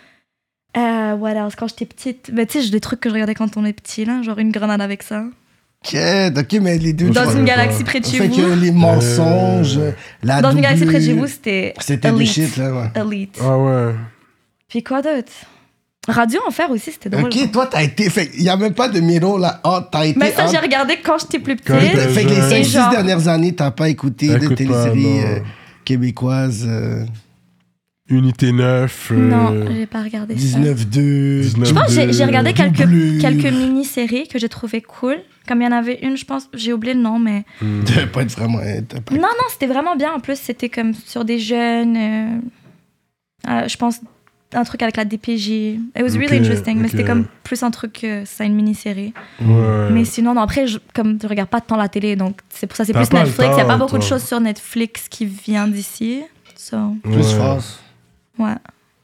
What else? Quand j'étais petite, ben, tu sais, j'ai des trucs que je regardais quand on est petit, là, genre une grenade avec ça. Ok, mais les deux... Dans je une savais galaxie pas. près de chez Fait vous. que les mensonges, la Dans une galaxie près de chez doublure, vous, c'était C'était du Elite. shit, là, ouais. Elite. Ah ouais. Puis quoi d'autre? Radio Enfer aussi, c'était drôle. Ok, toi, t'as été... Fait il y a même pas de middle, là. Oh, t'as été... Mais ça, j'ai entre- regardé quand j'étais plus Quand petite. j'étais- Fait que les Et 5-6 genre- dernières années, t'as pas écouté de T'écoutes pas, téléséries non. québécoises Unité 9. Non, j'ai pas regardé ça. 19-2... 19. Je pense que j'ai regardé Doublure. quelques mini-séries que j'ai trouvées cool. Comme il y en avait une, je pense, j'ai oublié le nom, mais... T'avais pas être vraiment... t'as pas- Non, c'est c'était bien. En plus, c'était comme sur des jeunes... je pense un truc avec la DPJ. It was really Ok, interesting, mais ok. c'était comme plus un truc... c'est une mini-série. Ouais. Mais sinon, non, après, comme je regarde pas tant la télé, donc c'est pour ça, c'est T'as plus pas le Netflix. Il n'y a pas temps, beaucoup de toi. choses sur Netflix qui viennent d'ici. So, Plus Ouais. France. ouais.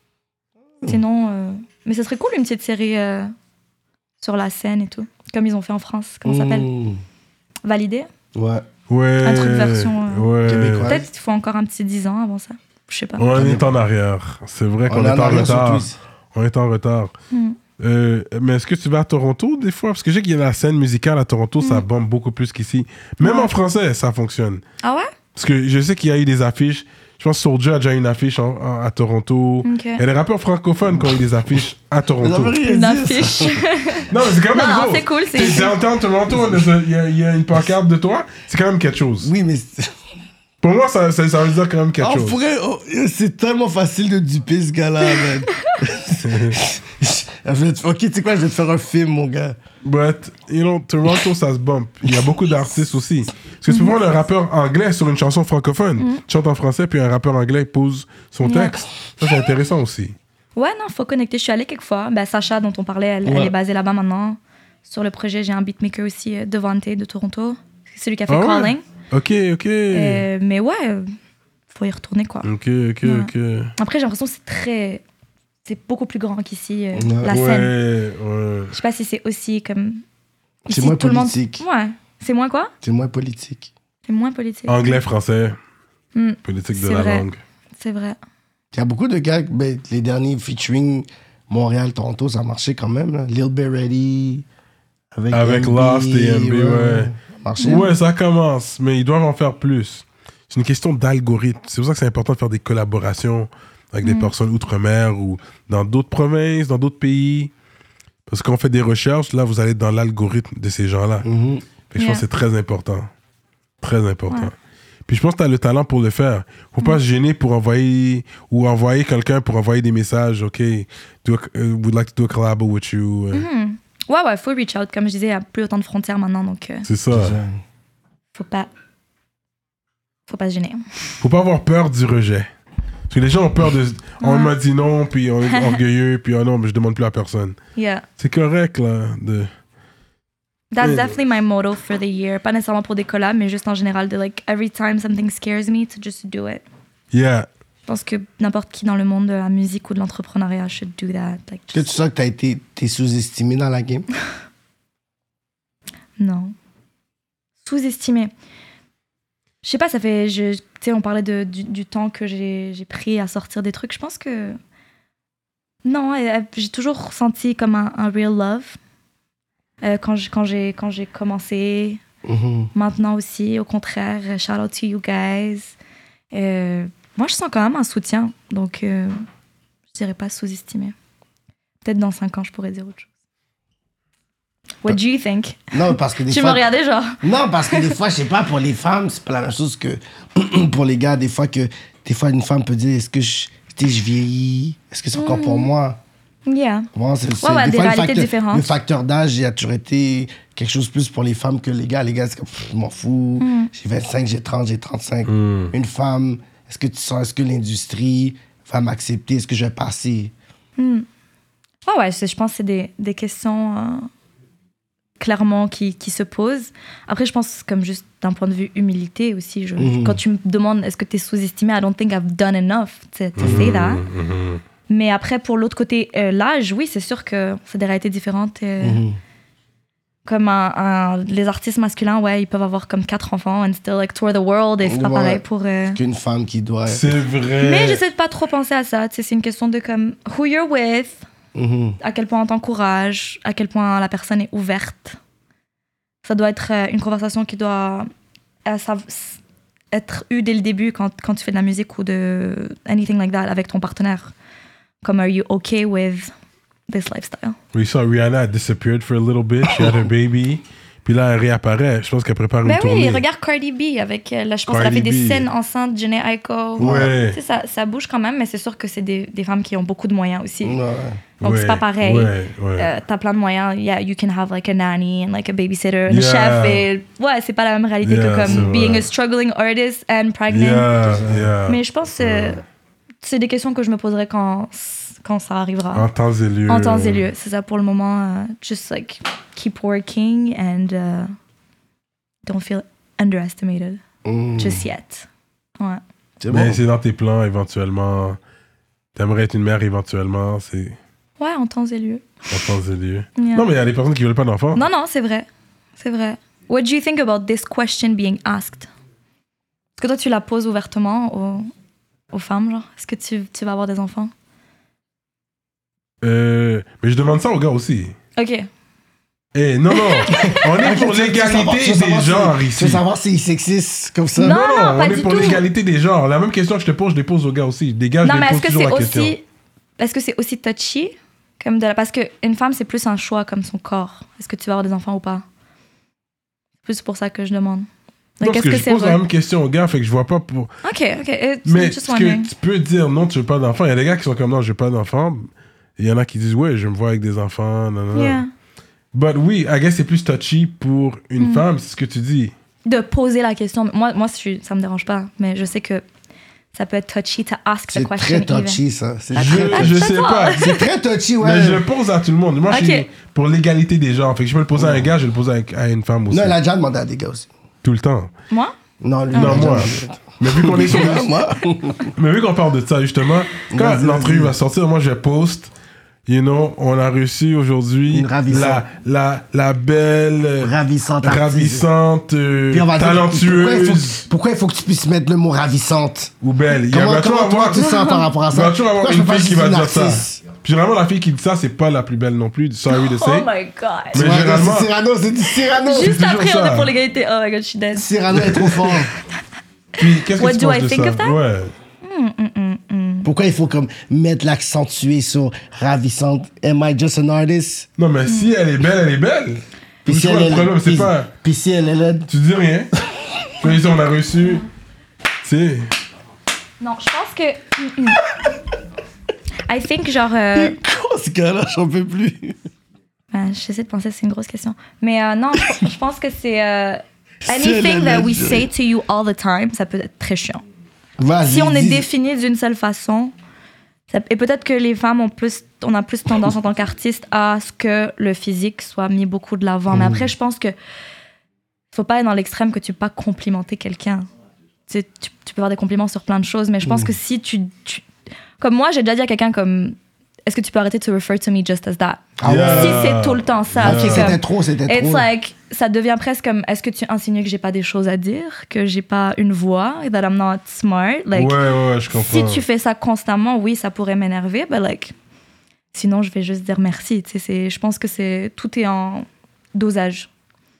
Sinon... mais ce serait cool, une petite série sur la scène et tout. Comme ils ont fait en France. Comment ça s'appelle? Validé. Ouais. Ouais. Un truc version, Ouais. québécois. Peut-être qu'il faut encore un petit 10 ans avant ça. Je sais pas. On est en arrière. C'est vrai qu'on On est est en en arrière sur retard. Twitch. On est en retard. Mm. Mais est-ce que tu vas à Toronto des fois? Parce que je sais qu'il y a la scène musicale à Toronto, ça bombe beaucoup plus qu'ici. Même Ouais. en français, ça fonctionne. Ah ouais? Parce que je sais qu'il y a eu des affiches. Je pense que Soulja a déjà eu une affiche à Toronto. Ok. Il y a des rappeurs francophones qui ont eu des affiches à Mais Toronto. ça veut rien Une dire, affiche. ça. Non, mais c'est quand même Non, gros. c'est cool, c'est- T'es downtown Toronto, il y a une pancarte de toi. C'est quand même quelque chose. Oui, mais... Pour moi, ça veut dire quand même quelque On chose. pourrait... c'est tellement facile de duper ce gars-là, man. Ok, tu sais quoi, je vais te faire un film, mon gars. But, you know, Toronto, ça se bump. Il y a beaucoup d'artistes aussi. Parce que tu peux voir un rappeur anglais sur une chanson francophone. Tu chantes en français, puis un rappeur anglais pose son Yeah. texte. Ça, c'est intéressant aussi. Ouais, non, faut connecter. Je suis allée quelques fois. Ben, Sacha, dont on parlait, elle Ouais. est basée là-bas maintenant. Sur le projet, j'ai un beatmaker aussi, Devante de Toronto. C'est celui qui a fait Ah ouais? Calling. Ok. Mais ouais, faut y retourner, quoi. Ok. Après, j'ai l'impression que c'est beaucoup plus grand qu'ici, la Ouais, scène. ouais. Je sais pas si c'est aussi comme... C'est ici, moins tout le monde- politique. Ouais. C'est moins quoi? C'est moins politique. C'est moins politique. Anglais, français, politique de C'est la vrai. langue. C'est vrai. Il y a beaucoup de gars, ben, les derniers featuring Montréal, Toronto, ça marchait quand même. Là. Lil Bit Ready. Avec MB, Lost et MB, ouais. Marchait. Ouais, ça commence, mais ils doivent en faire plus. C'est une question d'algorithme. C'est pour ça que c'est important de faire des collaborations avec des personnes outre-mer ou dans d'autres provinces, dans d'autres pays. Parce qu'on fait des recherches, là, vous allez dans l'algorithme de ces gens-là. Mhm. Fait que je pense que c'est très important. Très important. Ouais. Puis je pense que tu as le talent pour le faire. Faut pas se gêner pour envoyer quelqu'un pour envoyer des messages. OK, would like to do a collab with you. Ouais, faut reach out. Comme je disais, il n'y a plus autant de frontières maintenant, donc C'est ça. faut pas se gêner. Faut pas avoir peur du rejet. Parce que les gens ont peur de... On m'a dit non, puis on est orgueilleux, puis oh non, mais je demande plus à personne. Yeah. C'est correct, là. That's definitely my motto for the year. Pas nécessairement pour des collabs, mais juste en général, de like, every time something scares me, to just do it. Yeah. Je pense que n'importe qui dans le monde de la musique ou de l'entrepreneuriat should do that. Like, Que tu sens que t'es sous-estimé dans la game? Non. Sous-estimé. Je sais pas, ça fait... Tu sais, on parlait du temps que j'ai pris à sortir des trucs. Je pense que... Non, j'ai toujours ressenti comme un real love. Quand j'ai commencé. Maintenant aussi, au contraire, shout out to you guys. Moi, je sens quand même un soutien. Donc, je dirais pas sous-estimé. Peut-être dans 5 ans, je pourrais dire autre chose. What do you think? Non, parce que des Tu fois... me regardais genre... Non, parce que des fois, je sais pas, pour les femmes, c'est pas la même chose que pour les gars. Des fois, une femme peut dire, est-ce que je vieillis? Est-ce que c'est encore pour moi? Yeah. Bon, Ouais, des des fois, réalités différentes. Le facteur d'âge a toujours été quelque chose plus pour les femmes que les gars. Les gars, c'est comme, je m'en fous. J'ai 25, j'ai 30, j'ai 35. Une femme, est-ce que l'industrie va m'accepter? Est-ce que je vais passer? Ouais, je pense que c'est des questions clairement qui se posent. Après, je pense comme juste d'un point de vue humilité aussi. Quand tu me demandes est-ce que tu es sous-estimé, I don't think I've done enough to say that. Mais après, pour l'autre côté, l'âge, oui, c'est sûr que c'est des réalités différentes. Comme les artistes masculins, ouais, ils peuvent avoir comme 4 enfants and still like tour the world et c'est pas pareil pour... Qu'une femme qui doit... C'est vrai. Mais j'essaie de pas trop penser à ça. Tu sais, c'est une question de comme who you're with, à quel point on t'encourage, à quel point la personne est ouverte. Ça doit être une conversation qui doit être eue dès le début quand tu fais de la musique ou de anything like that avec ton partenaire. Comme, are you okay with this lifestyle? We saw Rihanna had disappeared for a little bit. She had her baby. Puis là, elle réapparaît. Je pense qu'elle prépare une tournée. Oui, regarde Cardi B avec... là, je pense qu'elle a fait des scènes enceintes, Jhené Aiko. Ouais. Tu sais, ça bouge quand même, mais c'est sûr que c'est des femmes qui ont beaucoup de moyens aussi. Ouais. Donc, c'est pas pareil. Ouais. T'as plein de moyens. Yeah, you can have like a nanny and like a babysitter and a chef. Et... Ouais, c'est pas la même réalité que comme being a struggling artist and pregnant. Mais je pense que c'est des questions que je me poserai quand ça arrivera. En temps et lieu. En temps et lieu. C'est ça pour le moment. Just like keep working and don't feel underestimated. Just yet. Ouais. Mais c'est dans tes plans éventuellement. T'aimerais être une mère éventuellement. C'est... Ouais, en temps et lieu. En temps et lieu. Yeah. Non, mais il y a des personnes qui veulent pas d'enfants. Non, c'est vrai. C'est vrai. What do you think about this question being asked? Est-ce que toi, tu la poses ouvertement aux femmes, genre? Est-ce que tu vas avoir des enfants? Mais je demande ça aux gars aussi. OK. Non. On est pour l'égalité des genres ici. Tu veux savoir si c'est sexiste comme ça? Non, on pas est du pour tout. l'égalité des genres. La même question que je te pose, je les pose aux gars aussi. Des gars, Non, je mais les est-ce pose que toujours c'est la question. aussi... Est-ce que c'est aussi touchy? Parce qu'une femme, c'est plus un choix comme son corps. Est-ce que tu vas avoir des enfants ou pas? C'est plus pour ça que je demande. Non, parce que je pose la même question aux gars, fait que je vois pas pour... OK. Mais Just ce wondering. que tu peux dire, non, tu veux pas d'enfants. Il y a des gars qui sont comme, non, je veux pas d'enfants. Il y en a qui disent, ouais, je me vois avec des enfants. Non. Yeah. But oui, I guess c'est plus touchy pour une femme, c'est ce que tu dis. De poser la question. Moi ça me dérange pas, mais je sais que ça peut être touchy to ask the C'est question. très touchy, ça. Je sais pas. C'est très touchy, ouais. Mais je le pose à tout le monde. Moi, je Ok. suis pour l'égalité des genres. Fait que je peux le poser à un gars, je vais le poser à une femme aussi. Non, elle a déjà demandé à des gars aussi. Tout le temps. Moi? Non, lui, Non, il a moi. déjà demandé. Mais vu qu'on est sur Moi. Mais vu qu'on parle de ça, justement, quand Vas-y, l'entrevue vas-y. va sortir, moi, je post. You know, on a reçu aujourd'hui Une ravissante. la belle, Ravissante artiste. ravissante, Puis on va dire, talentueuse pourquoi il faut que tu puisses mettre le mot ravissante? ou belle. Il Comment va toujours toi avoir, tu sens par rapport à il ça? va toujours avoir Pourquoi je une peux pas fille qui juste va une dire ça. artiste? Puis généralement, la fille qui dit ça, c'est pas la plus belle non plus. Sorry to say. Oh my god. Mais Ouais, généralement. c'est Cyrano, c'est du Cyrano. Juste toujours après, ça. on est pour l'égalité. Oh my god, je suis dead. Cyrano est trop fort. Puis qu'est-ce que What tu do penses I de think ça? of that? Ouais. Pourquoi il faut comme mettre l'accentuer sur ravissante? Am I just an artist? Non, mais si elle est belle, elle est belle. Puis C'est quoi le problème? C'est pas. puis si elle est laide? Tu dis rien. Puis ici, on a reçu. Tu sais. Non, je pense que. I think genre. Quoi, ce gars-là? J'en peux plus. J'essaie de penser, c'est une grosse question. Mais non, je pense que c'est. C'est Anything la that we même say to you all the time, ça peut être très chiant. Vas-y, Si on est dis. défini d'une seule façon, et peut-être que les femmes on a plus tendance en tant qu'artiste à ce que le physique soit mis beaucoup de l'avant. Mais après, je pense que faut pas être dans l'extrême que tu peux pas complimenter quelqu'un. Tu peux avoir des compliments sur plein de choses, mais je pense que si tu comme moi, j'ai déjà dit à quelqu'un comme est-ce que tu peux arrêter de refer to me just as that? Ah ouais. Si c'est tout le temps ça, Ok, c'est c'était comme- trop, c'était It's trop. like, ça devient presque comme, est-ce que tu insinues que j'ai pas des choses à dire, que j'ai pas une voix, that I'm not smart? Like, Ouais, je comprends. si tu fais ça constamment, oui, ça pourrait m'énerver, but like, sinon, je vais juste dire merci. Tu sais, je pense que tout est en dosage.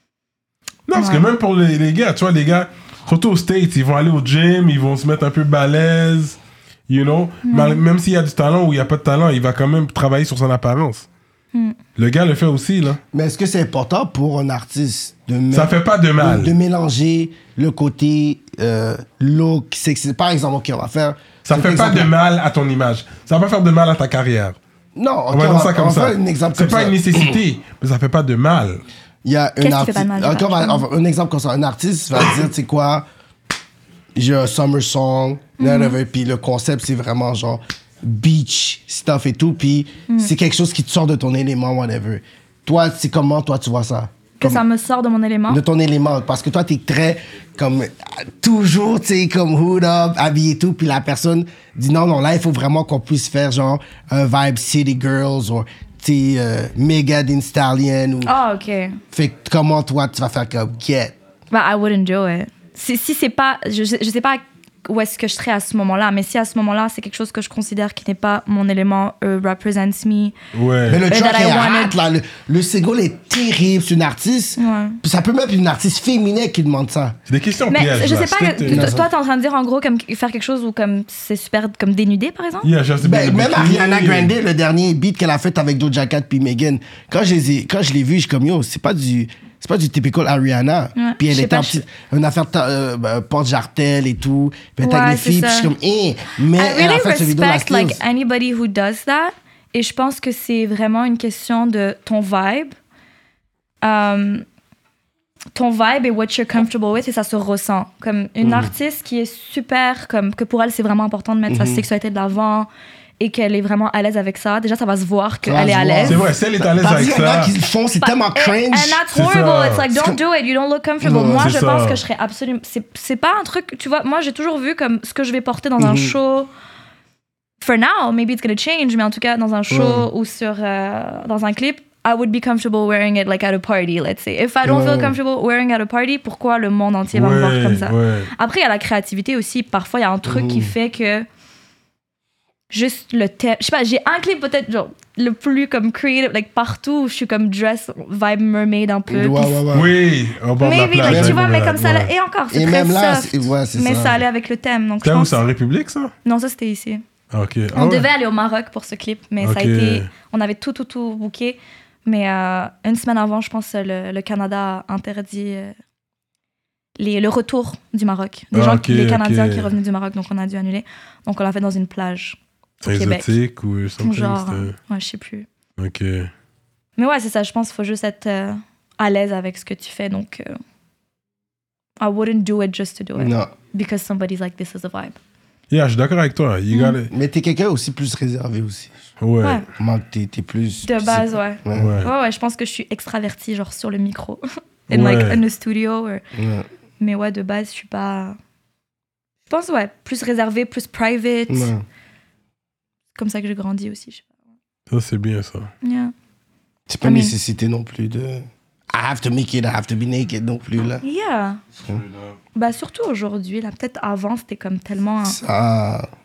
Non, parce que Ouais. même pour les gars, tu vois, les gars, surtout aux States, ils vont aller au gym, ils vont se mettre un peu balèze, you know. Même s'il y a du talent ou il n'y a pas de talent, il va quand même travailler sur son apparence. Le gars le fait aussi, là. Mais est-ce que c'est important pour un artiste de Ça fait pas de mal. de mélanger le côté look, sexy? Par exemple, ok, on va faire. Ça cet fait pas exemple-là. de mal à ton image. Ça va pas faire de mal à ta carrière. Non, ok, On va dire ça on comme va ça. faire un exemple C'est comme pas ça. une nécessité, mais ça fait pas de mal. Il y a Qu'est-ce un qui fait pas de mal, artiste. Gérard? Un exemple comme ça. Un artiste va dire, tu sais quoi, j'ai un summer song, whatever, puis le concept, c'est vraiment genre beach stuff et tout, puis c'est quelque chose qui te sort de ton élément, whatever. Toi, c'est comment, toi, tu vois ça? Que Comme- ça me sort de mon élément. de ton élément, parce que toi, t'es très, comme, toujours, tu sais, comme hood up, habillé et tout, puis la personne dit non, non, là, il faut vraiment qu'on puisse faire, genre, un vibe City Girls, ou, tu sais, Mega Thee Stallion, ou... Ah, ok. Fait que comment, toi, tu vas faire comme, get? Bah, I wouldn't do it. Si c'est pas, je sais pas où est-ce que je serais à ce moment-là, mais si à ce moment-là, c'est quelque chose que je considère qui n'est pas mon élément represents me. Ouais. Mais le track that I est wanted- hot, là, le single est terrible, c'est une artiste, Ouais. puis ça peut même être une artiste féminine qui demande ça. C'est des questions Mais pièges. je là. sais pas, C'est peut-être, toi, t'es en train de dire en gros comme faire quelque chose où comme c'est super comme dénudé, par exemple? Yeah, Justin Ben, Bieber, même Bikini. Ariana Grande, le dernier beat qu'elle a fait avec Doja Cat puis Megan, quand je l'ai vu, je suis comme yo, c'est pas du typical Ariana. Ouais, Puis je elle sais était pas, en petite, une affaire porte-jartel et tout. Puis elle était Ouais, avec les c'est filles, puis ça. je suis comme mais I elle a really fait ce vidéo la respect like skills. anybody who does that. Et je pense que c'est vraiment une question de ton vibe. Ton vibe et what you're comfortable with, et ça se ressent. Comme une artiste qui est super, comme que pour elle, c'est vraiment important de mettre sa sexualité de l'avant et qu'elle est vraiment à l'aise avec ça. Déjà, ça va se voir qu'elle va est se à voir. l'aise. C'est vrai, si elle est à l'aise Tandis avec qu'il y en a ça. qui le font, c'est tellement cringe. And that's C'est horrible. ça. It's like, don't do it. You don't look comfortable. Ouais, Moi, c'est je ça. pense que je serais absolument. C'est pas un truc. Tu vois, moi, j'ai toujours vu comme ce que je vais porter dans un show. For now, maybe it's gonna change, mais en tout cas, dans un show ou dans un clip, I would be comfortable wearing it like at a party, let's say. If I don't feel comfortable wearing at a party, pourquoi le monde entier va me voir comme ça? Ouais. Après, il y a la créativité aussi. Parfois, il y a un truc qui fait que juste le thème. Je sais pas, j'ai un clip peut-être genre le plus comme creative, like partout où je suis comme dress, vibe mermaid un peu. Ouais, puis ouais, ouais. Oui, au bord de la Maybe, plage. like, tu vois, mais ouais, comme ça, là, ouais. et encore, c'est Et très même là, soft. c'est Mais ça. ça allait avec le thème. Donc, je C'était où, pense... c'est en République, ça? Non, ça, c'était ici. Ah, ok. Ah On ouais. devait aller au Maroc pour ce clip, mais ça a Ok. été... On avait tout booké. Mais une semaine avant, je pense, le Canada a interdit le retour du Maroc. Des Ah, gens, ok, les Canadiens ok. qui revenaient du Maroc, donc on a dû annuler. Donc on l'a fait dans une plage au Québec. Exotique ou something? Genre, c'était- ouais, je sais plus. Ok. Mais ouais, c'est ça, je pense qu'il faut juste être à l'aise avec ce que tu fais. Donc, I wouldn't do it just to do it. Non. Because somebody's like, this is the vibe. Yeah, je suis d'accord avec toi. You got it. Mais t'es quelqu'un aussi plus réservé aussi. Ouais. Ouais. Moi, t'es plus... De base, ouais. Ouais. Ouais. Ouais, je pense que je suis extravertie, genre sur le micro. In Ouais. like, in the studio. Ouais. Mais ouais, de base, je suis pas... Je pense, ouais, plus réservée, plus private. Ouais. Comme ça que j'ai grandi aussi, je sais pas. Ça, c'est bien, ça. Yeah. C'est pas I mean- nécessité non plus de... I have to make it, I have to be naked non plus, là. Yeah. Bah, surtout aujourd'hui, là. Peut-être avant, c'était comme tellement... Ça...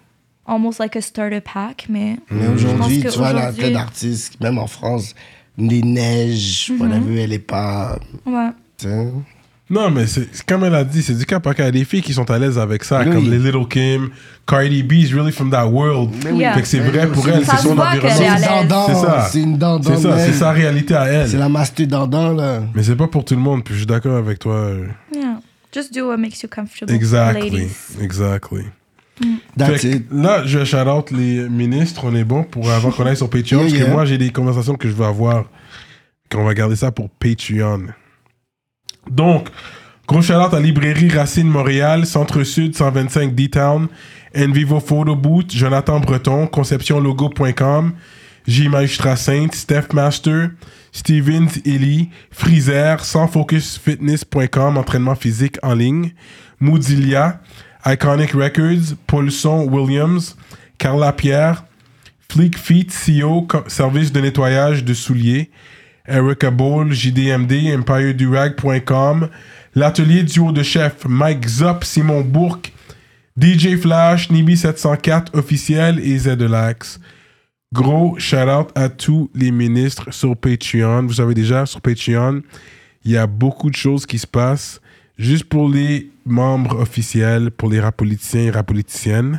almost like a starter pack, mais Mais aujourd'hui, je pense tu vois, la qu'aujourd'hui- tête d'artiste, même en France, les neiges, whatever, elle est pas. Ouais. Tu sais. Non, mais c'est comme elle a dit, c'est du cas par cas. Il y a des filles qui sont à l'aise avec ça, Oui. comme les Little Kim, Cardi B is really from that world. Yeah. Fait que c'est vrai pour elle, Ça c'est se son voit qu'elle est C'est à environnement. l'aise. une dandan, C'est ça. c'est une dandan. C'est ça, man. c'est sa réalité à elle. C'est la master dandan, là. Mais c'est pas pour tout le monde, puis je suis d'accord avec toi. Yeah. Just do what makes you comfortable. Exactly, Ladies. exactly. That's Fait que it. là, je shout out les ministres, on est bon pour avant qu'on aille sur Patreon, Yeah, parce que yeah. moi j'ai des conversations que je veux avoir, qu'on va garder ça pour Patreon. Donc, gros shout out à Librairie Racine Montréal, Centre-Sud 125 D-Town, Envivo Photo Booth, Jonathan Breton, ConceptionLogo.com, J. Maestra Sainte, Steph Master, Stevens Ellie, Freezer, SansFocusFitness.com, entraînement physique en ligne, Moodilia, Iconic Records, Paulson Williams, Carla Pierre, Fleek Feet CO, service de nettoyage de souliers, Erica Ball, JDMD, EmpireDurag.com, l'atelier duo de chef Mike Zop, Simon Bourque, DJ Flash, Nibi704 officiel et Zedelax. Gros shout-out à tous les ministres sur Patreon. Vous savez déjà, sur Patreon, il y a beaucoup de choses qui se passent. Juste pour les membres officiels, pour les rapoliticiens et rapoliticiennes,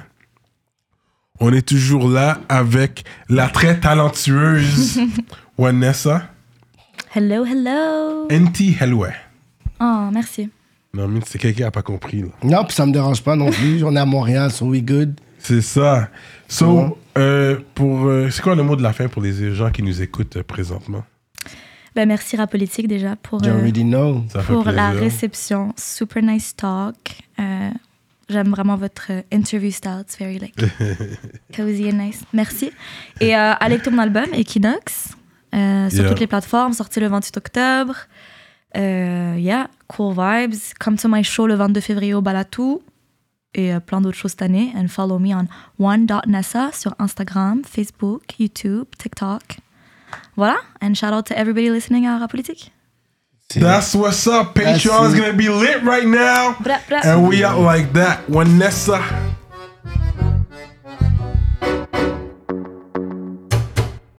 on est toujours là avec la très talentueuse Vanessa Hello, hello. Enti Helwe. Oh, merci. Non, mais c'est quelqu'un qui n'a pas compris. Là. Non, puis ça me dérange pas non plus. On est à Montréal, so we good. C'est ça. So, c'est quoi le mot de la fin pour les gens qui nous écoutent présentement? Ben, merci Rapolitique déjà pour, You already know. Ça fait pour la plaisir. réception. Super nice talk. J'aime vraiment votre interview style. It's very like cozy and nice. Merci. Et allez écouter mon album Equinox sur Yeah. toutes les plateformes, sorti le 28 octobre. Yeah, cool vibes. Come to my show le 22 février au Balatou. Et plein d'autres choses cette année. And follow me on one.nessa sur Instagram, Facebook, YouTube, TikTok. Voilà. And shout out to everybody listening à Rapolitique. That's what's up. Patreon's it. gonna be lit right now. Bra, bra. And we out like that. Vanessa.